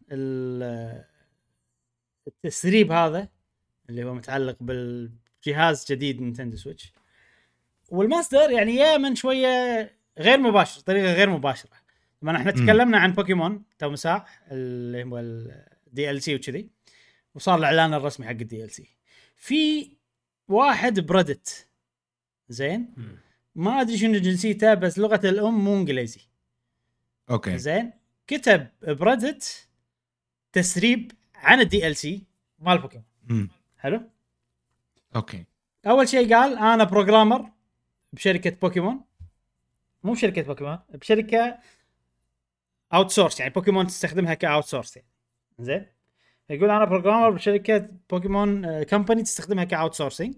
التسريب هذا اللي هو متعلق بالجهاز جديد نينتندو سويتش، والمصدر يعني يا من شويه غير مباشر، طريقه غير مباشره. طبعا احنا تكلمنا عن بوكيمون تو مساح اللي هو الدي ال سي وكذي، وصار الاعلان الرسمي حق الدي ال سي. في واحد بريدت زين ما ادري شنو جنسيته، بس لغه الام مو انجليزي. اوكي زين كتب بريدت تسريب عن الدي ال سي مال بوكيمون. حلو. اوكي اول شيء قال انا بروجرامر بشركه بوكيمون، مو شركه بوكيمون، بشركه اوت سورس، يعني بوكيمون تستخدمها كاوت سورس يعني. زين يقول انا بروجرامر بشركه بوكيمون كمباني تستخدمها كاوت سورسينج،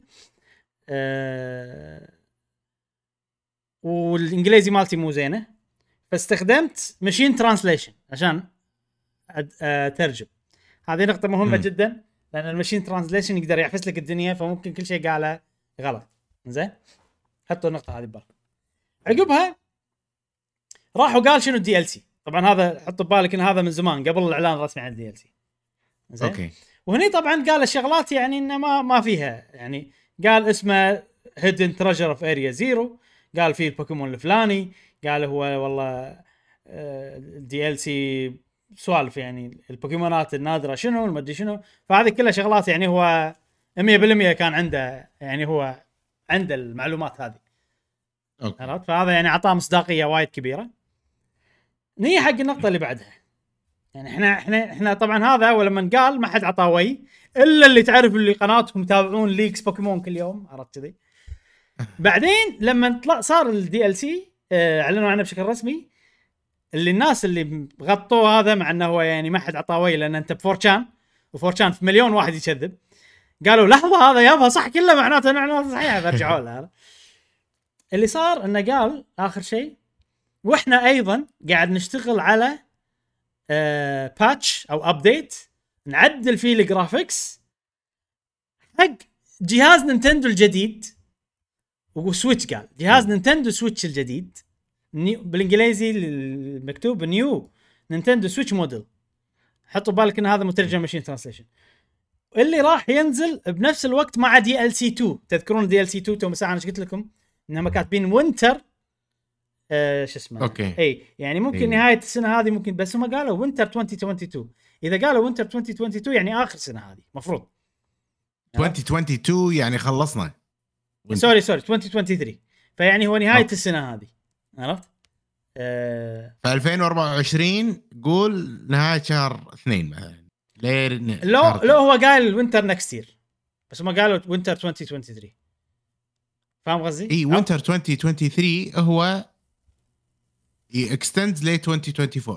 والانجليزي مالتي مو زينه، فاستخدمت ماشين ترانسليشن عشان ترجم. هذه نقطه مهمه جدا، لان الماشين ترانسليشن يقدر يعفس لك الدنيا، فممكن كل شيء قاله غلط. زين حطوا النقطه هذه ببالك. عقبها راح وقال شنو الدي ال سي. طبعا هذا حطوا ببالك ان هذا من زمان قبل الاعلان الرسمي عن الدي ال سي. زين اوكي. وهني طبعا قال الشغلات يعني انه ما فيها، يعني قال اسمه هيدن تريجر اوف اريا زيرو، قال فيه البوكيمون الفلاني، قال هو والله الدي ال سي سوالف يعني البوكيمونات النادره شنو ما ادري شنو. فهذه كلها شغلات يعني هو 100% كان عنده، يعني هو عنده المعلومات هذه. عرفت؟ فهذا يعني عطاه مصداقيه وايد كبيره. نيجي حق النقطه اللي بعدها. يعني احنا طبعا هذا ولما قال ما حد عطاه وي الا اللي تعرف اللي قناتهم يتابعون ليكس بوكيمون كل يوم، عرفت كذي. بعدين لما صار الدي ال سي اعلنوا عنه بشكل رسمي، اللي الناس اللي غطوه هذا مع انه هو يعني ما حد عطاه وي لان انت بفورشان، وفورشان في مليون واحد يكذب، قالوا لحظه هذا يابا صح كله معناته معلومات صحيحه، فرجعوا له. اللي صار انه قال اخر شيء واحنا ايضا قاعد نشتغل على باتش او ابديت نعدل فيه الجرافيكس حق جهاز نينتندو الجديد. وسويتش قال جهاز نينتندو سويتش الجديد بالانجليزي المكتوب نيو نينتندو سويتش موديل. حطوا بالك ان هذا مترجم ماشين ترانسليشن، اللي راح ينزل بنفس الوقت مع دي ال سي 2. تذكرون دي ال سي 2 تو مساعة انا قلت لكم انهم كاتبين وينتر شو اسمه اوكي. اي يعني ممكن نهايه السنه هذه ممكن، بس هم قالوا وينتر 2022. اذا قالوا وينتر 2022 يعني اخر سنه هذه مفروض 2022 يعني خلصنا. سوري 2023، فيعني هو نهايه السنه هذه، عرفت؟ في 2024 قول نهايه شهر 2 مثلا. لو هو قال وينتر نكست يير، بس هم قالوا وينتر 2023. فاهم قصدي؟ اي وينتر 2023 هو اكستند ل 2024.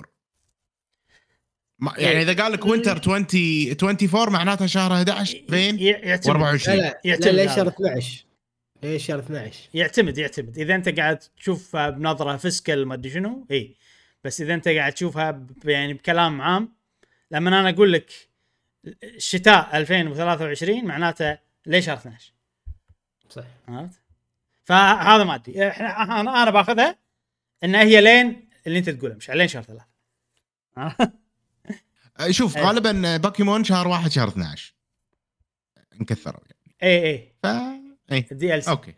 يعني اذا قال لك وينتر 2024 معناته شهر 11 2024. لا ليش شهر 12؟ ليش شهر 12؟ يعتمد اذا انت قاعد تشوفها بنظره فيسكال ما ادري شنو اي، بس اذا انت قاعد تشوفها يعني بكلام عام، لما انا اقول لك شتاء 2023 معناته ليش شهر 12 صح. فهذا ما ادري. انا باخذها ان هي لين اللي انت تقوله، مش لين شهر 3. شوف غالبا بوكيمون شهر 1 شهر 12 انكثروا يعني. اي الدي ال سي اوكي.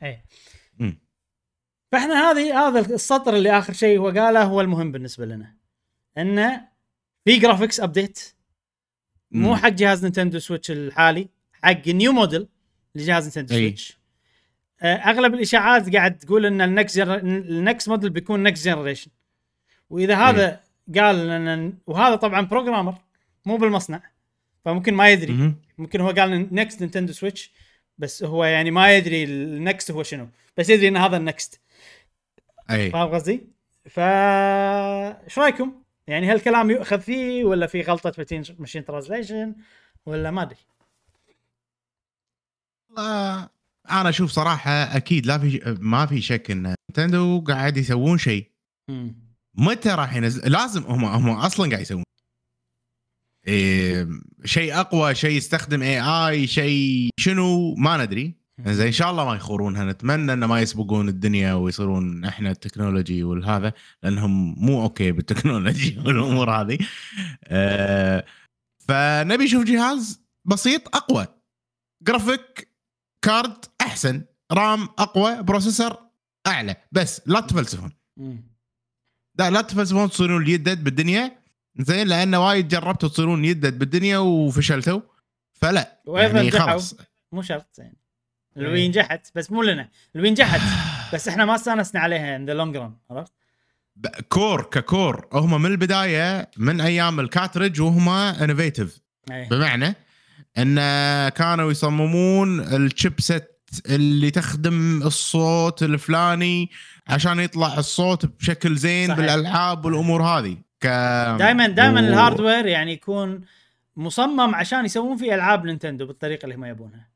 فاحنا هذا السطر اللي اخر شيء هو قاله هو المهم بالنسبه لنا، انه في جرافيكس ابديت مو حق جهاز نينتندو سويتش الحالي، حق نيو موديل لجهاز نينتندو سويتش. اغلب الاشاعات قاعد تقول ان النكست موديل بيكون نكست جنريشن، واذا هذا قال لنا، وهذا طبعا بروجرامر مو بالمصنع فممكن ما يدري، ممكن هو قال نكست نينتندو سويتش بس هو يعني ما يدري النكست هو شنو، بس يدري ان هذا النكست. فاهم قصدي؟ ايش رايكم يعني هالكلام يؤخذ فيه ولا في غلطه ماشين ترانزليشن ولا ما ادري؟ انا اشوف صراحه اكيد ما في شك ان نينتندو قاعد يسوون شيء. متى راح ينزل؟ لازم هم اصلا قاعد يسوون شيء اقوى، شيء يستخدم AI، شيء شنو ما ندري. زين ان شاء الله ما يخورونها، نتمنى ان ما يسبقون الدنيا ويصيرون احنا التكنولوجي والهذا، لانهم مو اوكي بالتكنولوجي والامور هذه. فنبي نشوف جهاز بسيط اقوى، جرافيك كارد احسن، رام اقوى، بروسيسور اعلى، بس لا تفلسفون. لا تفلسفون تصيرون اليدد بالدنيا، زين، لان وايد جربتوا تصيرون يدد بالدنيا وفشلتوا، فلا يعني خلاص مو شرط يعني الوي نجحت بس مو لنا، الوي نجحت بس احنا ما استانسنا عليها ان ذا لونج ران. عرفت؟ ككور هم من البدايه، من ايام الكاتريج وهم انوفيتيف، بمعنى ان كانوا يصممون الشيبسيت اللي تخدم الصوت الفلاني عشان يطلع الصوت بشكل زين. صحيح. بالالعاب والامور هذه دائما الهاردوير يعني يكون مصمم عشان يسوون فيه العاب نينتندو بالطريقه اللي هم يبونها.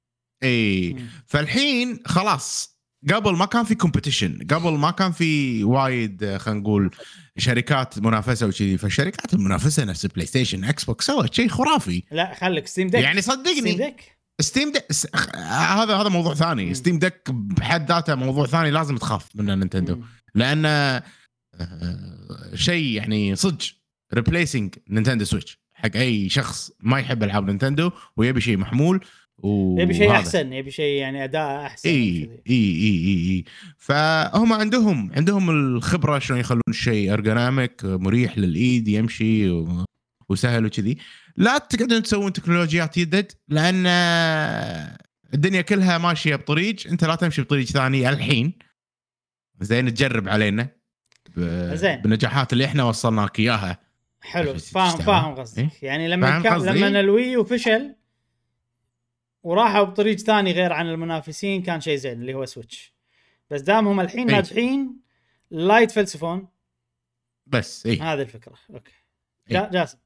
فالحين خلاص، قبل ما كان في كومبيتيشن، قبل ما كان في وايد خلينا نقول شركات منافسه وشي، فالشركات المنافسه نفس بلاي ستيشن اكس بوكس سوت شيء خرافي. لا خليك ستيم ديك، يعني صدقني ستيم ديك هذا موضوع ثاني. ستيم ديك بحد ذاته موضوع ثاني لازم تخاف منه نينتندو، لان شيء يعني صدق ريبليسنج نينتندو سويتش حق اي شخص ما يحب العاب نينتندو ويبي شيء محمول يبي شيء احسن، يبي شيء يعني اداء احسن. اي فهم عندهم الخبره شلون يخلون الشيء ارجونوميك مريح للايد، يمشي وسهل وكذي. لا تقعدون تسوون تكنولوجيات يدد، لان الدنيا كلها ماشيه بطريق، انت لا تمشي بطريق ثاني الحين. زين تجرب علينا بالنجاحات اللي احنا وصلناك اياها. حلو، فاهم قصدك. يعني لما الوي فشل وراحوا بطريق ثاني غير عن المنافسين كان شيء زين اللي هو سويتش، بس دامهم الحين ناجحين لا يتفلسفون بس. هذه الفكره. اوكي جاسم.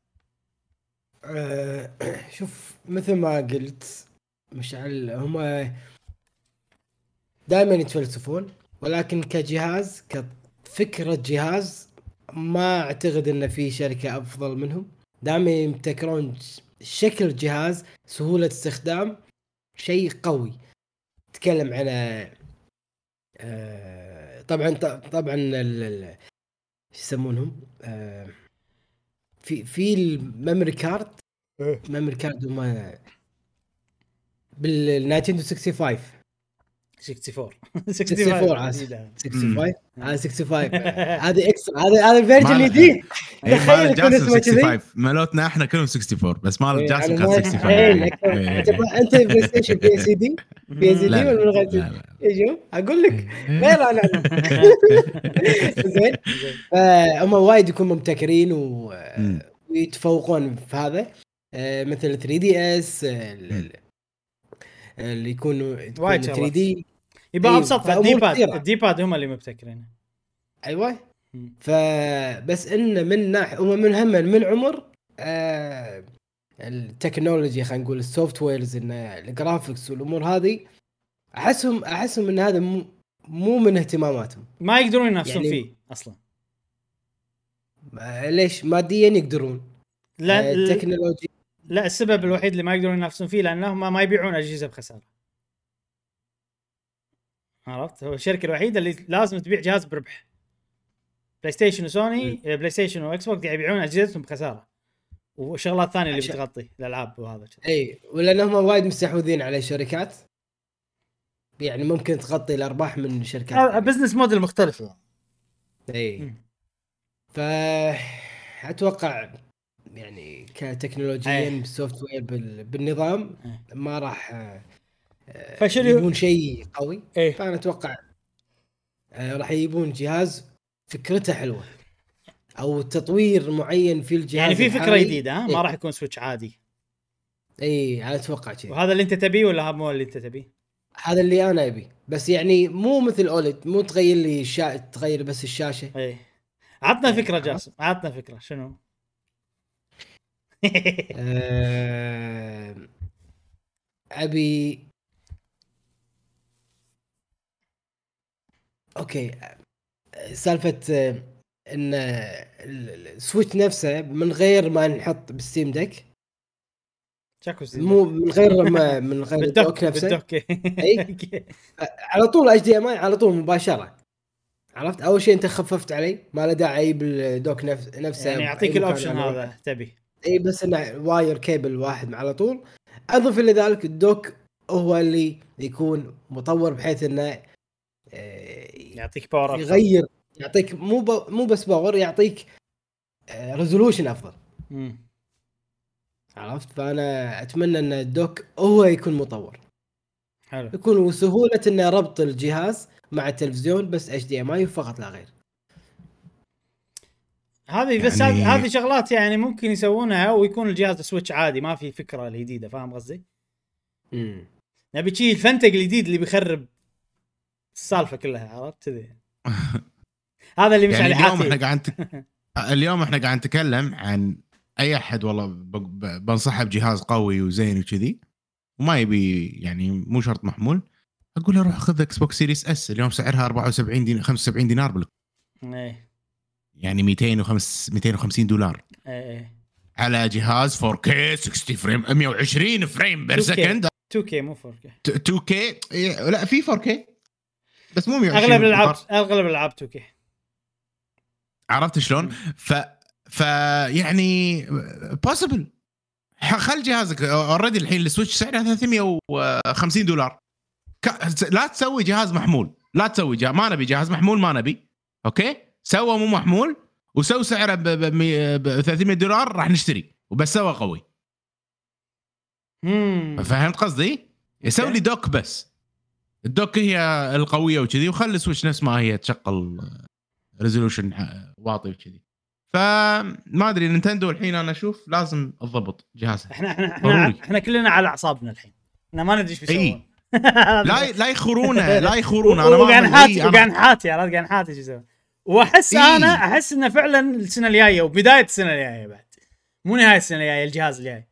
شوف مثل ما قلت مشعل، هم دائما يتفلسفون، ولكن كجهاز كفكره جهاز ما اعتقد ان في شركه افضل منهم. دائما يبتكرون شكل جهاز، سهوله استخدام، شيء قوي. تكلم عن طبعا يسمونهم في الميموري كارد. ميموري كارد وما بالنايتندو 65 هذه اكسترا، هذا الفيرجن الجديد. تخيل كل اسمه 65 مالتنا احنا كلهم 64 بس مال جاسم كان 65. انت بلاي ستيشن بي سي دي ولا غير؟ ايش اقول لك غير انا زين. هم وايد يكونوا مبتكرين ويتفوقون في هذا، مثل 3DS اللي يكونوا 3D يبقى ابسط. الديباد هم اللي مبتكرين. ايوه. فبس ان من ناحيه من عمر التكنولوجيا، خلينا نقول السوفت ويرز، ان الجرافيكس والامور هذه احسهم ان هذا مو من اهتماماتهم، ما يقدرون ينافسون يعني فيه اصلا. ليش ماديا يقدرون؟ لا التكنولوجيا لا، السبب الوحيد اللي ما يقدرون ينافسون فيه لانهم ما يبيعون اجهزه بخساره. عرفت؟ هو الشركه الوحيده اللي لازم تبيع جهاز بربح. بلاي ستيشن وسوني، بلاي ستيشن واكس بوكس يبيعون اجهزتهم بخساره وشغلات ثانيه اللي بتغطي الالعاب وهذا. اي ولانهم وايد مستحوذين على شركات، يعني ممكن تغطي الارباح من شركات. بزنس موديل مختلف يعني. اي فاتوقع يعني كتكنولوجيا بالسوفت وير بالنظام ما راح يجيبون شيء قوي. فانا اتوقع راح يجيبون جهاز فكرته حلوه او تطوير معين في الجهاز، يعني في فكره جديده. ما راح يكون سويتش عادي. انا اتوقع كذا. وهذا اللي انت تبيه ولا هذا مو اللي انت تبيه؟ هذا اللي انا ابي، بس يعني مو مثل اولد، مو تغير لي تغير بس الشاشه. عطنا فكره جاسم، عطنا فكره شنو. ابي اوكي سالفه ان السويتش نفسه من غير ما نحط بالستيم ديك، مو من غير ما من غير الدوك نفسه اي على طول اتش دي ام اي على طول مباشره. عرفت اول شيء انت خففت علي، ما له داعي بالدوك نفسه يعني يعطيك الاوبشن هذا تبي اي، بس انه واير كيبل واحد على طول. اضف الى ذلك الدوك هو اللي يكون مطور بحيث انه يعطيك باور، يغير، يعطيك مو بس باور، يعطيك ريزولوشن افضل. عرفت؟ فانا اتمنى ان الدوك هو يكون مطور حلو، يكون سهوله انه ربط الجهاز مع التلفزيون بس HDMI فقط لا غير. هذه يعني بس هذه شغلات يعني ممكن يسوونها ويكون الجهاز سويتش عادي، ما في فكره الجديده، فاهم قصدي؟ نبي شيء الفنتق الجديد اللي بيخرب السالفه كلها، عرفت كذي. هذا اللي مش يعني على اليوم احنا اليوم احنا قاعد نتكلم عن اي احد والله بنصحه بجهاز قوي وزين وكذي وما يبي يعني مو شرط محمول، اقول له روح خذ اكس بوكس سيريس اس اليوم سعرها 74 دينار 75 دينار بالك. يعني 250 دولار على جهاز 4K 60 فريم 120 فريم بير سكند. 2K مو 4K 2K لا في 4K بس مو 120. اغلب الالعاب 2K. عرفت شلون؟ ف يعني possible. خل جهازك اوريدي الحين السويتش سعره 350 دولار. لا تسوي جهاز محمول، لا تسوي ما نبي جهاز محمول، ما نبي. اوكي سوى مو محمول وسوي سعره ب 300 دولار راح نشتري، وبس سوى قوي. فهمت قصدي؟ يسوي لي دوك، بس الدوك هي القويه وكذي، وخلي السويتش نفس ما هي تشغل ريزولوشن واطي وكذي. فما ادري نينتندو الحين انا اشوف لازم تضبط جهازها. احنا كلنا على اعصابنا الحين، احنا ما ندري ايش بيسوون. لا يخرونا انا ما وقاعد حاتي شو يسوون. واحس انا احس انه فعلا السنه الجايه وبدايه السنه الجايه بعد، مو نهايه السنه الجايه، الجهاز الجاي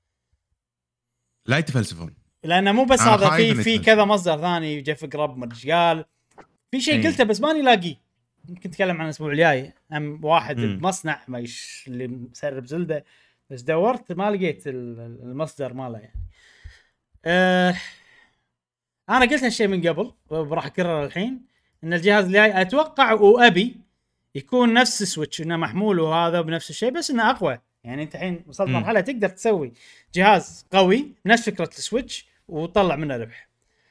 لا يتفلسفون، لانه مو بس هذا، في كذا مصدر ثاني جيف جراب ما ادري قال في شيء قلته بس ماني لاقي. يمكن نتكلم عن الاسبوع الجاي. واحد بمصنع ما اللي مسرب زلده، بس دورت ما لقيت المصدر ماله يعني. انا قلت هالشيء من قبل وراح اكرره الحين، ان الجهاز الجاي اتوقع وابي يكون نفس سويتش، انه محمول وهذا بنفس الشيء بس انه اقوى. يعني انت الحين وصلت مرحله تقدر تسوي جهاز قوي نفس فكره السويتش وتطلع منه ربح.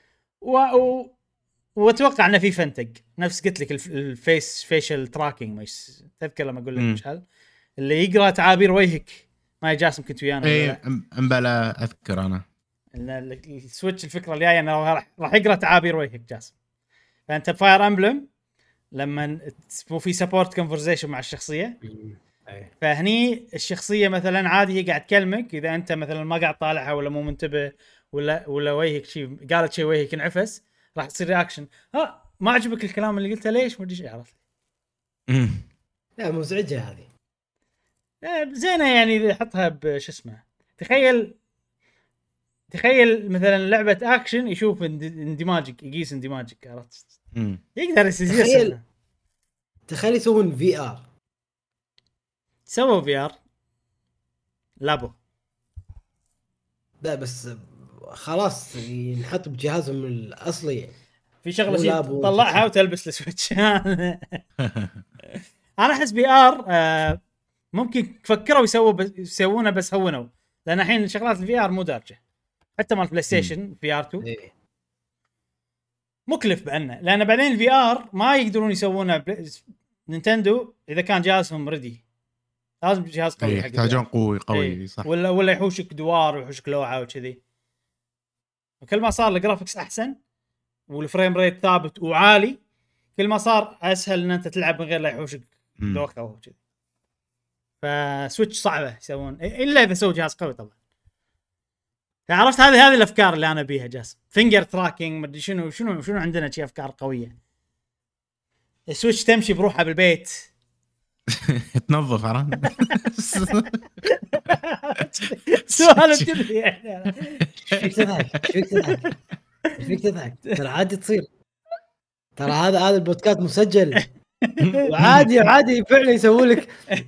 واتوقع انه في فنتق نفس قلت لك فيشل تراكينج، ما تذكر لما اقول لك مش هل اللي يقرا تعابير وجهك ما جاسم كنت ويانا؟ اي امبلا اذكر انا السويتش الفكره الجايه انه راح يقرا تعابير وجهك جاسم. فانت فاير امبلم لما مو في سبورت كونفرزيشن مع الشخصيه، فهني الشخصيه مثلا عادي هي قاعد تكلمك، اذا انت مثلا ما قاعد طالعها ولا مو منتبه ولا وجهك شيء قالت شيء وجهك انعفس، راح تصير رياكشن ما عجبك الكلام اللي قلته ليش ما ادري ايش. عرفت؟ لا مزعجه هذه. زينه يعني حطها بش اسمه. تخيل مثلا لعبه اكشن يشوف اندماجك، يقيس اندماجك. عرفت؟ يقدر يسوي. تخيل يسوون VR. سووا VR لابو، لا بس خلاص ينحط بجهازهم الاصلي. في شغله تطلعها وتلبس السويتش. انا احس VR ممكن فكروا يسوونه بس هونوا، لان الحين شغلات الVR مو دارجه، حتى مال بلاي ستيشن VR 2 مكلف بأنه، لان بعدين الVR ما يقدرون يسوونه نينتندو اذا كان جهازهم ردي، لازم جهاز قوي يحتاجون قوي صح، ولا يحوشك دوار ويحوشك لوحه وكذي. وكل ما صار الجرافيكس احسن والفريم ريت ثابت وعالي، كل ما صار اسهل ان انت تلعب من غير لا يحوشك دوخه وكذي. فسويتش صعبه يسوون الا اذا سووا جهاز قوي طبعا. عرفت؟ هذه الافكار اللي انا بيها جاسم. فينجر تراكينج ما ادري شنو عندنا شيء افكار قويه. السويتش تمشي بروحها بالبيت، تنظف عران. سؤال كذي يعني. فيك تضحك ترى عادي تصير، ترى هذا البودكاست مسجل وعادي فعلا يسووا لك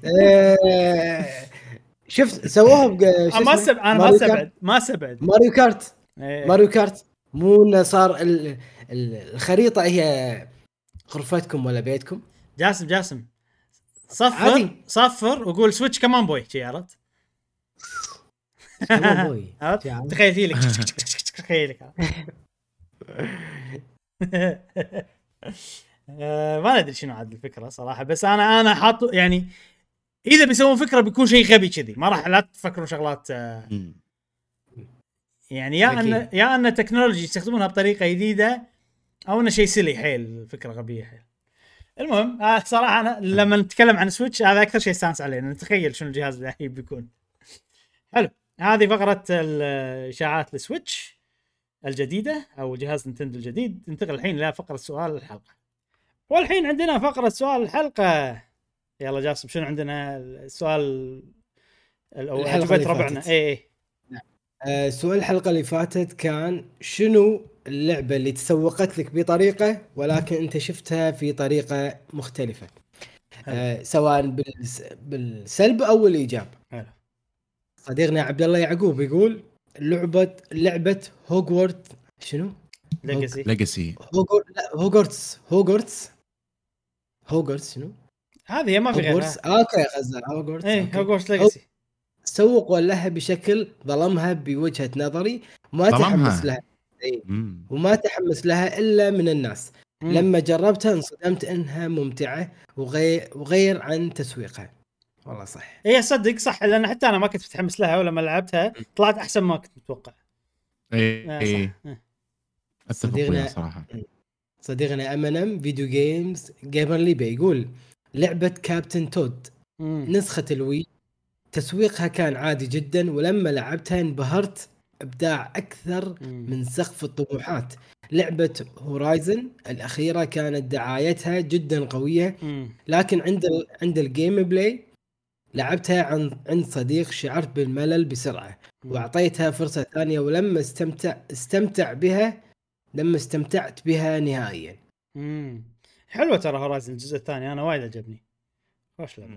شفت سووها ما سبعد ماريو كارت مو انه صار الخريطه هي غرفتكم ولا بيتكم. جاسم صفر وقول سويتش كمان بوي شي عرفت كمان بوي تخيل لك تخيلك ما ادري شنو عاد الفكره صراحه، بس انا حاط يعني اذا بيسوون فكره بيكون شيء غبي كذي، ما راح لا تفكروا شغلات يعني يا ان تكنولوجي يستخدمونها بطريقه جديده او انه شيء سلي حيل، فكره غبيه حيل. المهم صراحه انا لما نتكلم عن سويتش هذا اكثر شيء استانس عليه، نتخيل شنو الجهاز اللي بيكون حلو. هذه فقره الاشاعات للسويتش الجديدة أو جهاز نينتندو الجديد. ننتقل الحين إلى فقرة سؤال الحلقة، والحين عندنا فقرة سؤال الحلقة. يلا جاسم شنو عندنا السؤال الحلقة ربعنا؟ سؤال الحلقة اللي فاتت كان شنو اللعبة اللي تسوقت لك بطريقة ولكن أنت شفتها في طريقة مختلفة، سواء بالسلب أو الإيجاب. صديقنا عبد الله يعقوب يقول لعبة هوغورت شنو؟ ليجاسي هوغورتس شنو؟ هذه ما في غيرها. اوكي غزة هوغورتس ليجاسي سوقوا لها بشكل ظلمها بوجهة نظري، ما تحمس لها وما تحمس لها إلا من الناس. لما جربتها انصدمت انها ممتعة وغير عن تسويقها. والله صح، هي صدق صح، لان حتى انا ما كنت متحمس لها، ولما لعبتها طلعت احسن ما كنت متوقع. اتفق صراحه. صديقنا امنم فيديو جيمز جيمر ليبي يقول لعبه كابتن تود نسخه الوي تسويقها كان عادي جدا، ولما لعبتها انبهرت ابداع اكثر من سقف الطموحات. لعبه هورايزن الاخيره كانت دعايتها جدا قويه، لكن عند الجيم بلاي لعبتها عند صديق شعرت بالملل بسرعة وأعطيتها فرصة ثانية، ولما استمتعت بها نهائيا. حلوة ترى هورايزن الجزء الثاني، أنا وايد عجبني. خوش لعبة.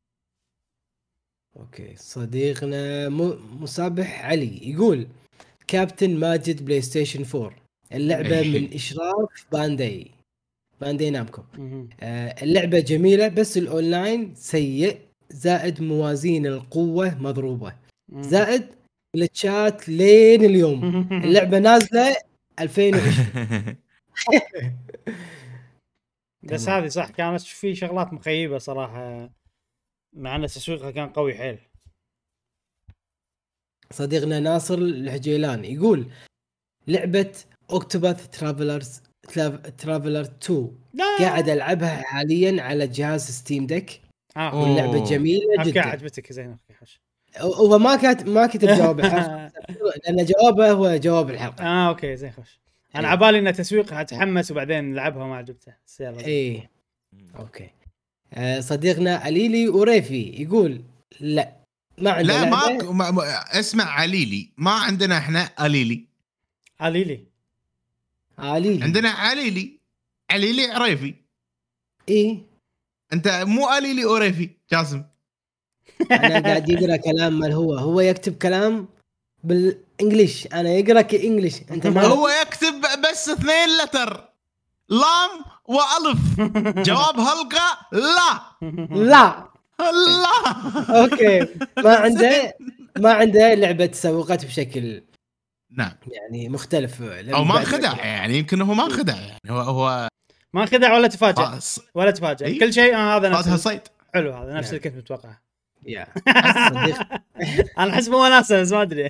أوكي صديقنا مسابح علي يقول كابتن ماجد بلاي ستيشن 4 اللعبة من إشراف بانداي نامكو. اللعبة جميلة بس الأونلاين سيء، زائد موازين القوة مضروبة، زائد التشات لين اليوم. اللعبة نازلة 2020. بس هذه صح كانت في شغلات مخيبة صراحة، مع أن تسويقها كان قوي حيل. صديقنا ناصر الحجيلان يقول لعبة أوكتوباث ترافلر 2 قاعد ألعبها حاليا على جهاز ستيم ديك. واللعبة جميلة جدا. عجبتك زين حش. هو ما كتب جواب الحلقة لأن جوابه هو جواب الحلقة. اوكي زين خوش. انا عبالي ان تسويقها تحمس وبعدين نلعبها وما عجبته. ايه اوكي. صديقنا عليلي وريفي يقول لا ما عندنا لا اسمع عليلي، ما عندنا احنا عليلي عندنا عليلي عريفي. ايه انت مو عليلي اوريفي جاسم. انا قاعد يقرا كلام مال هو يكتب كلام بالانجليش، انا يقرا كانجليش. انت ما هو يكتب بس 2 لتر لام والف. جواب حلقه لا اوكي. ما عنده لعبه تسوقت بشكل نعم يعني مختلف او ما خدع يعني. يمكن هو ما خدع يعني هو ما خدع ولا تفاجأ كل شيء. هذا نفس صيد حلو، هذا نفس اللي كنت متوقعه. يا انا احس بوناسه بس ما ادري.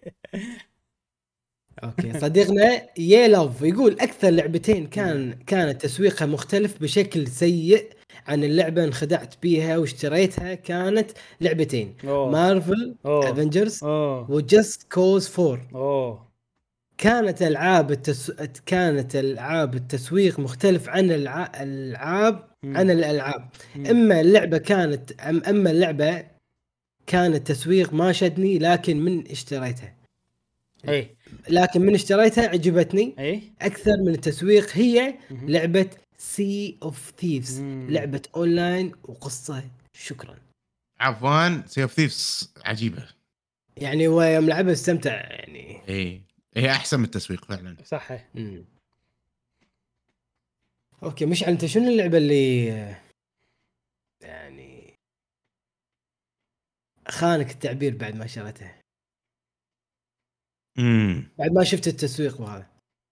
اوكي صديقنا يلوف يقول اكثر لعبتين كانت تسويقها مختلف بشكل سيء عن اللعبه انخدعت بيها واشتريتها، كانت لعبتين مارفل افنجرز وجست كوز 4. كانت العاب التسويق مختلف عن الالعاب عن الالعاب. اما اللعبه كانت تسويق ما شدني، لكن من اشتريتها عجبتني اكثر من التسويق. هي لعبه سي اوف ثيفز، لعبه اونلاين وقصه. شكرا. عفوا، سي اوف ثيفز عجيبه يعني، هو يوم لعبه استمتع يعني. هي احسن من التسويق فعلا. صح. اوكي، مش انت شنو اللعبه اللي يعني خانك التعبير بعد ما شريتها؟ بعد ما شفت التسويق وهذا.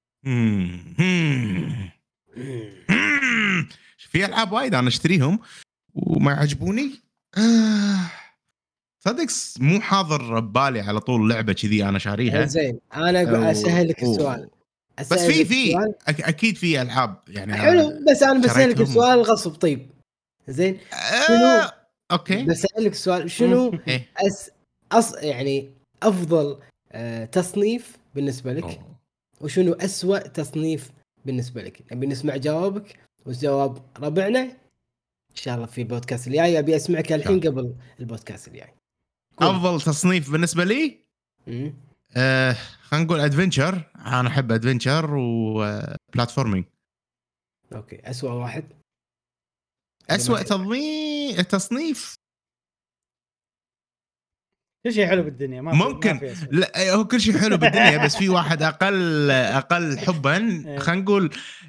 في العاب وايد انا اشتريهم وما يعجبوني. صدق مو حاضر ببالي على طول لعبه كذي انا شاريها. زين، انا اقول اسهل لك السؤال. بس في اكيد في العاب يعني حلو، بس انا بسالك السؤال غصب. طيب زين، شنو اوكي بسالك السؤال، شنو يعني افضل تصنيف بالنسبه لك، وشنو أسوأ تصنيف بالنسبه لك؟ نبي نسمع جوابك وجواب ربعنا ان شاء الله في البودكاست الجاي. ابي اسمعك الحين قبل البودكاست الجاي. افضل تصنيف بالنسبه لي خلينا نقول ادفنتشر. انا احب ادفنتشر وبلاتفورمينج. اوكي، أسوأ واحد. أسوأ تصنيف كل شيء حلو بالدنيا ممكن لا، هو كل شيء حلو بالدنيا بس في واحد اقل حبا. خلينا نقول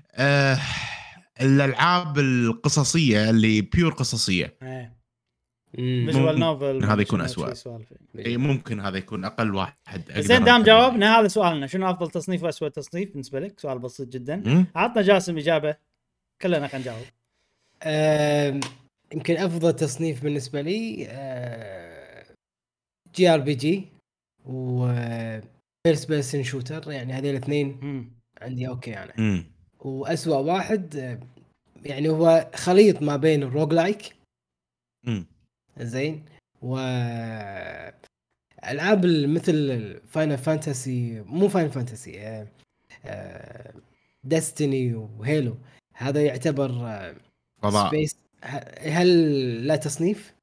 الالعاب القصصيه اللي بيور قصصيه. فيجوال نوفل هذا يكون أسوأ. ممكن هذا يكون اقل واحد. زين، دام جاوبنا هذا سؤالنا، شنو افضل تصنيف واسوأ تصنيف بالنسبه لك؟ سؤال بسيط جدا. عطنا جاسم اجابه كلنا خلينا نجاوب. يمكن افضل تصنيف بالنسبه لي جي ار بي جي و فيرست بيرسون شوتر. يعني هذول الاثنين عندي اوكي انا. واسوأ واحد يعني هو خليط ما بين الروج لايك زين و العاب مثل فاينل فانتسي، مو فاينل فانتسي، ديستني وهيلو. هذا يعتبر سبيس. هل لا تصنيف؟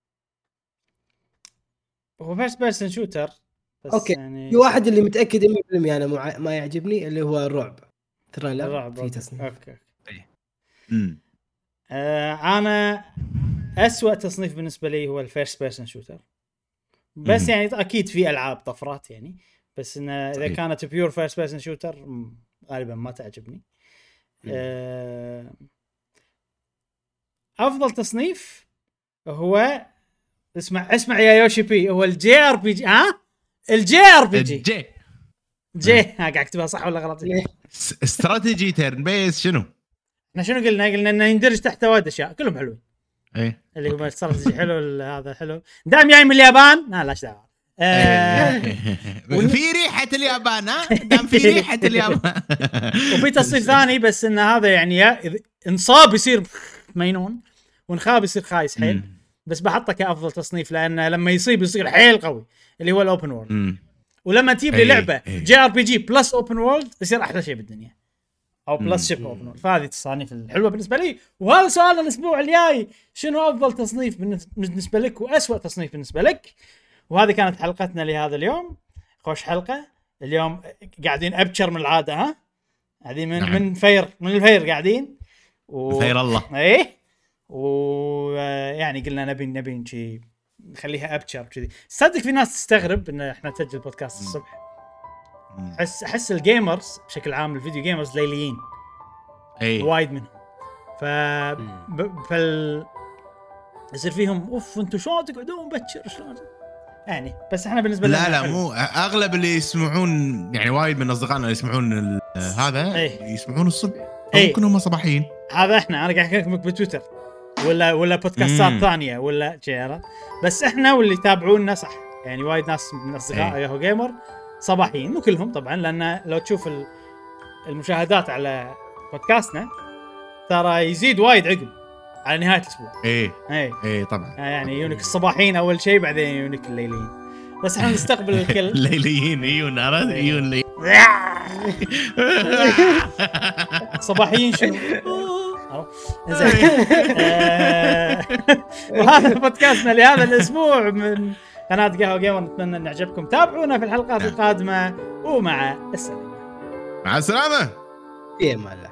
هو فيرست بيرسون شوتر بس. اوكي يعني في واحد اللي متاكد 100% انا ما يعجبني، اللي هو الرعب. ترى لا في تصنيف. اوكي انا أسوأ تصنيف بالنسبه لي هو الفيرست بيرسون شوتر. بس يعني اكيد في العاب طفرات يعني، بس ان اذا كانت بيور فيرست بيرسون شوتر غالبا ما تعجبني. افضل تصنيف هو اسمع يا يوشي بي، هو الجي ار بي جي. الجي ار بي جي قاعد اكتبها صح ولا غلط؟ استراتيجي تيرن بيس. شنو احنا شنو قلنا انه يندرج تحت وايد اشياء كلهم حلوين. اللي هو استراتيجي حلو. هذا حلو دام جاي من اليابان. لا دعوه. في ريحه اليابان. دام في ريحه اليابان. وفي تصنيف ثاني بس ان هذا يعني انصاب يصير مينون وانخاب يصير خايس حيل. بس بحطه كأفضل تصنيف لأنه لما يصير حيل قوي، اللي هو الأوبن وورلد. ولما تجيب لي لعبة جي ار بي جي بلس أوبن وورلد يصير أحلى شيء بالدنيا، أو بلس شيب أوبن وورلد. فهذه التصانيف الحلوة بالنسبة لي. وهذا سؤال الأسبوع الجاي، شنو أفضل تصنيف بالنسبة لك وأسوأ تصنيف بالنسبة لك؟ وهذه كانت حلقتنا لهذا اليوم. خوش حلقة اليوم. قاعدين أبشر من العادة. قاعدين من الفير قاعدين خير الله. ويعني قلنا نبي شيء نخليها ابشر كذي. صدق في ناس تستغرب ان احنا نسجل بودكاست الصبح. احس الجيمرز بشكل عام، الفيديو جيمرز ليليين وايد منهم. يصير فيهم اوف انتم شلون تقعدون بكر شلون يعني. بس احنا بالنسبه لنا لا مو اغلب اللي يسمعون يعني، وايد من اصدقائنا اللي يسمعون هذا يسمعون الصبح. ممكن هم صباحيين. هذا انا قاعد احكيلك بتويتر ولا بودكاستات ثانيه ولا شيء. بس احنا واللي يتابعونا صح يعني، وايد ناس من اصدقاء ياهو جيمر صباحيين. مو كلهم طبعا، لان لو تشوف المشاهدات على بودكاستنا ترى يزيد وايد عقب على نهايه الاسبوع. اي طبعا يعني يونك الصباحيين اول شيء، بعدين يونك الليليين. بس احنا نستقبل الكل. الليليين يون صباحيين شنو زين. وهذا بودكاستنا لهذا الاسبوع من قناه قهوه جيمر. نتمنى ان عجبكم. تابعونا في الحلقات القادمه ومع السلامه. مع السلامه. في امان الله.